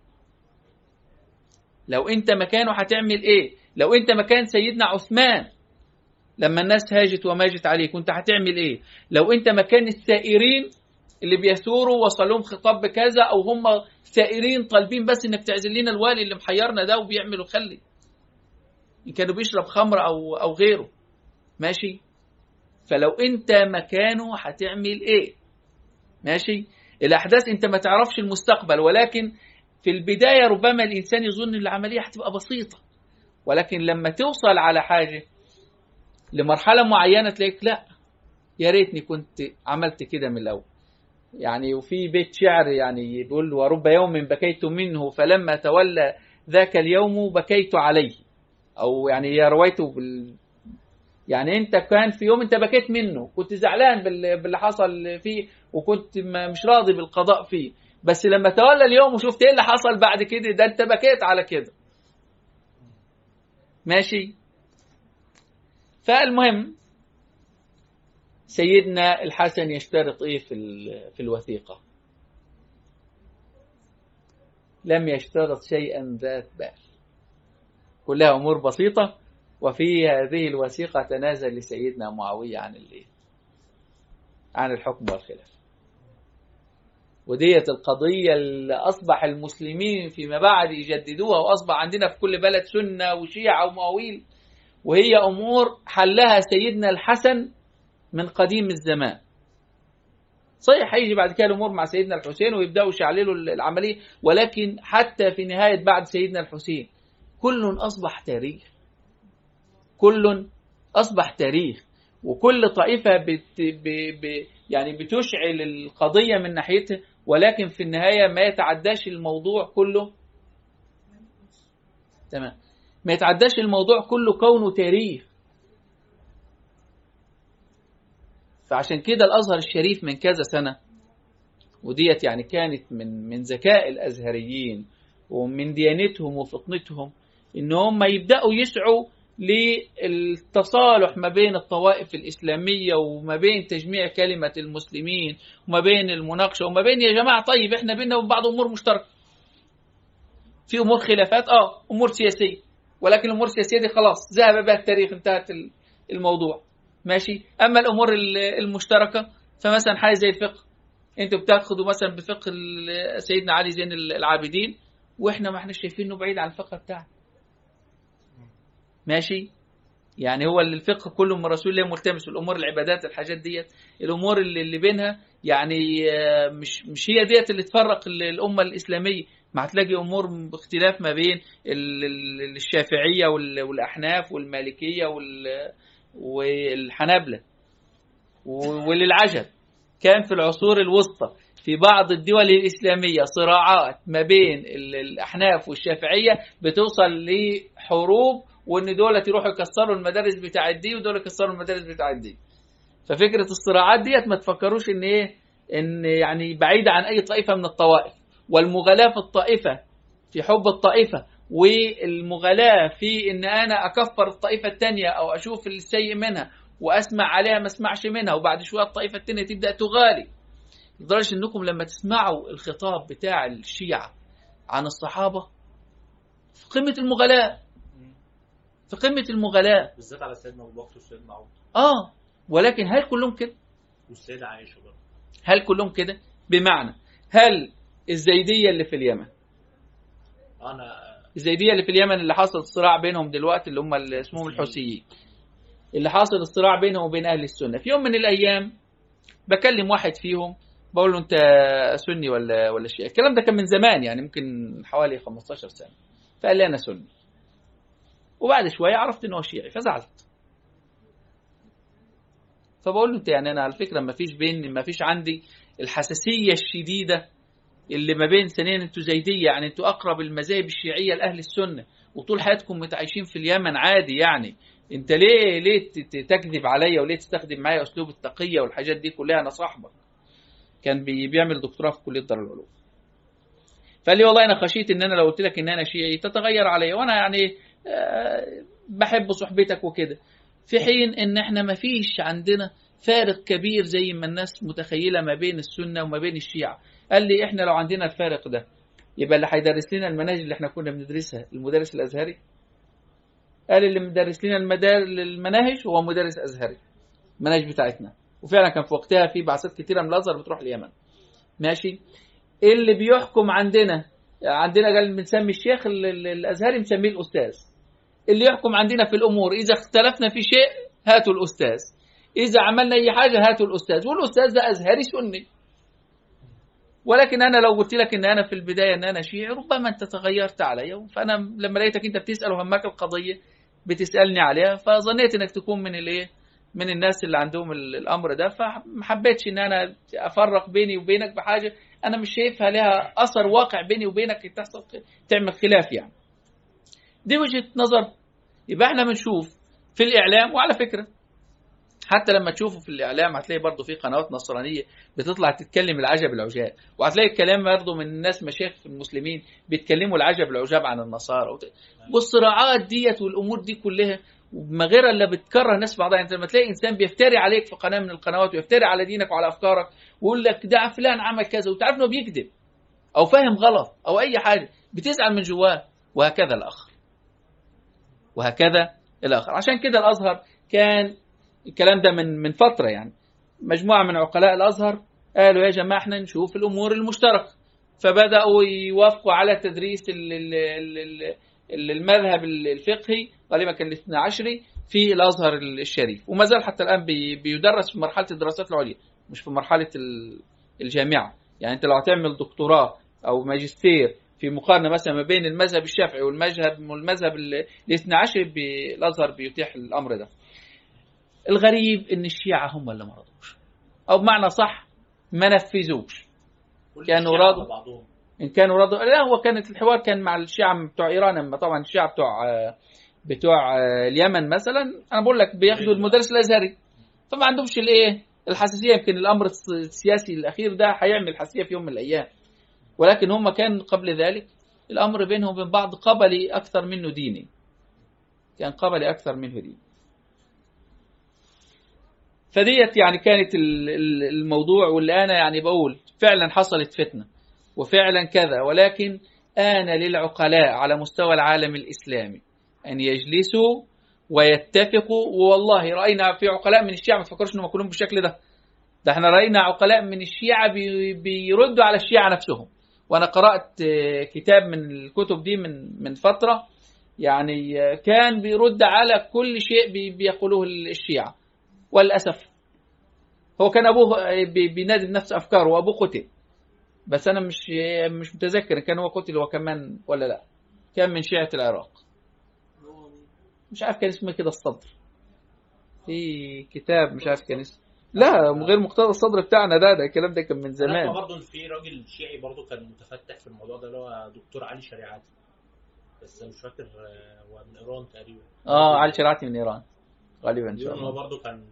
لو انت مكانه هتعمل ايه؟ لو انت مكان سيدنا عثمان لما الناس هاجت وماجت عليه كنت هتعمل ايه؟ لو انت مكان السائرين اللي بيثوروا وصل لهم خطاب بكذا، او هم سائرين طالبين بس انك تعزل لنا الوالي اللي محيرنا ده وبيعمل وخلي، ان كانوا بيشرب خمر او غيره، ماشي؟ فلو انت مكانه هتعمل ايه؟ ماشي؟ الاحداث انت ما تعرفش المستقبل، ولكن في البدايه ربما الانسان يظن ان العمليه هتبقى بسيطه، ولكن لما توصل على حاجه لمرحله معينه تلاقيك لا يا ريتني كنت عملت كده من الاول. يعني وفي بيت شعر يعني بيقول: ورب يوم بكيت منه فلما تولى ذاك اليوم بكيت عليه، او يعني يا رويته يعني انت كان في يوم انت بكيت منه، كنت زعلان باللي حصل فيه وكنت مش راضي بالقضاء فيه، بس لما تولى اليوم وشفت ايه اللي حصل بعد كده ده انت بكيت على كده، ماشي؟ فالمهم سيدنا الحسن يشترط ايه في الوثيقة؟ لم يشترط شيئا ذات بال، كلها امور بسيطة. وفي هذه الوثيقة تنازل لسيدنا معاوية عن الحكم والخلافة. ودية القضية اللي أصبح المسلمين فيما بعد يجددوها، وأصبح عندنا في كل بلد سنة وشيعة ومواويل، وهي أمور حلها سيدنا الحسن من قديم الزمان. صحيح هيجي بعد كده الأمور مع سيدنا الحسين ويبدأوا يشعللوا العملية، ولكن حتى في نهاية بعد سيدنا الحسين كل أصبح تاريخ، كل أصبح تاريخ، وكل طائفة يعني بتشعل القضية من ناحيتها، ولكن في النهاية ما يتعداش الموضوع كله، تمام، ما يتعداش الموضوع كله كونه تاريخ. فعشان كده الأزهر الشريف من كذا سنة، وديت يعني كانت من ذكاء الأزهريين ومن ديانتهم وفطنتهم، إن هم يبدأوا يسعوا للتصالح ما بين الطوائف الإسلامية، وما بين تجميع كلمة المسلمين، وما بين المناقشة، وما بين يا جماعة طيب إحنا بيننا وبين بعض أمور مشتركة، في أمور خلافات أمور سياسية، ولكن الأمور السياسية دي خلاص ذهب بها التاريخ، انتهت الموضوع، ماشي؟ أما الأمور المشتركة فمثلا حاجة زي الفقه، أنتوا بتاخدوا مثلا بفقه سيدنا علي زين العابدين، وإحنا ما إحنا شايفينه بعيد عن الفقه بتاعنا، ماشي؟ يعني هو الفقه كله من رسول الله ملتمس، الأمور العبادات الحاجات ديت الأمور اللي بينها يعني مش هي ديت اللي تفرق الأمة الإسلامية. ما هتلاقي أمور باختلاف ما بين الشافعية والأحناف والمالكية والحنابلة. وللعجب كان في العصور الوسطى في بعض الدول الإسلامية صراعات ما بين الأحناف والشافعية بتوصل لحروب، وإن دولة يروحوا يكسروا المدارس بتاع دي ودول يكسروا المدارس بتاع دي. ففكرة الصراعات ديت ما تفكروش إن يعني بعيدة عن أي طائفة من الطوائف، والمغالاة في الطائفة في حب الطائفة، والمغالاة في إن أنا أكفر الطائفة التانية أو أشوف السيء منها وأسمع عليها ما أسمعش منها، وبعد شوية الطائفة التانية تبدأ تغالي، لدرجة إنكم لما تسمعوا الخطاب بتاع الشيعة عن الصحابة في قمة المغالاة، في قمة المغالاة، بالذات على سيدنا أبو بكر وسيدنا عمر. ولكن هل كلهم كده؟ والسيدة عائشة برضه. هل كلهم كده؟ بمعنى هل الزيدية اللي في اليمن، الزيدية اللي في اليمن اللي حصل الصراع بينهم دلوقتي اللي هم اللي اسمهم الحوثيين، اللي حاصل الصراع بينهم وبين أهل السنة، في يوم من الأيام بكلم واحد فيهم بقول له أنت سني ولا شيعي؟ الكلام ده كان من زمان يعني ممكن حوالي 15 سنة، فقال لي أنا سني، وبعد شوية عرفت إنه شيعي فزعلت. فبقول له أنت يعني أنا على فكرة ما فيش عندي الحساسية الشديدة اللي ما بين سنين، أنتوا زيدية يعني أنتوا أقرب المذاهب الشيعية لأهل السنة وطول حياتكم متعايشين في اليمن عادي، يعني أنت ليه تكذب عليا وليه تستخدم معايا أسلوب التقية والحاجات دي كلها؟ أنا صاحبك. كان بيعمل دكتوراه في كلية دار العلوم. فقال لي والله انا خشيت ان انا لو قلت لك ان انا شيعي تتغير عليا، وانا يعني بحب صحبتك وكده، في حين ان احنا ما فيش عندنا فارق كبير زي ما الناس متخيلة ما بين السنة وما بين الشيعة. قال لي احنا لو عندنا الفارق ده يبقى اللي هيدرس لنا المناهج اللي احنا كنا بندرسها المدرس الازهري؟ قال اللي مدرس لنا المناهج هو مدرس ازهري، المناهج بتاعتنا. وفعلا كان في وقتها في بعثات كتيرة من الازهر بتروح اليمن. ماشي. اللي بيحكم عندنا قال بنسمي الشيخ الازهري مسميه الاستاذ. اللي يحكم عندنا في الامور اذا اختلفنا في شيء هاتوا الاستاذ، اذا عملنا اي حاجه هاتوا الاستاذ، والاستاذ ده ازهري سني. ولكن انا لو قلت لك ان انا في البدايه ان انا شيعي ربما انت تغيرت عليا، فانا لما لقيتك انت بتسال وهمك القضيه بتسالني عليها، فظنيت انك تكون من الايه، من الناس اللي عندهم الامر ده، فما حبيتش ان انا افرق بيني وبينك بحاجه انا مش شايفها لها اثر واقع بيني وبينك تحصل تعمل خلاف يعني. دي وجهه نظر. يبقى احنا بنشوف في الاعلام، وعلى فكره حتى لما تشوفوا في الاعلام هتلاقي برضه في قنوات نصرانيه بتطلع تتكلم العجب العجاب، وهتلاقي الكلام برضه من الناس مشايخ المسلمين بيتكلموا العجب العجاب عن النصارى. والصراعات ديت والامور دي كلها وما غيرها اللي بتكره الناس بعضها. يعني لما تلاقي انسان بيفتري عليك في قناه من القنوات ويفتري على دينك وعلى افكارك ويقول لك ده فلان عمل كذا وتعرف انه بيكذب او فاهم غلط او اي حاجه، بتزعل من جواه. وهكذا الاخر، وهكذا الاخر. عشان كده الازهر كان الكلام ده من فتره، يعني مجموعه من عقلاء الازهر قالوا يا جماعه احنا نشوف الامور المشتركه، فبداوا يوافقوا على تدريس المذهب الفقهي غالبا كان الاثنى عشري في الازهر الشريف، وما زال حتى الان بيدرس في مرحله الدراسات العليا مش في مرحله الجامعه. يعني انت لو هتعمل دكتوراه او ماجستير في مقارنه مثلا ما بين المذهب الشافعي والمذهب الاثنى عشري، الازهر بيتيح الامر ده. الغريب ان الشيعة هم اللي ما رضوش، او بمعنى صح ما نفذوش. كانوا راضوا ان كانوا راضوا، لا هو كانت الحوار كان مع الشيعة بتوع ايران، اما طبعا الشيعة بتوع اليمن مثلا انا بقول لك بياخدوا المدرس الازهري، فما عندهمش الايه الحساسيه. يمكن الامر السياسي الاخير ده هيعمل حساسيه في يوم من الايام، ولكن هم كان قبل ذلك الامر بينهم وبين بعض قبلي اكثر منه ديني، كان قبلي اكثر منه ديني. فديت يعني كانت الموضوع. واللي أنا يعني بقول فعلا حصلت فتنة وفعلا كذا، ولكن آن للعقلاء على مستوى العالم الإسلامي أن يجلسوا ويتفقوا. والله رأينا في عقلاء من الشيعة، ما تفكرش أنهم كلهم بالشكل ده احنا رأينا عقلاء من الشيعة بيردوا على الشيعة نفسهم. وأنا قرأت كتاب من الكتب دي من فترة، يعني كان بيرد على كل شيء بيقولوه الشيعة. والأسف هو كان أبوه بينادي نفس أفكاره وأبوه قتل، بس أنا مش متذكر كان هو قتل هو كمان ولا لا. كان من شيعة العراق، مش عارف كان اسمه كده الصدر، في كتاب مش عارف كان اسمه، لا غير مقتضى الصدر بتاعنا ده الكلام ده كان من زمان. أنا برضه في راجل شيعي برضه كان متفتح في الموضوع ده اللي هو دكتور علي شريعتي، بس مش فاكر هو من إيران تقريبا. علي شريعتي من إيران غالبا إن شاء الله. هو برضه كان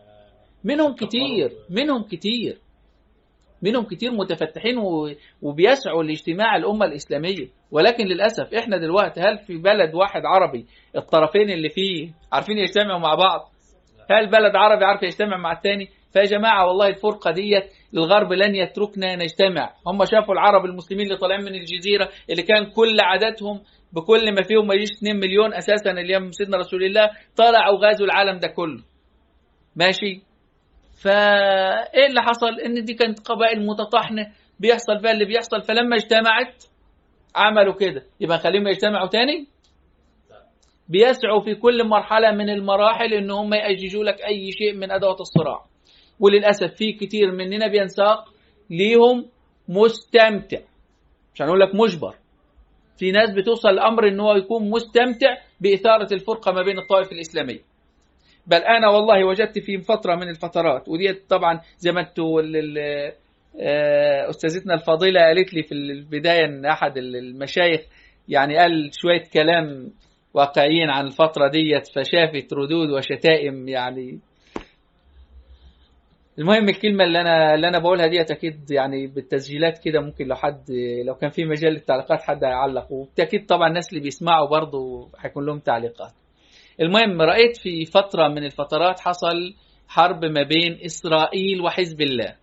منهم كتير متفتحين وبيسعوا لاجتماع الأمة الإسلامية. ولكن للأسف إحنا دلوقتي هل في بلد واحد عربي الطرفين اللي فيه عارفين يجتمعوا مع بعض؟ هل بلد عربي عارف يجتمع مع الثاني؟ فيا جماعة والله الفرقة ديت الغرب لن يتركنا نجتمع. هم شافوا العرب المسلمين اللي طالعين من الجزيرة اللي كان كل عددهم بكل ما فيهم ما يجيش 2 مليون أساسا اليوم سيدنا رسول الله، طلعوا وغازوا العالم ده كله. ماشي. فايه اللي حصل؟ ان دي كانت قبائل متطاحنه بيحصل فيها اللي بيحصل، فلما اجتمعت عملوا كده. يبقى خليهم يجتمعوا تاني؟ بيسعوا في كل مرحله من المراحل ان هم يأججوا لك اي شيء من ادوات الصراع. وللاسف في كتير مننا بينساق ليهم مستمتع، مش هنقول لك مجبر. في ناس بتوصل الامر ان هو يكون مستمتع باثاره الفرقه ما بين الطائف الاسلاميه. بل أنا والله وجدت في فترة من الفترات، ودي طبعا زي ما انتوا أستاذتنا الفضيلة قالت لي في البداية أن أحد المشايخ يعني قال شوية كلام واقعيين عن الفترة ديت، فشافت ردود وشتائم. يعني المهم الكلمة اللي أنا بقولها دي أكيد يعني بالتسجيلات كده، ممكن لو كان في مجال للتعليقات حد هيعلق، وبالتأكيد طبعا الناس اللي بيسمعوا برضو هيكون لهم تعليقات. المهم رأيت في فترة من الفترات حصل حرب ما بين إسرائيل وحزب الله.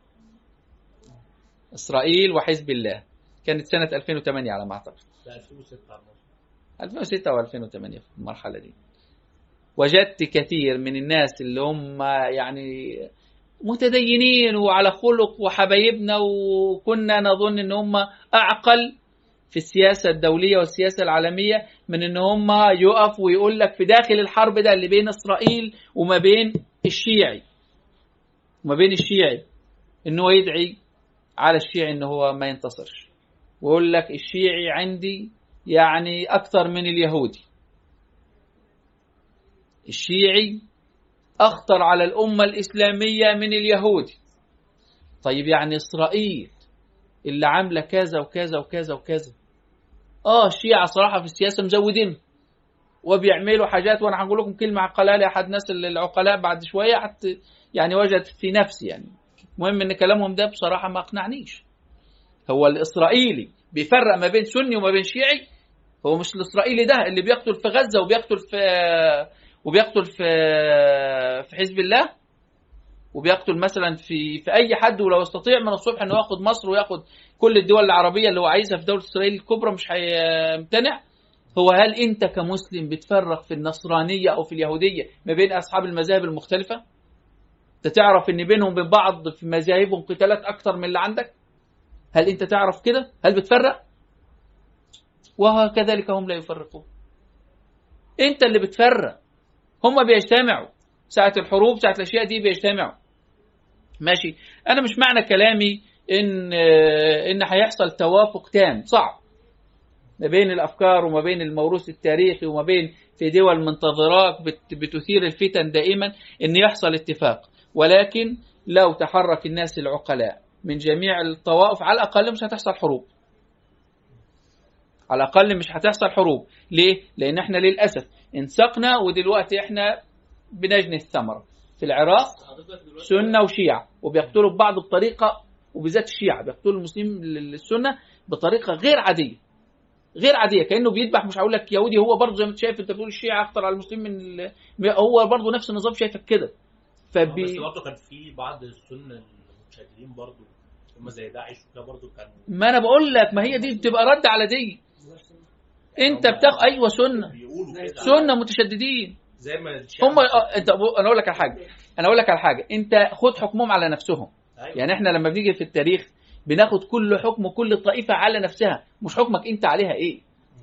إسرائيل وحزب الله كانت سنة 2008 على ما أعتقد، 2006 أو 2008 في المرحلة دي. وجدت كثير من الناس اللي هم يعني متدينين وعلى خلق وحبايبنا، وكنا نظن ان هم اعقل في السياسة الدولية والسياسة العالمية من ان هم يقف ويقول لك في داخل الحرب ده اللي بين اسرائيل وما بين الشيعي انه يدعي على الشيعي انه هو ما ينتصرش، ويقول لك الشيعي عندي يعني اكثر من اليهودي، الشيعي أخطر على الأمة الإسلامية من اليهود. طيب يعني إسرائيل اللي عاملة كذا وكذا وكذا وكذا، الشيعة صراحة في السياسة مزودين وبيعملوا حاجات، وأنا هقول لكم كلمة عقلها لي أحد الناس العقلاء بعد شوية حتى يعني وجدت في نفسي يعني. المهم إن كلامهم ده بصراحة ما أقنعنيش. هو الإسرائيلي بيفرق ما بين سني وما بين شيعي، هو مش الإسرائيلي ده اللي بيقتل في غزة وبيقتل في حزب الله، وبيقتل مثلا في اي حد، ولو استطيع من الصبح انه ياخد مصر وياخد كل الدول العربيه اللي هو عايزها في دوله اسرائيل الكبرى مش هيمتنع. هل انت كمسلم بتفرق في النصرانيه او في اليهوديه ما بين اصحاب المذاهب المختلفه؟ انت تعرف ان بينهم وبين بعض في مذاهبهم قتالات اكتر من اللي عندك؟ هل انت تعرف كده؟ هل بتفرق؟ وكذلك هم لا يفرقون. انت اللي بتفرق. هم بيجتمعوا ساعة الحروب، ساعة الأشياء دي بيجتمعوا. ماشي. أنا مش معنى كلامي إن هيحصل توافق تام، صعب، ما بين الأفكار وما بين الموروث التاريخي وما بين في دول منتظراك بتثير الفتن دائما إن يحصل اتفاق، ولكن لو تحرك الناس العقلاء من جميع الطوائف على الأقل مش هتحصل حروب. على الأقل مش هتحصل حروب. ليه؟ لأن احنا للأسف انسقنا، ودلوقتي احنا بنجني الثمرة. في العراق سنة وشيعة وبيقتلوا بعض بطريقة، وبالذات الشيعة بيقتلوا المسلمين السنة بطريقة غير عادية، غير عادية، كأنه بيذبح. مش هقول لك يهودي، هو برضه زي ما انت شايف، انت بتقول الشيعة أخطر على المسلمين هو برضه نفس النظام شايفك كده. بس برضه كان في بعض السنة المتشددين برضه هم زي داعش وكده برضه كانوا. ما أنا بقول لك، ما هي دي بتبقى رد على دي. انت بتاخد ايوه سنه متشددين زي ما هم. انا اقول لك على حاجه، انت خد حكمهم على نفسهم. أيوة. يعني احنا لما بنيجي في التاريخ بناخد كل حكم كل طائفه على نفسها، مش حكمك انت عليها ايه.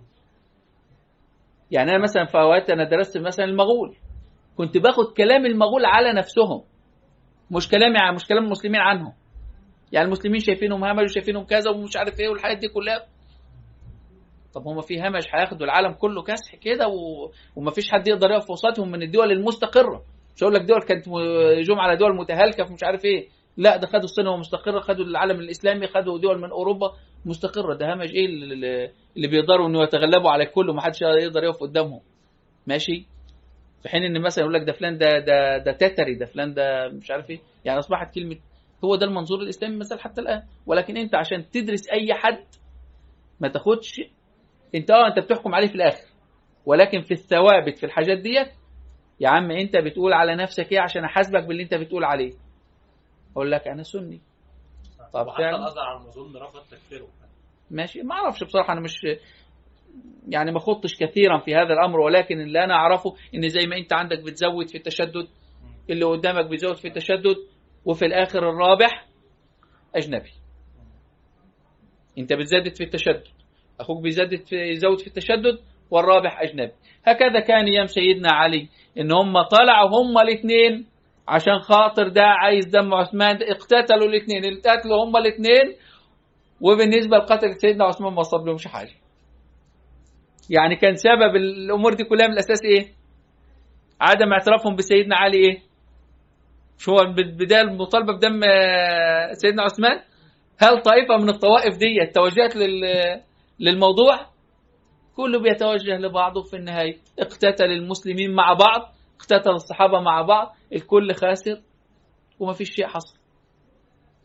يعني انا مثلا في اوقات انا درست مثلا المغول، كنت باخد كلام المغول على نفسهم، مش كلام المسلمين عنهم. يعني المسلمين شايفينهم همج وشايفينهم كذا ومش عارف ايه والحاجات دي كلها. طب هم في همج هياخدوا العالم كله كسح كده وما فيش حد يقدر يقف وسطهم من الدول المستقره. مش هقول لك دول كانت جم على دول متهالكه مش عارف ايه، لا ده خدوا الصين مستقره، خدوا العالم الاسلامي، خدوا دول من اوروبا مستقره. ده همج ايه اللي بيقدروا انه يتغلبوا على الكل ومحدش يقدر يقف قدامهم. ماشي. في حين ان مثلا يقول لك ده فلان ده تتري، ده فلان ده مش عارف ايه. يعني اصبحت كلمه هو ده المنظور الاسلامي مثلا حتى الان. ولكن انت عشان تدرس اي حد ما تاخدش انت بتحكم عليه في الاخر، ولكن في الثوابت في الحاجات ديت يا عم انت بتقول على نفسك ايه عشان احاسبك باللي انت بتقول عليه. اقول لك انا سني. طب فعلا الازهر على ما اظن رفض تكفيره. ماشي. ما اعرفش بصراحه، انا مش يعني ما خضتش كثيرا في هذا الامر، ولكن اللي انا اعرفه ان زي ما انت عندك بتزود في التشدد، اللي قدامك بيزود في التشدد، وفي الاخر الرابح اجنبي. انت بتزدد في التشدد، اخوك بيزود في التشدد، والرابح اجنبي. هكذا كان ايام سيدنا علي، ان هم طلعوا هم الاثنين عشان خاطر ده عايز دم عثمان، اقتتلوا الاثنين، القتلوا هم الاثنين. وبالنسبه لقتل سيدنا عثمان ما صاب لهمش حاجه. يعني كان سبب الامور دي كلها من الاساس ايه؟ عدم اعترافهم بسيدنا علي. ايه شو هو البدايه المطالبه بدم سيدنا عثمان؟ هل طائفه من الطوائف دي توجهت للموضوع؟ كله بيتوجه لبعضه. في النهايه اقتتل المسلمين مع بعض، اقتتل الصحابه مع بعض، الكل خاسر وما فيش شيء حصل.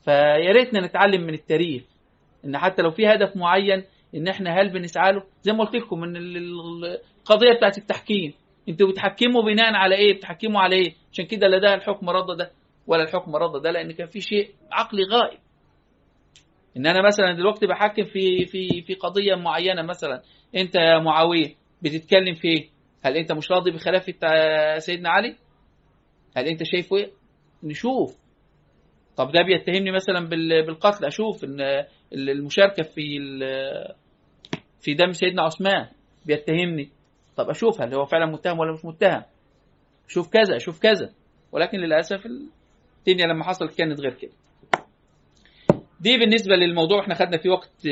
فيا ريتنا نتعلم من التاريخ ان حتى لو في هدف معين ان احنا هل بنسعى له. زي ما قلت لكم ان القضيه بتاعت التحكيم، انتوا بتحكموا بناء على ايه؟ بتحكموا على ايه؟ عشان كده لا ده الحكم رد ده ولا الحكم رد ده، لان كان في شيء عقلي غائب. ان انا مثلا دلوقتي بحكم في قضيه معينه، مثلا انت يا معاويه بتتكلم في ايه؟ هل انت مش راضي بخلافه سيدنا علي؟ هل انت شايفه ايه؟ نشوف. طب ده بيتهمني مثلا بالقتل، اشوف ان المشاركه في دم سيدنا عثمان بيتهمني، طب اشوف هل هو فعلا متهم ولا مش متهم، شوف كذا شوف كذا. ولكن للاسف الدنيا لما حصلت كانت غير كده. دي بالنسبه للموضوع. احنا خدنا فيه وقت،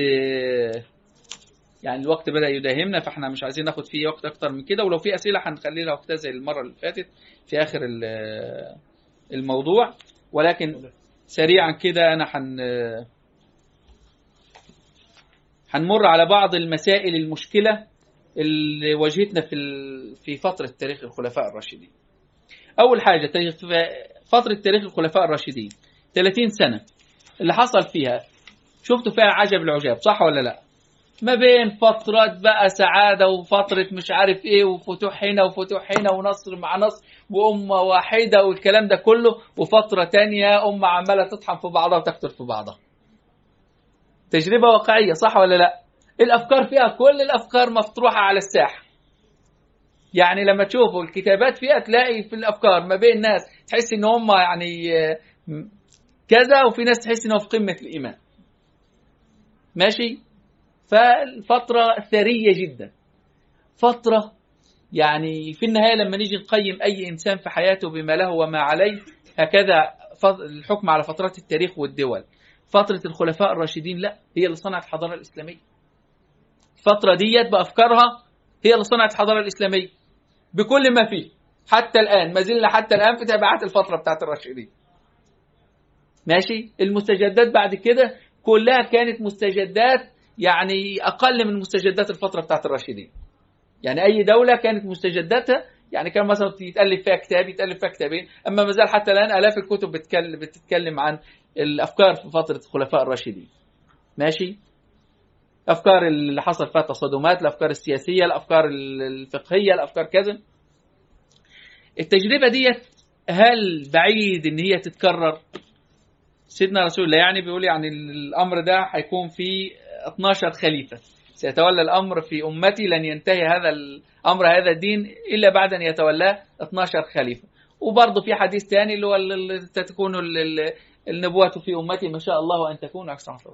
يعني الوقت بدأ يداهمنا، فاحنا مش عايزين ناخد فيه وقت اكتر من كده. ولو في اسئله هنخلي لها وقتها زي المره اللي فاتت في اخر الموضوع. ولكن سريعا كده انا هنمر على بعض المسائل المشكله اللي واجهتنا في فتره تاريخ الخلفاء الراشدين. اول حاجه فتره تاريخ الخلفاء الراشدين 30 سنه اللي حصل فيها، شفتوا فيها عجب العجاب، صح ولا لا؟ ما بين فترات بقى سعاده وفتره مش عارف ايه، وفتوح هنا وفتوح هنا، ونصر مع نصر، وامه واحده والكلام ده كله، وفتره تانية امه عماله تطحن في بعضها وتقتل في بعضها. تجربه واقعيه، صح ولا لا؟ الافكار فيها كل الافكار مفتوحه على الساحه. يعني لما تشوفوا الكتابات فيها تلاقي في الافكار ما بين ناس تحس ان هم يعني كذا، وفي ناس تحس انه في قمه الايمان. ماشي. فالفتره ثريه جدا، فتره يعني في النهايه لما نيجي نقيم اي انسان في حياته بما له وما عليه، هكذا الحكم على فترات التاريخ والدول. فتره الخلفاء الراشدين لا، هي اللي صنعت الحضاره الاسلاميه. الفتره ديت بافكارها هي اللي صنعت الحضاره الاسلاميه بكل ما فيه. حتى الان ما زلنا حتى الان في تبعات الفتره بتاعت الراشدين. ماشي. المستجدات بعد كده كلها كانت مستجدات يعني اقل من مستجدات الفتره بتاعت الراشدين. يعني اي دوله كانت مستجداتها يعني كان مثلا يتالف فيها كتاب، يتالف فيها كتابين، اما ما زال حتى الان الاف الكتب بتتكلم عن الافكار في فتره الخلفاء الراشدين. ماشي. افكار اللي حصل فيها تصادمات، الافكار السياسيه، الافكار الفقهيه، الافكار كذا. التجربه ديت هل بعيد ان هي تتكرر؟ سيدنا رسول الله يعني بيقول يعني الامر ده هيكون في 12 خليفه، سيتولى الامر في امتي، لن ينتهي هذا الامر هذا الدين الا بعد ان يتولاه 12 خليفه. وبرضه في حديث ثاني اللي هو تكون النبوة في امتي ما شاء الله ان تكون اكثر من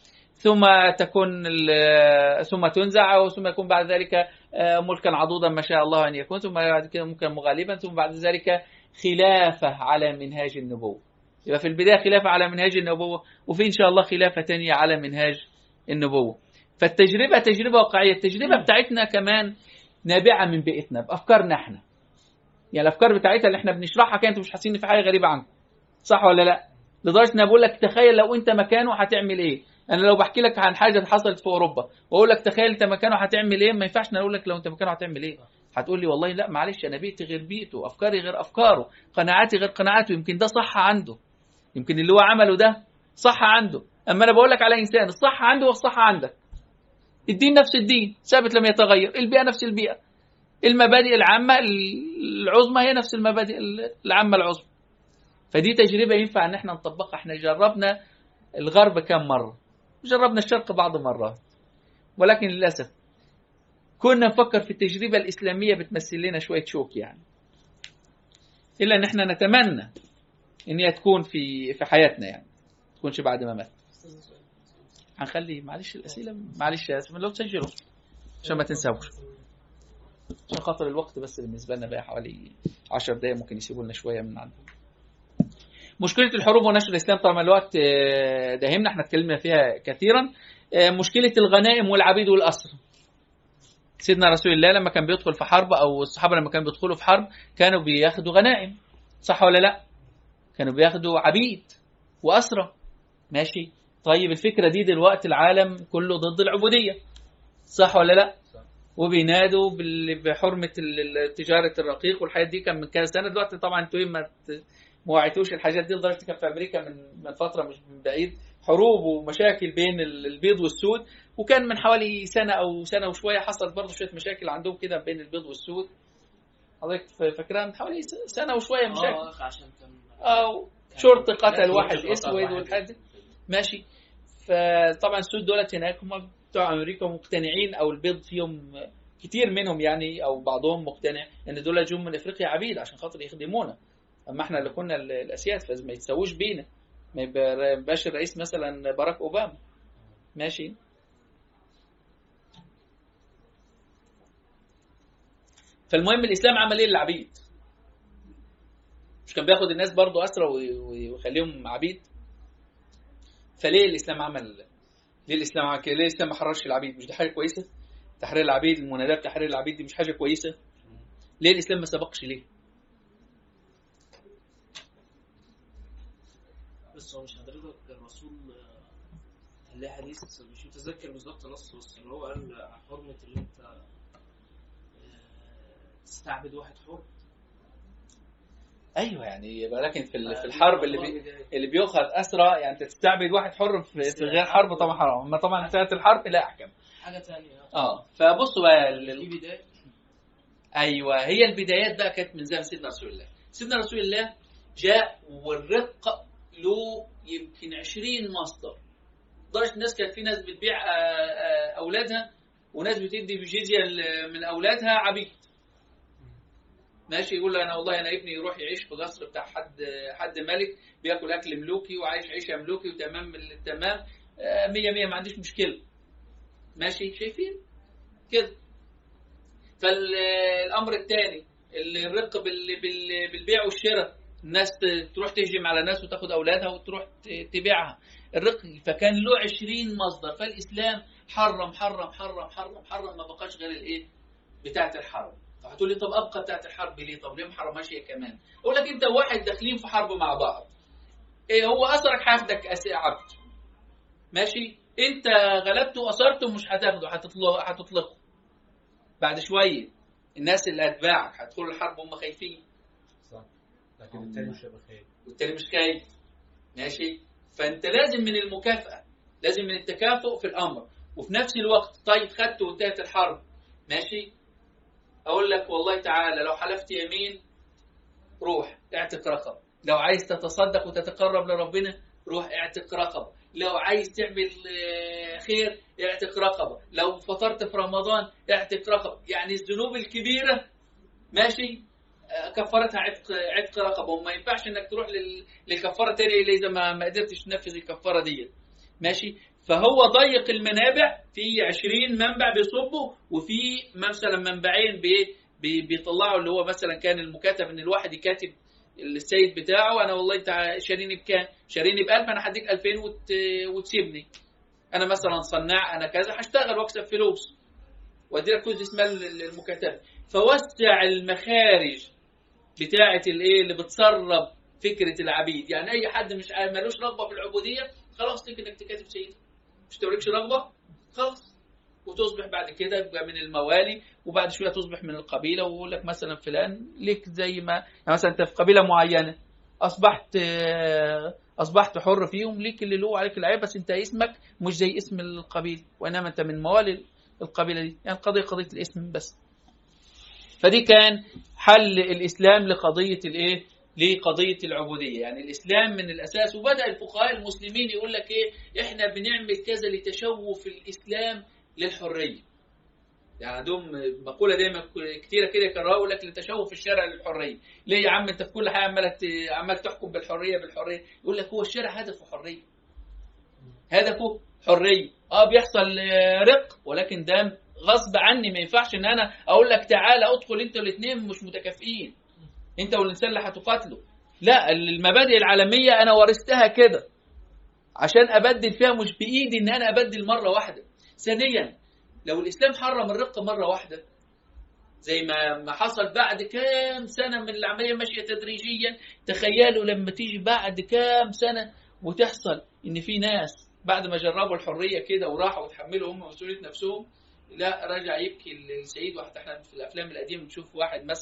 ثم تنزع، ثم يكون بعد ذلك ملكا عضوضا ما شاء الله ان يكون، ثم بعد كده ملكا مغالبا، ثم بعد ذلك خلافه على منهاج النبوه. يبقى في البدايه خلافه على منهاج النبوه، وفي ان شاء الله خلافه ثانيه على منهاج النبوه. فالتجربه تجربه واقعيه. التجربه بتاعتنا كمان نابعه من بيئتنا بافكارنا احنا. يعني الافكار بتاعتها اللي احنا بنشرحها كانت مش حاسين ان في حاجه غريبه عنكم، صح ولا لا؟ لدرجه ان انا بقول لك تخيل لو انت مكانه هتعمل ايه. انا لو بحكي لك عن حاجه حصلت في اوروبا واقول لك تخيل انت مكانه هتعمل ايه، ما ينفعش انا اقول لك لو انت مكانه هتعمل ايه. هتقول لي والله لا معلش، انا بيئتي غير بيئته، افكاري غير افكاره، قناعاتي غير قناعاته. يمكن ده صح عنده، يمكن اللي هو عمله ده صح عنده، اما انا بقول لك على انسان الصح عنده والصح عندك. الدين نفس الدين ثابت لم يتغير، البيئه نفس البيئه، المبادئ العامه العظمى هي نفس المبادئ العامه العظمى. فدي تجربه ينفع ان احنا نطبقها. احنا جربنا الغرب كم مره، جربنا الشرق بعض مرات، ولكن للاسف كنا نفكر في التجربه الاسلاميه بتمثل لنا شويه شوك يعني. الا ان احنا نتمنى ان هي تكون في حياتنا، يعني تكونش بعد ما مات. هنخلي معلش الاسئله، معلش يا اسف لو تسجلوا عشان ما تنساوش، عشان خاطر الوقت بس بالنسبه لنا بقى حوالي 10 دقائق، ممكن يسيبوا لنا شويه من عندهم. مشكله الحروب ونشر الاسلام، طبعا الوقت داهمنا، احنا اتكلمنا فيها كثيرا. مشكله الغنائم والعبيد والاسر. سيدنا رسول الله لما كان بيدخل في حرب، او الصحابه لما كانوا بيدخلوا في حرب، كانوا بياخدوا غنائم، صح ولا لا؟ كانوا بياخدوا عبيد واسرى. ماشي. طيب الفكره دي دلوقتي العالم كله ضد العبوديه، صح ولا لا؟ وبينادوا بحرمه تجاره الرقيق والحاجات دي. كان من كذا سنه. دلوقتي طبعا انتوا ما وعيتوش الحاجات دي لدرجه كان في امريكا من فتره مش من بعيد حروب ومشاكل بين البيض والسود، وكان من حوالي سنه او سنه وشويه حصلت برضه شويه مشاكل عندهم كده بين البيض والسود. حضرتك فاكرها من حوالي سنه وشويه مشاكل. عشان كان شرطي قتل واحد اسود والحاجه ماشي. فطبعا السود دولت هناك هم بتوع امريكا مقتنعين، او البيض فيهم كتير منهم يعني، او بعضهم مقتنع ان دول جم من افريقيا عبيد عشان خاطر يخدمونا، اما احنا اللي كنا الاسياد، فما يتساووش بينا، ما يبقاش الرئيس مثلا باراك اوباما ماشي. فالمهم الاسلام عمل ايه للعبيد؟ مش كان بياخد الناس برضو اسرى ويخليهم عبيد؟ فليه الاسلام عمل، ليه الاسلام عمل كده؟ ليه الاسلام ما حررش العبيد؟ مش دي حاجه كويسه؟ تحرير العبيد، المناداه بتحرير العبيد دي مش حاجه كويسه؟ ليه الاسلام ما سبقش ليه؟ بس هو مش حضرتك الرسول كان ليه حديث مش متذكر بالظبط نص، بس اللي هو قال حرمه اللي انت تستعبد واحد حر. ايوه يعني ولكن في الحرب اللي بياخذ اسرى، يعني تستعبد واحد حر في غير حرب طبعا حرام، اما طبعا ساعه الحرب لا احكام حاجه ثانيه. فبصوا بقى في بدايه. ايوه هي البدايات بقى كانت من زمن سيدنا رسول الله. سيدنا رسول الله جاء والرق له يمكن 20 مصدر، لدرجه الناس كانت في ناس بتبيع اولادها، وناس بتدي بجزيه من اولادها عبيد ماشي. يقول له انا والله انا ابني يروح يعيش في قصر بتاع حد ملك بياكل اكل ملوكي وعايش عيشه ملوكي وتمام التمام 100 ما عنديش مشكله ماشي. شايفين كده؟ فالامر الثاني الرق بالبيع والشراء، الناس تروح تهجم على ناس وتاخد اولادها وتروح تبيعها، الرق. فكان له 20 مصدر. فالاسلام حرم حرم حرم حرم حرم، ما بقاش غير الايه بتاعه الحرب. هتقول لي طب ابقى بتاعه الحرب ليه؟ طب ليه ما حرمهاش هي كمان؟ اقول لك انت واحد داخلين في حرب مع بعض، ايه هو اسرك هياخدك عبد ماشي، انت غلبته واسرته مش هتاخده، هتطلقه بعد شويه. الناس اللي هتباعك هيدخلوا الحرب هم خايفين، صح، لكن التاني مش هيبقى خايف، والتاني مش خايف ماشي. فانت لازم من المكافاه، لازم من التكافؤ في الامر، وفي نفس الوقت طيب خدته وانتهت الحرب ماشي، اقول لك والله تعالى لو حلفت يمين روح اعتق رقبه، لو عايز تتصدق وتتقرب لربنا روح اعتق رقبه، لو عايز تعمل خير اعتق رقبه، لو فطرت في رمضان اعتق رقبه. يعني الذنوب الكبيره ماشي كفارتها عتق رقبه، وما ينفعش انك تروح للكفاره تاني الا اذا ما قدرتش تنفذ الكفاره دي ماشي. فهو ضيق المنابع، في 20 منبع بيصبوا، وفي مثلا منبعين بيطلعوا اللي هو مثلا كان المكاتب ان الواحد يكاتب السيد بتاعه انا والله انت شاريني بكام؟ شاريني ب1000، انا هديك 2000 وتسيبني، انا مثلا صناع انا كذا هشتغل واكسب فلوس وادي لك كل اسمها المكاتبه. فوسع المخارج بتاعه الايه اللي بتسرب فكره العبيد. يعني اي حد مش مالوش رغبه في العبوديه خلاص تيجي انك تكاتب سيدك، مش توريكش رغبه خلاص، وتصبح بعد كده يبقى من الموالي، وبعد شويه تصبح من القبيله، ويقول لك مثلا فلان ليك زي ما يعني مثلا انت في قبيله معينه اصبحت حر فيهم، ليك اللي له عليك العيب، بس انت اسمك مش زي اسم القبيله، وانما انت من موالي القبيله دي. يعني قضيه الاسم بس. فدي كان حل الاسلام لقضيه الايه؟ لقضيه العبوديه. يعني الاسلام من الاساس، وبدا الفقهاء المسلمين يقول لك ايه؟ احنا بنعمل كذا لتشوف الاسلام للحريه. يعني عندهم مقوله دايما كتيره كده يكرروا يقول لك لتشوف الشرع للحريه. ليه يا عم انت في كل حاجه عمال تحكم بالحريه؟ يقول لك هو الشرع هدفه حريه، هدفه حريه. بيحصل رق، ولكن ده غصب عني، ما ينفعش ان انا اقول لك تعالى ادخل انتوا الاثنين مش متكافئين، انت والانسان اللي هتقاتله. لا، المبادئ العالميه انا ورثتها كده عشان ابدل فيها، مش بايدي ان انا ابدل مره واحده. ثانيا لو الاسلام حرم الرق مره واحده زي ما حصل بعد كام سنه من العمليه ماشيه تدريجيا، تخيلوا لما تيجي بعد كام سنه وتحصل ان في ناس بعد ما جربوا الحريه كده وراحوا وتحملوا هم مسؤوليه نفسهم، لا رجع يبكي السيد. وحتى احنا في الافلام القديمه بنشوف واحد مثلا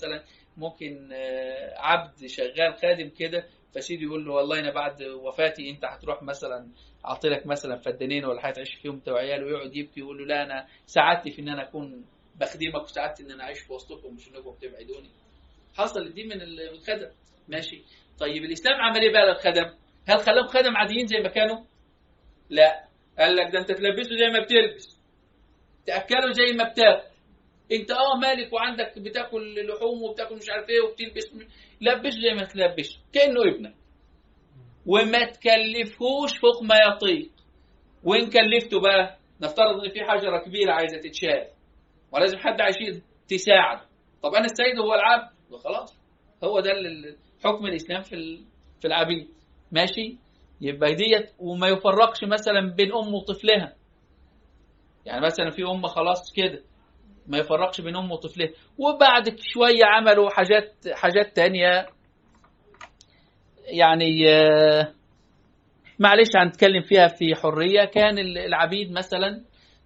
ممكن عبد شغال خادم كده، فسيدي يقول له والله انا بعد وفاتي انت هتروح مثلا اعطيلك مثلا فدانين ولا حاجه تعيش فيهم انت وعيال، ويقعد يبكي يقول له لا انا سعادتي في ان انا اكون بخدمك، وسعادتي ان انا اعيش في وسطكم مش انكم بتبعدوني. حصلت دي من الخدم. ماشي. طيب الاسلام عمل ايه بقى للخدم؟ هل خلاهم خدم عاديين زي ما كانوا؟ لا، قال لك ده انت تلبسه زي ما بتلبس، تاكله زي ما بتاكل، انت مالك وعندك بتاكل لحوم وبتاكل مش عارف ايه وبتلبس، لبسه زي ما تلبسه كانه ابنك، وما تكلفهوش فوق ما يطيق. وان كلفته بقى، نفترض ان في حجره كبيره عايزه تتشال ولازم حد عايشين تساعد، طب انا السيد هو العبد وخلاص. هو ده حكم الاسلام في العبيد. ماشي. يبقى ديت. وما يفرقش مثلا بين ام وطفلها، يعني مثلا في ام خلاص كده ما يفرقش بين ام وطفلها. وبعد شويه عملوا حاجات تانية، يعني معلش هنتكلم فيها في حريه. كان العبيد مثلا،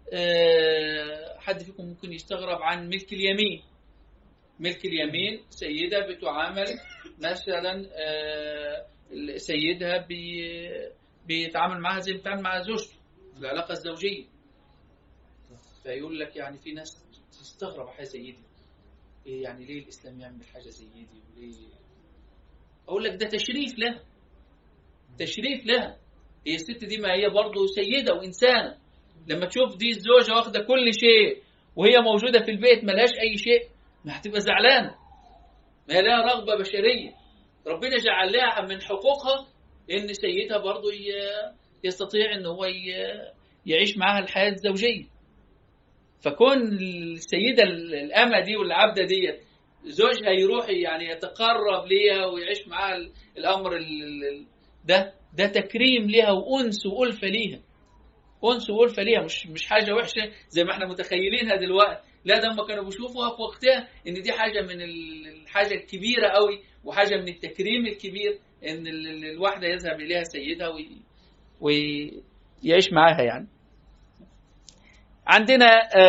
حد فيكم ممكن يستغرب عن ملك اليمين. ملك اليمين سيدة بتعامل مثلا سيدها بيتعامل معها زي ما بيتعامل مع زوجته في العلاقة الزوجية. فيقول لك يعني في ناس تستغرب حاجة زي دي، يعني ليه الإسلام يعمل حاجة زي دي وليه؟ أقول لك ده تشريف لها، تشريف لها. هي الست دي ما هي برضه سيدة وإنسانة، لما تشوف دي الزوجة واخدة كل شيء وهي موجودة في البيت ملهاش أي شيء، ما هتبقى زعلانة، ما هي لها رغبة بشرية. ربنا جعل لها من حقوقها إن سيدها برضه يستطيع إن هو يعيش معها الحياة الزوجية. فكون السيدة الأمة دي والعبدة دي زوجها يروح يعني يتقرب ليها ويعيش معها الأمر ده تكريم ليها وأنس وألفة ليها، أنس وألفة ليها، مش حاجة وحشة زي ما احنا متخيلينها دلوقتي. لا، ده هم كانوا بيشوفوها في وقتها ان دي حاجة من الحاجة الكبيرة قوي وحاجة من التكريم الكبير ان الواحدة يذهب إليها سيدها ويعيش معاها. يعني عندنا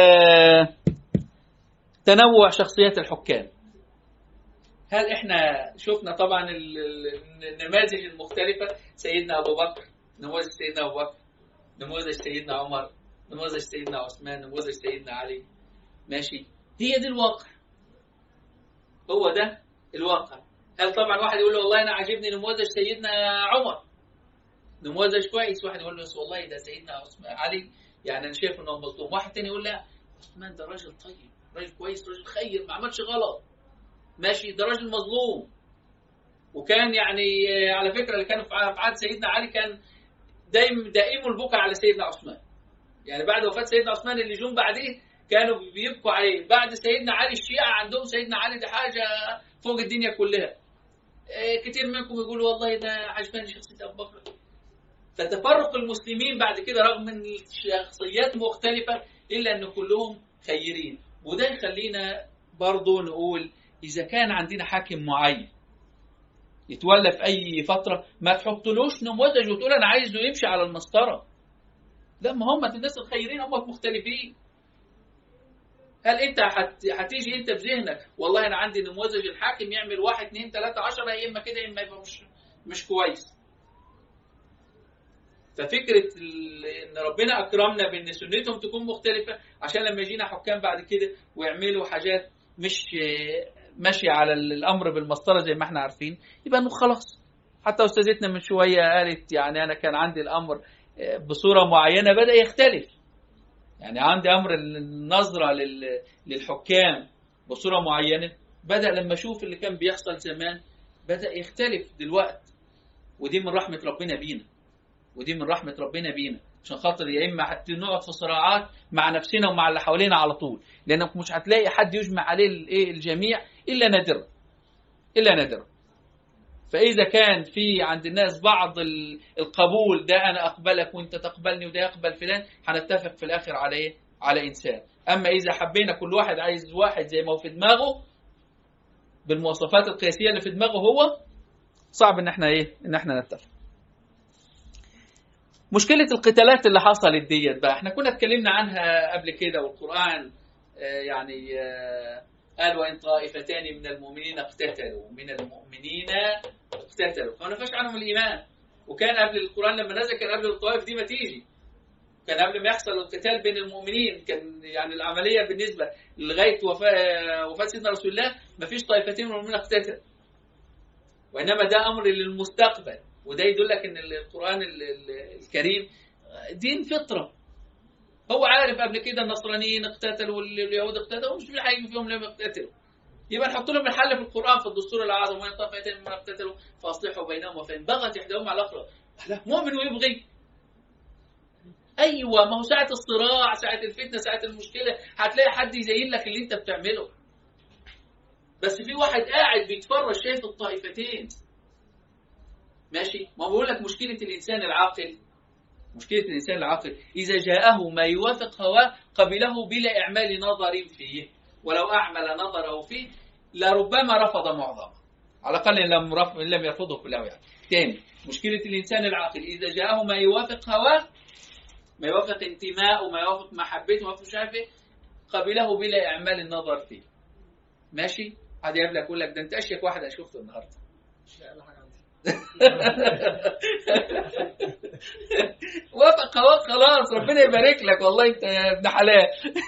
تنوع شخصيات الحكام. هل احنا شفنا طبعا النماذج المختلفة؟ سيدنا أبو بكر، نموذج سيدنا أبو بكر، نموذج سيدنا عمر، نموذج سيدنا عثمان، نموذج سيدنا علي. ماشي. هي دي الواقع، هو ده الواقع. هل طبعا واحد يقول له والله أنا عاجبني نموذج سيدنا عمر، نموذج كويس، واحد يقول له والله ده سيدنا عثمان علي يعني أنا شايف إنه مظلوم. واحد تاني يقول لا، عثمان ده راجل طيب، راجل كويس، راجل خير، ما عملش غلط. ماشي، ده راجل مظلوم. وكان يعني على فكرة اللي كانوا في عهد سيدنا علي كان دائم البكاء على سيدنا عثمان. يعني بعد وفاة سيدنا عثمان اللي جم بعديه كانوا بيبكوا عليه. بعد سيدنا علي الشيعة عندهم سيدنا علي ده حاجة فوق الدنيا كلها. كتير منكم يقولوا والله ده عجباني شخصية أبو بكر. فتفرق المسلمين بعد كده رغم ان الشخصيات مختلفة إلا أن كلهم خيرين. وده يخلينا برضو نقول إذا كان عندنا حاكم معين يتولى في أي فترة، ما تحطلوش نموذج وتقول أنا عايزه يمشي على المسطرة. لا، ما هم الناس الخيرين هم مختلفين. هل أنت هتيجي أنت بذهنك والله أنا عندي نموذج الحاكم يعمل 1 2 3 10 يا إما كده يا إما يبقى مش كويس. ففكرة إن ربنا أكرمنا بأن سنتهم تكون مختلفة عشان لما يجينا حكام بعد كده ويعملوا حاجات مش ماشي على الأمر بالمسطرة زي ما احنا عارفين، يبقى أنه خلاص. حتى أستاذتنا من شوية قالت يعني أنا كان عندي الأمر بصورة معينة بدأ يختلف. يعني عندي أمر النظرة للحكام بصورة معينة بدأ لما أشوف اللي كان بيحصل زمان بدأ يختلف دلوقتي. ودي من رحمة ربنا بينا، ودي من رحمة ربنا بينا، عشان خاطر يا إما نقعد في صراعات مع نفسنا ومع اللي حوالينا على طول، لأنك مش هتلاقي حد يجمع عليه الجميع إلا نادرا، إلا نادرا. فإذا كان في عند الناس بعض القبول، ده أنا أقبلك وأنت تقبلني وده يقبل فلان، هنتفق في الآخر على إيه؟ على إنسان. أما إذا حبينا كل واحد عايز واحد زي ما هو في دماغه بالمواصفات القياسية اللي في دماغه هو، صعب إن إحنا نتفق. مشكلة القتالات اللي حصلت ديت بقى احنا كنا اتكلمنا عنها قبل كده، والقرآن يعني قال وإن طائفتان من المؤمنين اقتتلوا فما نفاش عنهم الإيمان. وكان قبل القرآن لما نزل كان قبل الطائف دي ما تيجي، كان قبل ما يحصل القتال بين المؤمنين، كان يعني العملية بالنسبة لغاية وفاة سيدنا رسول الله ما فيش طائفتين من المؤمنين اقتتلوا، وإنما ده أمر للمستقبل. وده يدلك إن القرآن الكريم دين فطرة. هو عارف قبل كده النصرانيين اقتتلوا واليهود اقتتلوا، مش هيجي فيهم لما اقتتلوا، يبقى نحط لهم الحل في القرآن في الدستور الأعظم وإن طائفتين من اقتتلوا فأصلحوا بينهم فإن بغت إحداهما على الأخرى. لا مؤمن ويبغي؟ أيوة، ما هو ساعة الصراع، ساعة الفتنة، ساعة المشكلة هتلاقي حد يزين لك اللي أنت بتعمله. بس في واحد قاعد بيتفرج شايف الطائفتين ماشي. ما بقول لك مشكلة الإنسان العاقل إذا جاءه ما يوافق هواه قبله بلا إعمال نظر فيه، ولو أعمل نظره فيه لربما رفض معظمه، على الأقل لم يرفضه كله يعني. تاني، مشكلة الإنسان العاقل إذا جاءه ما يوافق هواه، ما يوافق انتماءه، ما يوافق محبته، ما يوافق مش عارف ايه، قبله بلا إعمال النظر فيه. ماشي؟ حد يقابلك يقول لك ده أنت أشيك واحد شفته النهارده. وافق هواك خلاص، ربنا يبارك لك، والله انت يا ابن حلال.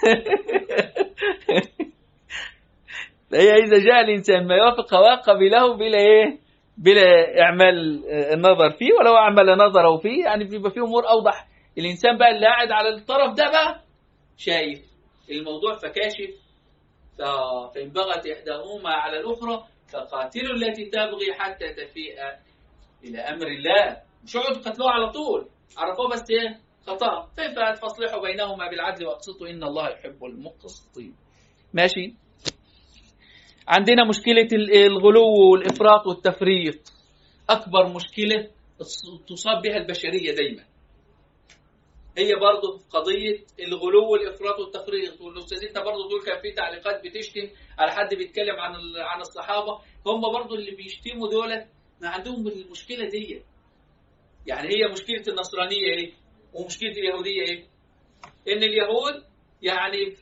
هي اذا جاء الانسان ما يوافق هواه قبله بلا اعمال النظر فيه، ولو اعمل نظره فيه يعني بيبقى فيه امور اوضح. الانسان بقى اللي قاعد على الطرف ده بقى شايف الموضوع فكاشف. فإن بغت إحداهما على الأخرى فقاتلوا التي تبغي حتى تفيء إلى أمر الله. مش اقعدوا قتلوها على طول، عرفوه بس ايه خطأ. فإن فاصلحوا بينهما بالعدل واقسطوا إن الله يحب المقسطين. ماشي. عندنا مشكلة الغلو والإفراط والتفريط، أكبر مشكلة تصاب بها البشرية دايما هي برضه قضية الغلو والإفراط والتفريط. والأستاذتنا برضه دول كان في تعليقات بتشتم على حد بيتكلم عن الصحابة، هم برضه اللي بيشتموا دول ما عندهم المشكلة دي. يعني هي مشكلة النصرانية ايه ومشكلة اليهودية ايه؟ ان اليهود يعني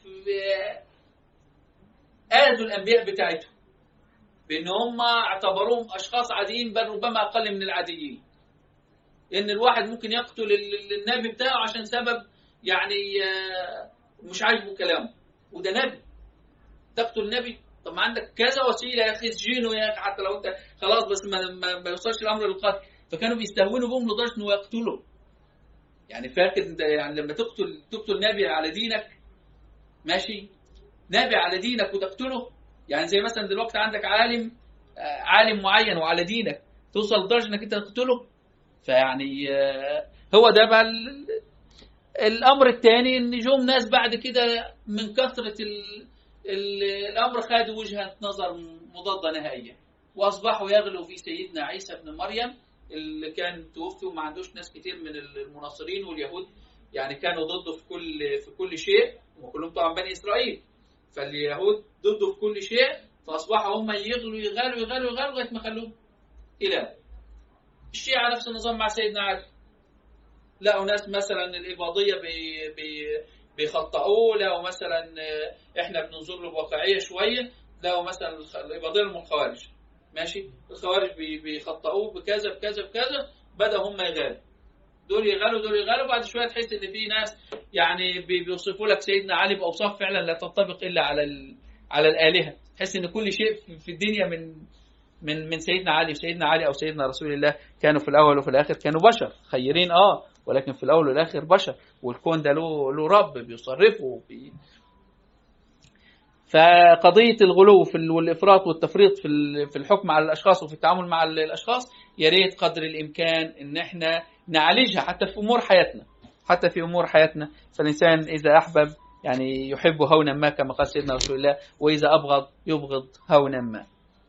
آذوا الأنبياء بتاعتهم بأن هم اعتبروهم أشخاص عاديين، بل ربما أقل من العاديين. إن الواحد ممكن يقتل النبي بتاعه عشان سبب يعني مش عاجبه كلامه، وده نبي. تقتل النبي؟ طب ما عندك كذا وسيلة يا أخي تجينه يا أخي، حتى لو أنت خلاص بس ما يوصلش الأمر للقتل. فكانوا بيستهونوا بهم لدرجة إنه يقتلوا. يعني فاكر أنت يعني لما تقتل نبي على دينك، ماشي، نبي على دينك وتقتله. يعني زي مثلا دلوقتي عندك عالم معين وعلى دينك، توصل لدرجة إنك أنت تقتله. فيعني هو ده بقى الأمر الثاني. إن جم ناس بعد كده من كثرة الأمر خدوا وجهة نظر مضادة نهائيا، وأصبحوا يغلوا في سيدنا عيسى بن مريم اللي كان توفي، وما عندوش ناس كتير من المناصرين واليهود يعني كانوا ضده في كل شيء، وكلهم طبعا بني إسرائيل. فاليهود ضده في كل شيء، فأصبحوا هم يغالوا لغاية ما خلوه إله. الشيعة نفس النظام مع سيدنا علي، لقوا ناس مثلا الإباضية بيخطئوه، لقوا مثلا احنا بننظر له بواقعية شوية، لقوا مثلا الإباضية من الخوارج، ماشي، الخوارج بيخطئوه بكذا بكذا بكذا، بدأوا هم يغالوا، دول يغالوا. بعد شوية تحس ان في ناس يعني بيوصفوا لك سيدنا علي بأوصاف فعلا لا تنطبق إلا على الآلهة. تحس ان كل شيء في الدنيا من سيدنا علي أو سيدنا رسول الله كانوا في الأول وفي الآخر كانوا بشر خيرين ولكن في الأول والآخر بشر، والكون ده له رب بيصرفه فقضية الغلو والإفراط والتفريط في الحكم على الأشخاص وفي التعامل مع الأشخاص يا ريت قدر الإمكان إن احنا نعالجها حتى في أمور حياتنا. فالإنسان إذا أحبب يعني يحب هونا ما كما قال سيدنا رسول الله، وإذا أبغض يبغض هونا ما.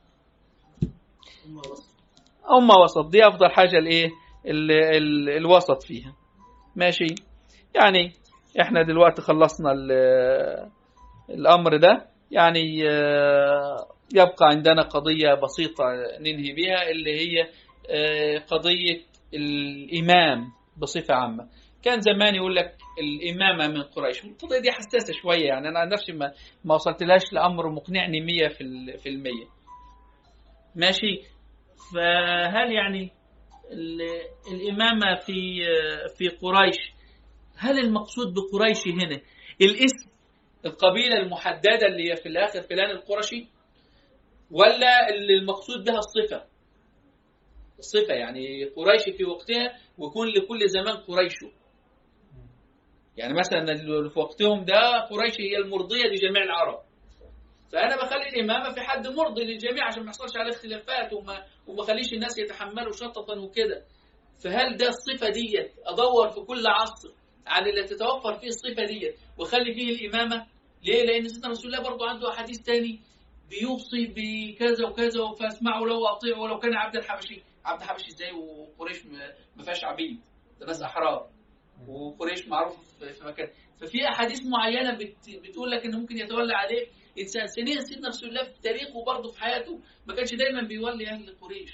أمة وسط دي أفضل حاجة الوسط فيها. ماشي. يعني إحنا دلوقتي خلصنا الأمر ده، يعني يبقى عندنا قضية بسيطة ننهي بها اللي هي قضية الإمام بصفة عامة. كان زمان يقول لك الإمامة من قريش. القضية دي حساسة شوية، يعني أنا عن نفسي ما وصلتلاش لأمر مقنعني 100%. ماشي. فهل يعني الإمامة في قريش، هل المقصود بقريش هنا الاسم، القبيلة المحددة اللي هي في الآخر فلان القرشي، ولا اللي المقصود بها الصفة يعني قريش في وقتها ويكون لكل زمان قريشه؟ يعني مثلا في وقتهم ده قريش هي المرضية لجميع العرب، فأنا بخلي الإمامة في حد مرضي للجميع عشان ما يحصلش عليه اختلافات وما خليش الناس يتحملوا شططا وكده. فهل ده الصفة ديت أدور في كل عصر على اللي تتوفر فيه الصفة ديت وخلي فيه الإمامة؟ ليه؟ لأن سيدنا رسول الله برضو عنده حديث تاني بيوصي بكذا وكذا، فاسمعوا له واطيعوا ولو كان عبد الحبشي. عبد الحبشي ازاي وقريش ما فيهاش عبيد، ده ناس أحرار، وقريش معروف في مكان. ففي أحاديث معينة بتقول لك إنه ممكن يتولى عليه إنسان. ثانيا سيدنا رسول الله في تاريخه برضه في حياته ما كانش دايما بيولي أهل قريش،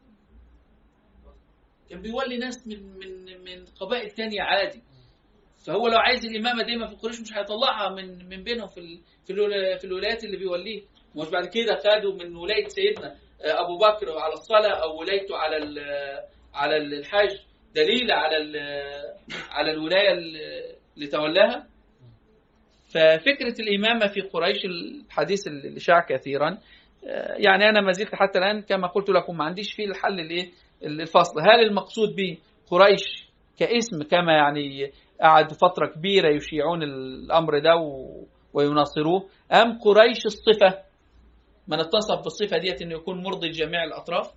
كان بيولي ناس من قبائل تانية عادي. فهو لو عايز الإمامة دايما في قريش مش هيطلعها من بينهم في الولايات اللي بيوليه. مش بعد كده خدوا من ولاية سيدنا أبو بكر على الصلاة أو ولايته على الحج دليل على الولاية اللي تولاها. ففكرة الإمامة في قريش الحديث اللي شاع كثيرا، يعني أنا ما زلت حتى الآن كما قلت لكم ما عنديش فيه الحل الفصل. هل المقصود به قريش كاسم كما يعني قعد فترة كبيرة يشيعون الأمر ده ويناصروه، أم قريش الصفة من اتصف بالصفة ديت أنه يكون مرضي لجميع الأطراف؟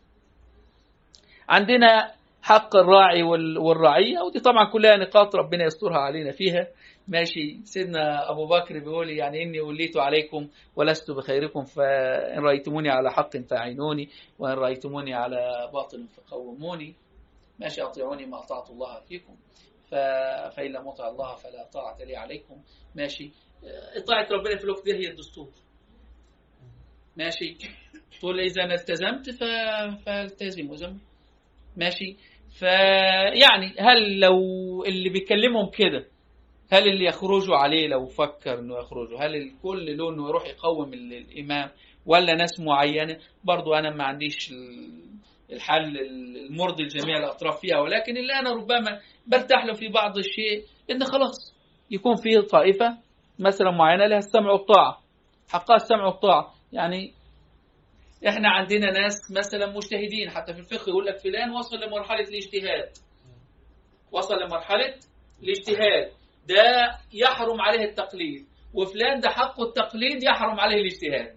عندنا حق الراعي والرعية، ودي طبعا كلها نقاط ربنا يسترها علينا فيها. ماشي. سيدنا أبو بكر بيقول يعني إني وليت عليكم ولست بخيركم، فإن رأيتموني على حق فاعينوني وإن رأيتموني على باطل فقوموني. ماشي. أطيعوني ما أطعت الله فيكم، فإن لم أطع الله فلا طاعة لي عليكم. ماشي. طاعة ربنا في الوقت ده هي الدستور. ماشي. تقول إذا أنا التزمت فالتزم وزم. ماشي. فيعني هل لو اللي بيكلمهم كده، هل اللي يخرجوا عليه لو فكر انه يخرجوا، هل الكل له انه يروح يقوم الامام ولا ناس معينه؟ برضو انا ما عنديش الحل المرضي لجميع الاطراف فيها، ولكن اللي انا ربما برتاح له في بعض الشيء ان خلاص يكون فيه طائفه مثلا معينه لها السمع والطاعه، حقها السمع والطاعه. يعني احنا عندنا ناس مثلا مجتهدين حتى في الفقه، يقول لك فلان وصل لمرحله الاجتهاد، وصل لمرحله الاجتهاد ده يحرم عليه التقليد، وفلان ده حقه التقليد يحرم عليه الاجتهاد.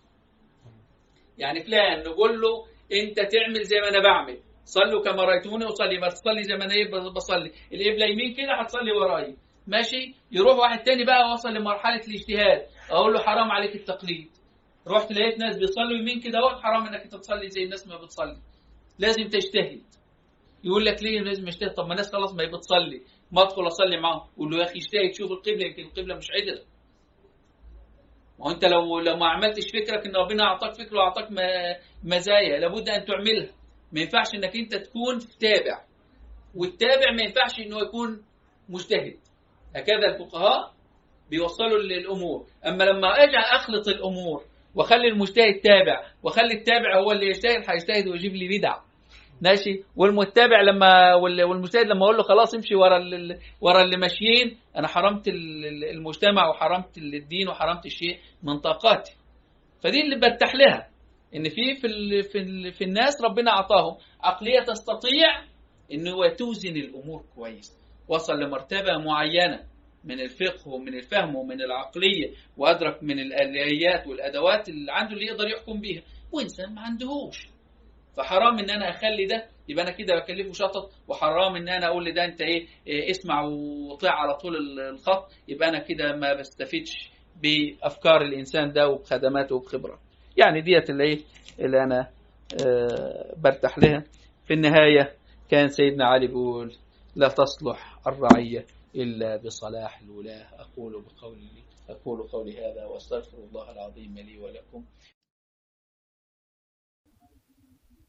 يعني فلان نقول له انت تعمل زي ما انا بعمل، صلوا كما رايتوني اصلي، ما تصلي زي ما انا بصلي، القبله يمين كده هتصلي وراي. ماشي. يروح واحد تاني بقى وصل لمرحله الاجتهاد، اقول له حرام عليك التقليد. رحت لقيت ناس بيصلوا يمين كده اهو، حرام انك انت تصلي زي الناس ما بتصلي، لازم تجتهد. يقول لك ليه لازم اجتهد؟ طب ما الناس خلاص ما بتصلي، ما ادخل اصلي معاهم. قول له يا اخي اجتهد، شوف القبله يمكن القبله مش عدله. ما هو انت لو ما عملتش فكرك ان ربنا اعطاك فكره واعطاك مزايا لابد ان تعملها. ما ينفعش انك انت تكون تابع، والتابع ما ينفعش انه يكون مجتهد. هكذا الفقهاء بيوصلوا للامور. اما لما اجي اخلط الامور واخلي المجتهد تابع واخلي التابع هو اللي يجتهد، هيجتهد ويجيب لي بدع. ماشي. والمتبع والمجتهد لما اقول له خلاص امشي ورا اللي ماشيين، انا حرمت المجتمع وحرمت الدين وحرمت الشيء من طاقاتي. فدي اللي برتاح لها، ان في الناس ربنا اعطاهم عقليه تستطيع انه توزن الامور كويس، وصل لمرتبه معينه من الفقه ومن الفهم ومن العقليه، وادرك من الاليات والادوات اللي عنده اللي يقدر يحكم بيها، وانسان ما عندهوش. فحرام ان انا اخلي ده يبقى انا كده بكلفه شطط، وحرام ان انا اقول لده انت اسمع وطيع على طول الخط، يبقى انا كده ما بستفيدش بافكار الانسان ده وبخدماته وبخبره. يعني ديت اللي انا برتاح لها. في النهايه كان سيدنا علي بيقول لا تصلح الرعيه الا بصلاح الولاه. اقول قولي هذا واستغفر الله العظيم لي ولكم.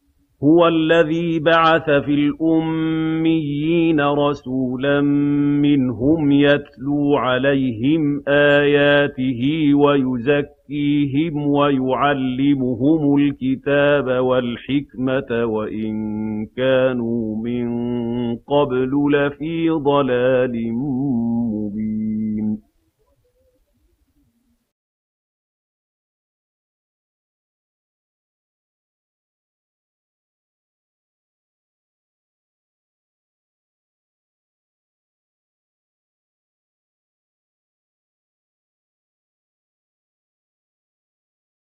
هُوَ الَّذِي بَعَثَ فِي الْأُمِّيِّينَ رَسُولًا مِّنْهُمْ يَتْلُو عَلَيْهِمْ آيَاتِهِ وَيُزَكِّيهِمْ وَيُعَلِّمُهُمُ الْكِتَابَ وَالْحِكْمَةَ وَإِن كَانُوا مِن قَبْلُ لَفِي ضَلَالٍ مُّبِينٍ